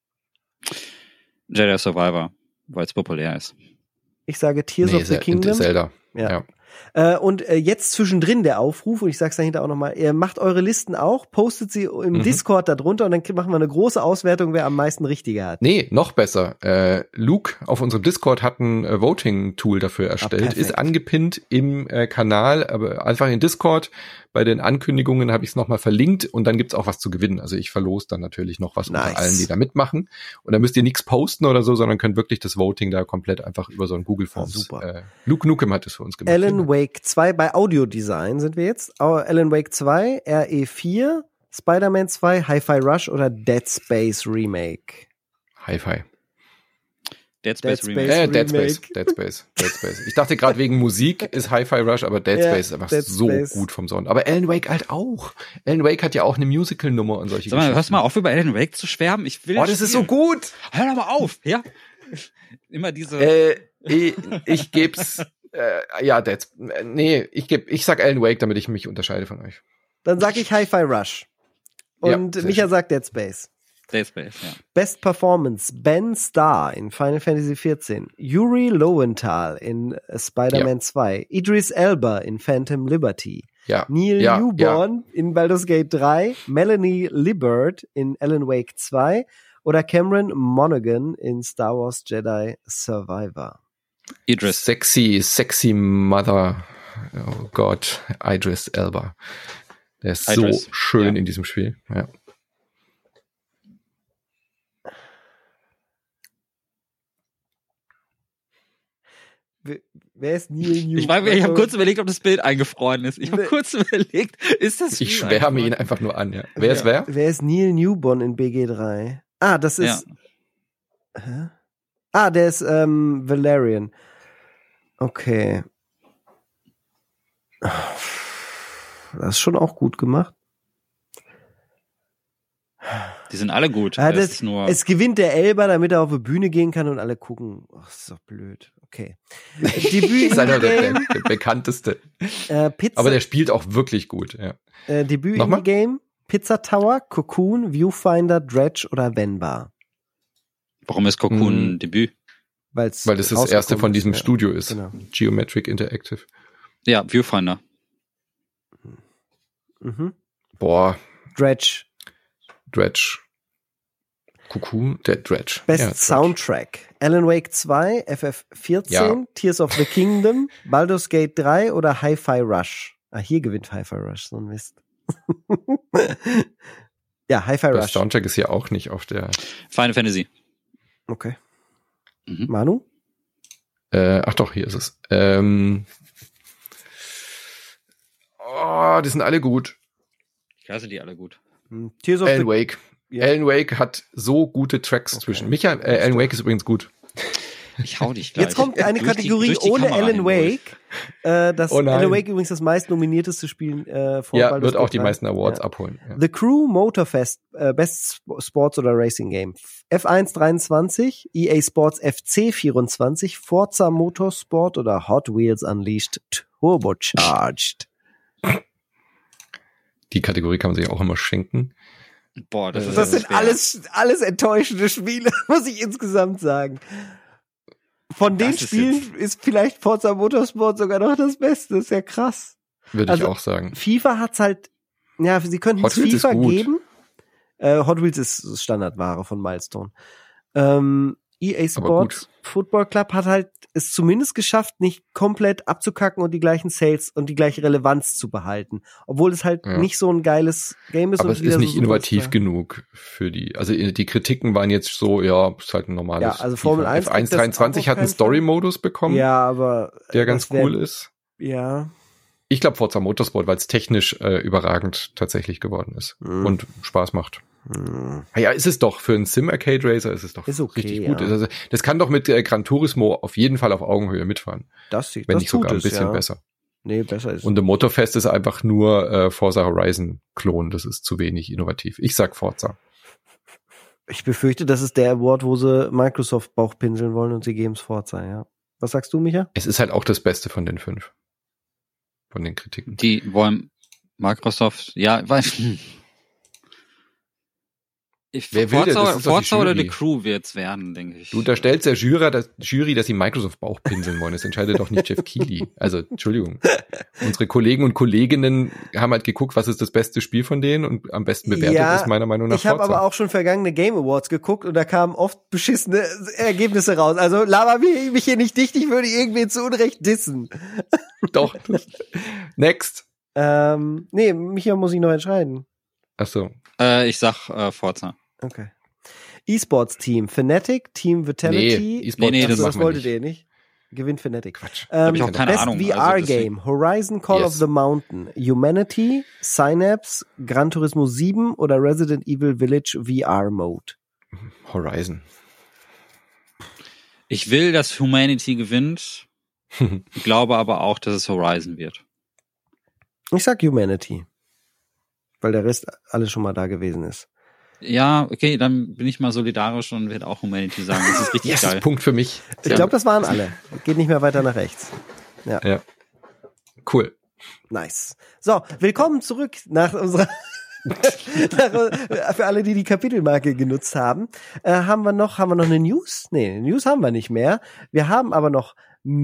Jedi Survivor, weil es populär ist. Ich sage Tears of the Kingdom. Zelda. Ja. Und jetzt zwischendrin der Aufruf, und ich sag's dahinter auch nochmal, ihr macht eure Listen auch, postet sie im Discord da drunter und dann machen wir eine große Auswertung, wer am meisten Richtige hat. Nee, noch besser. Luke auf unserem Discord hat ein Voting-Tool dafür erstellt, perfekt. ist angepinnt im Kanal, aber einfach in Discord. Bei den Ankündigungen habe ich es nochmal verlinkt und dann gibt's auch was zu gewinnen. Also ich verlose dann natürlich noch was unter allen, die da mitmachen. Und da müsst ihr nichts posten oder so, sondern könnt wirklich das Voting da komplett einfach über so ein Google Forms. Super. Luke Nukem hat es für uns gemacht. Alan Wake 2 bei Audiodesign sind wir jetzt. Alan Wake 2, RE4, Spider-Man 2, Hi-Fi Rush oder Dead Space Remake. Hi-Fi. Dead Space Dead Remake. Dead Space. Ich dachte gerade wegen Musik ist Hi-Fi Rush, aber Dead Space ist einfach Dead so Space. gut vom Sound. Aber Alan Wake halt auch. Alan Wake hat ja auch eine Musical-Nummer und solche Sag mal, Geschichten. hörst du mal auf, über Alan Wake zu schwärmen? Ich will Das ist so gut. Hör doch mal auf, ja? Immer diese... Ich geb's, ich sag Alan Wake, damit ich mich unterscheide von euch. Dann sag ich Hi-Fi Rush. Und Ja, Micha sagt Dead Space. Dead Space, ja. Best Performance, Ben Starr in Final Fantasy XIV, Yuri Lowenthal in Spider-Man 2, Idris Elba in Phantom Liberty, Ja. Neil Ja, Newborn in Baldur's Gate 3, Melanie Liburd in Alan Wake 2 oder Cameron Monaghan in Star Wars Jedi Survivor. Idris. Sexy Mother. Oh Gott, Idris Elba. Der ist Idris, so schön ja. in diesem Spiel. Ja. Wer ist Neil Newborn? Ich habe kurz überlegt, ob das Bild eingefroren ist. Ich habe kurz überlegt, ist das Ich Spiel schwärme ihn eingefroren? einfach nur an, ja. Wer ist wer? Wer ist Neil Newborn in BG3? Ah, das ist... Hä? Ah, der ist Valerian. Okay. Das ist schon auch gut gemacht. Die sind alle gut. Ja, Das ist nur es gewinnt der Elber, damit er auf die Bühne gehen kann und alle gucken. Ach, das ist doch blöd. Okay. Debüt Ist einer der Game, bekannteste. Pizza, Aber der spielt auch wirklich gut, ja. Debüt Nochmal? Game, Pizza Tower, Cocoon, Viewfinder, Dredge oder Venba. warum ist Cocoon ein Debüt? Weil das das erste von diesem Studio ist. Genau. Geometric Interactive. Ja, Viewfinder. Mhm. Boah, Dredge. Dredge. Der Dredge. Best Ja, Dredge. Soundtrack. Alan Wake 2, FF14, Ja. Tears of the Kingdom, Baldur's Gate 3 oder Hi-Fi Rush. Ah, hier gewinnt Hi-Fi Rush, so ein Mist. Ja, Hi-Fi Der Rush. Soundtrack ist ja auch nicht auf der. Final Fantasy. Okay. Mhm. Manu? Ach doch, hier ist es. Oh, die sind alle gut. Ich hasse die alle gut. Alan Wake. Ja. Alan Wake hat so gute Tracks zwischen. Alan Wake ist übrigens gut. Ich hau dich gleich. Jetzt kommt eine Kategorie ohne Kamera Alan Wake. Alan Wake übrigens das meistnominierteste Spiel vor ja, wird auch die meisten Awards abholen. Ja. The Crew Motorfest, Best Sports oder Racing Game. F1 23, EA Sports FC 24, Forza Motorsport oder Hot Wheels Unleashed Turbocharged. Die Kategorie kann man sich auch immer schenken. Boah, das sind alles enttäuschende Spiele, muss ich insgesamt sagen. Von den Spielen ist vielleicht Forza Motorsport sogar noch das Beste. Das ist ja krass. Würde ich auch sagen. FIFA hat's halt, ja, sie könnten es FIFA geben. Hot Wheels ist Standardware von Milestone. EA Sports Football Club hat halt es zumindest geschafft, nicht komplett abzukacken und die gleichen Sales und die gleiche Relevanz zu behalten. Obwohl es halt nicht so ein geiles Game ist. Aber es ist nicht innovativ genug für also die Kritiken waren jetzt so, ja, ist halt ein normales. Ja, also Formel 1 F1 23 hat einen Story-Modus bekommen. Ja, aber der ganz cool ist. Ja. Ich glaube Forza Motorsport, weil es technisch überragend tatsächlich geworden ist und Spaß macht. Ja, ist es doch. Für einen Sim-Arcade-Racer ist es doch richtig gut. Also, das kann doch mit Gran Turismo auf jeden Fall auf Augenhöhe mitfahren. Wenn nicht sogar ein bisschen besser. Nee, besser ist. Und der Motorfest ist einfach nur Forza Horizon-Klon. Das ist zu wenig innovativ. Ich sag Forza. Ich befürchte, das ist der Award, wo sie Microsoft Bauchpinseln wollen und sie geben es Forza, ja. Was sagst du, Micha? Es ist halt auch das Beste von den 5. Von den Kritiken. Die wollen Microsoft, ja, Wer will Forza oder The Crew wird's werden, denke ich. Du unterstellst der Jury, dass sie Microsoft Bauchpinseln wollen. Das entscheidet doch nicht Jeff Keighley. Also, Entschuldigung. Unsere Kollegen und Kolleginnen haben halt geguckt, was ist das beste Spiel von denen und am besten bewertet ist meiner Meinung nach Forza. Ich habe aber auch schon vergangene Game Awards geguckt und da kamen oft beschissene Ergebnisse raus. Also laber mich hier nicht dicht, ich würde irgendwen zu Unrecht dissen. Doch. Next. Nee, Micha muss ich noch entscheiden. Ach so. Ich sag Forza. Okay. E-Sports-Team. Fnatic, Team Vitality. Nee, das wolltet ihr nicht. Gewinnt Fnatic. Quatsch. Hab ich auch keine Ahnung. Best VR-Game. Also Horizon Call of the Mountain. Humanity, Synapse, Gran Turismo 7 oder Resident Evil Village VR-Mode. Horizon. Ich will, dass Humanity gewinnt. Glaube aber auch, dass es Horizon wird. Ich sag Humanity. Weil der Rest alles schon mal da gewesen ist. Ja, okay, dann bin ich mal solidarisch und werde auch Humanity sagen. Das ist richtig geil. Punkt für mich. Ich glaube, das waren alle. Geht nicht mehr weiter nach rechts. Ja. Cool. Nice. So, willkommen zurück nach unserer für alle, die Kapitelmarke genutzt haben. Haben wir noch eine News? Nee, News haben wir nicht mehr. Wir haben aber noch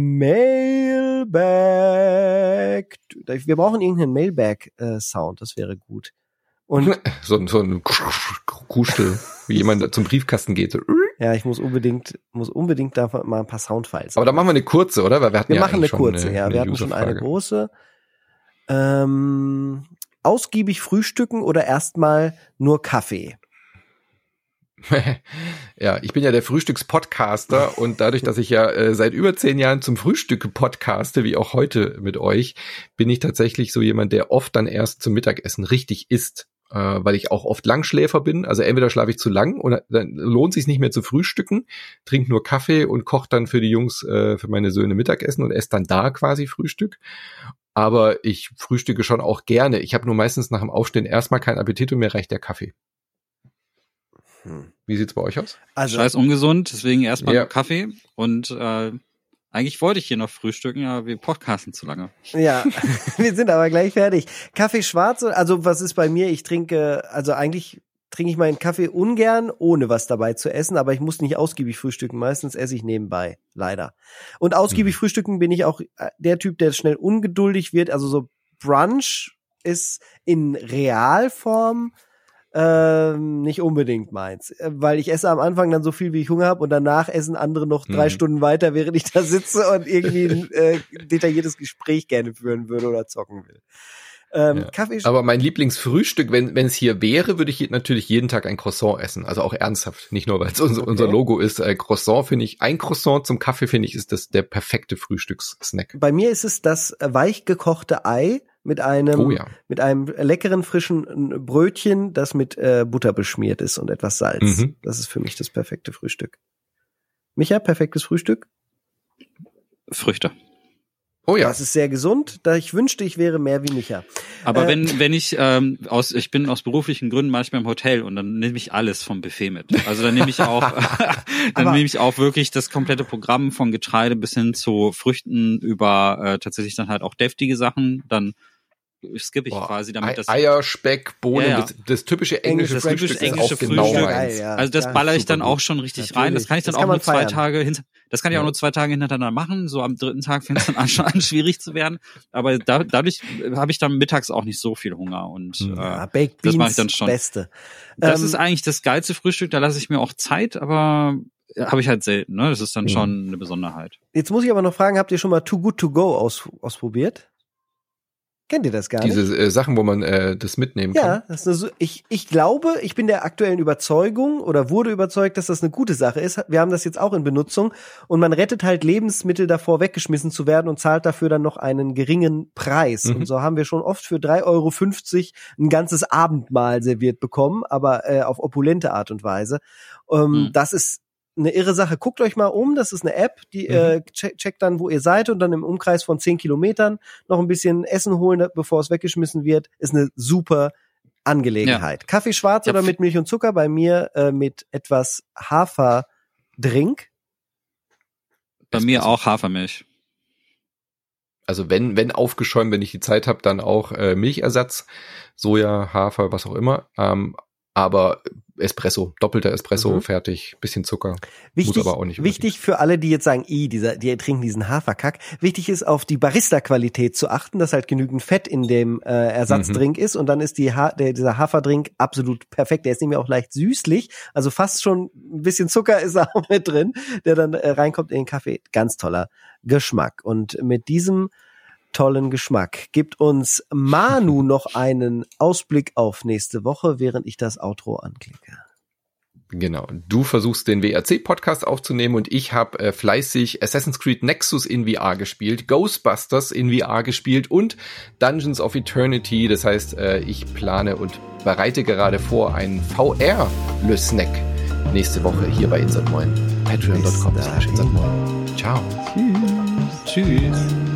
Mailbag. Wir brauchen irgendeinen Mailbag-Sound, das wäre gut. Und so ein Kuschel, wie jemand zum Briefkasten geht. So. Ja, ich muss unbedingt da mal ein paar Soundfiles. Aber da machen wir eine kurze, oder? Weil wir machen eine kurze, ja. Wir hatten schon eine große. Ausgiebig frühstücken oder erstmal nur Kaffee? Ja, ich bin ja der Frühstückspodcaster und dadurch, dass ich ja seit über 10 Jahren zum Frühstück podcaste, wie auch heute mit euch, bin ich tatsächlich so jemand, der oft dann erst zum Mittagessen richtig isst, weil ich auch oft Langschläfer bin. Also entweder schlafe ich zu lang oder dann lohnt es sich nicht mehr zu frühstücken, trinke nur Kaffee und koche dann für die Jungs, für meine Söhne Mittagessen und esse dann da quasi Frühstück. Aber ich frühstücke schon auch gerne. Ich habe nur meistens nach dem Aufstehen erstmal keinen Appetit und mir reicht der Kaffee. Wie sieht's bei euch aus? Also scheiß ungesund, deswegen erstmal Kaffee und eigentlich wollte ich hier noch frühstücken, aber wir podcasten zu lange. Ja, wir sind aber gleich fertig. Kaffee schwarz, also was ist bei mir? Eigentlich trinke ich meinen Kaffee ungern, ohne was dabei zu essen, aber ich muss nicht ausgiebig frühstücken. Meistens esse ich nebenbei, leider. Und ausgiebig frühstücken bin ich auch der Typ, der schnell ungeduldig wird. Also so Brunch ist in Realform nicht unbedingt meins, weil ich esse am Anfang dann so viel, wie ich Hunger habe und danach essen andere noch 3 Stunden weiter, während ich da sitze und irgendwie ein detailliertes Gespräch gerne führen würde oder zocken will. Kaffee. Aber mein Lieblingsfrühstück, wenn es hier wäre, würde ich natürlich jeden Tag ein Croissant essen. Also auch ernsthaft, nicht nur, weil es unser Logo ist. Croissant finde ich, ein Croissant zum Kaffee finde ich, ist das der perfekte Frühstückssnack. Bei mir ist es das weich gekochte Ei mit einem leckeren, frischen Brötchen, das mit Butter beschmiert ist und etwas Salz. Das ist für mich das perfekte Frühstück. Micha, perfektes Frühstück? Früchte. Oh ja. Das ist sehr gesund. Da ich wünschte, ich wäre mehr wie Micha. Aber wenn ich ich bin aus beruflichen Gründen manchmal im Hotel und dann nehme ich alles vom Buffet mit. Also dann nehme ich auch nehme ich auch wirklich das komplette Programm von Getreide bis hin zu Früchten über tatsächlich dann halt auch deftige Sachen. Dann skippe ich quasi damit das Eier, Speck, Bohnen, das typische englische Frühstück ist auch genau meins. Also das baller ich dann auch schon richtig rein. Das kann ich dann auch nur 2 Tage hintereinander machen. So am 3. Tag fängt es dann an, schwierig zu werden. Aber dadurch habe ich dann mittags auch nicht so viel Hunger. Und Baked Beans, das mache ich dann schon. Beste. Das ist eigentlich das geilste Frühstück. Da lasse ich mir auch Zeit, aber habe ich halt selten. Ne? Das ist dann schon eine Besonderheit. Jetzt muss ich aber noch fragen, habt ihr schon mal Too Good To Go ausprobiert? Kennt ihr das gar nicht? Diese Sachen, wo man das mitnehmen kann. Ja, das ist ich glaube, ich bin der aktuellen Überzeugung oder wurde überzeugt, dass das eine gute Sache ist. Wir haben das jetzt auch in Benutzung und man rettet halt Lebensmittel davor, weggeschmissen zu werden und zahlt dafür dann noch einen geringen Preis. Und so haben wir schon oft für 3,50 € ein ganzes Abendmahl serviert bekommen, aber auf opulente Art und Weise. Das ist eine irre Sache. Guckt euch mal um, das ist eine App, die checkt dann, wo ihr seid und dann im Umkreis von 10 Kilometern noch ein bisschen Essen holen, bevor es weggeschmissen wird. Ist eine super Angelegenheit. Ja. Kaffee schwarz oder mit Milch und Zucker? Bei mir mit etwas Haferdrink. Bei mir auch Hafermilch. Also wenn aufgeschäumt, wenn ich die Zeit habe, dann auch Milchersatz, Soja, Hafer, was auch immer. Aber Espresso, doppelter Espresso, fertig, bisschen Zucker. Wichtig, muss aber auch nicht wichtig für alle, die jetzt sagen, die trinken diesen Haferkack. Wichtig ist, auf die Barista-Qualität zu achten, dass halt genügend Fett in dem Ersatzdrink ist und dann ist dieser Haferdrink absolut perfekt. Der ist nämlich auch leicht süßlich, also fast schon ein bisschen Zucker ist da auch mit drin, der dann reinkommt in den Kaffee. Ganz toller Geschmack. Und mit diesem tollen Geschmack gibt uns Manu noch einen Ausblick auf nächste Woche, während ich das Outro anklicke. Genau, du versuchst den WRC-Podcast aufzunehmen und ich habe fleißig Assassin's Creed Nexus in VR gespielt, Ghostbusters in VR gespielt und Dungeons of Eternity. Das heißt, ich plane und bereite gerade vor einen VR-Le-Snack nächste Woche hier bei Insert Moin. Patreon.com/InsertMoin. Ciao. Tschüss.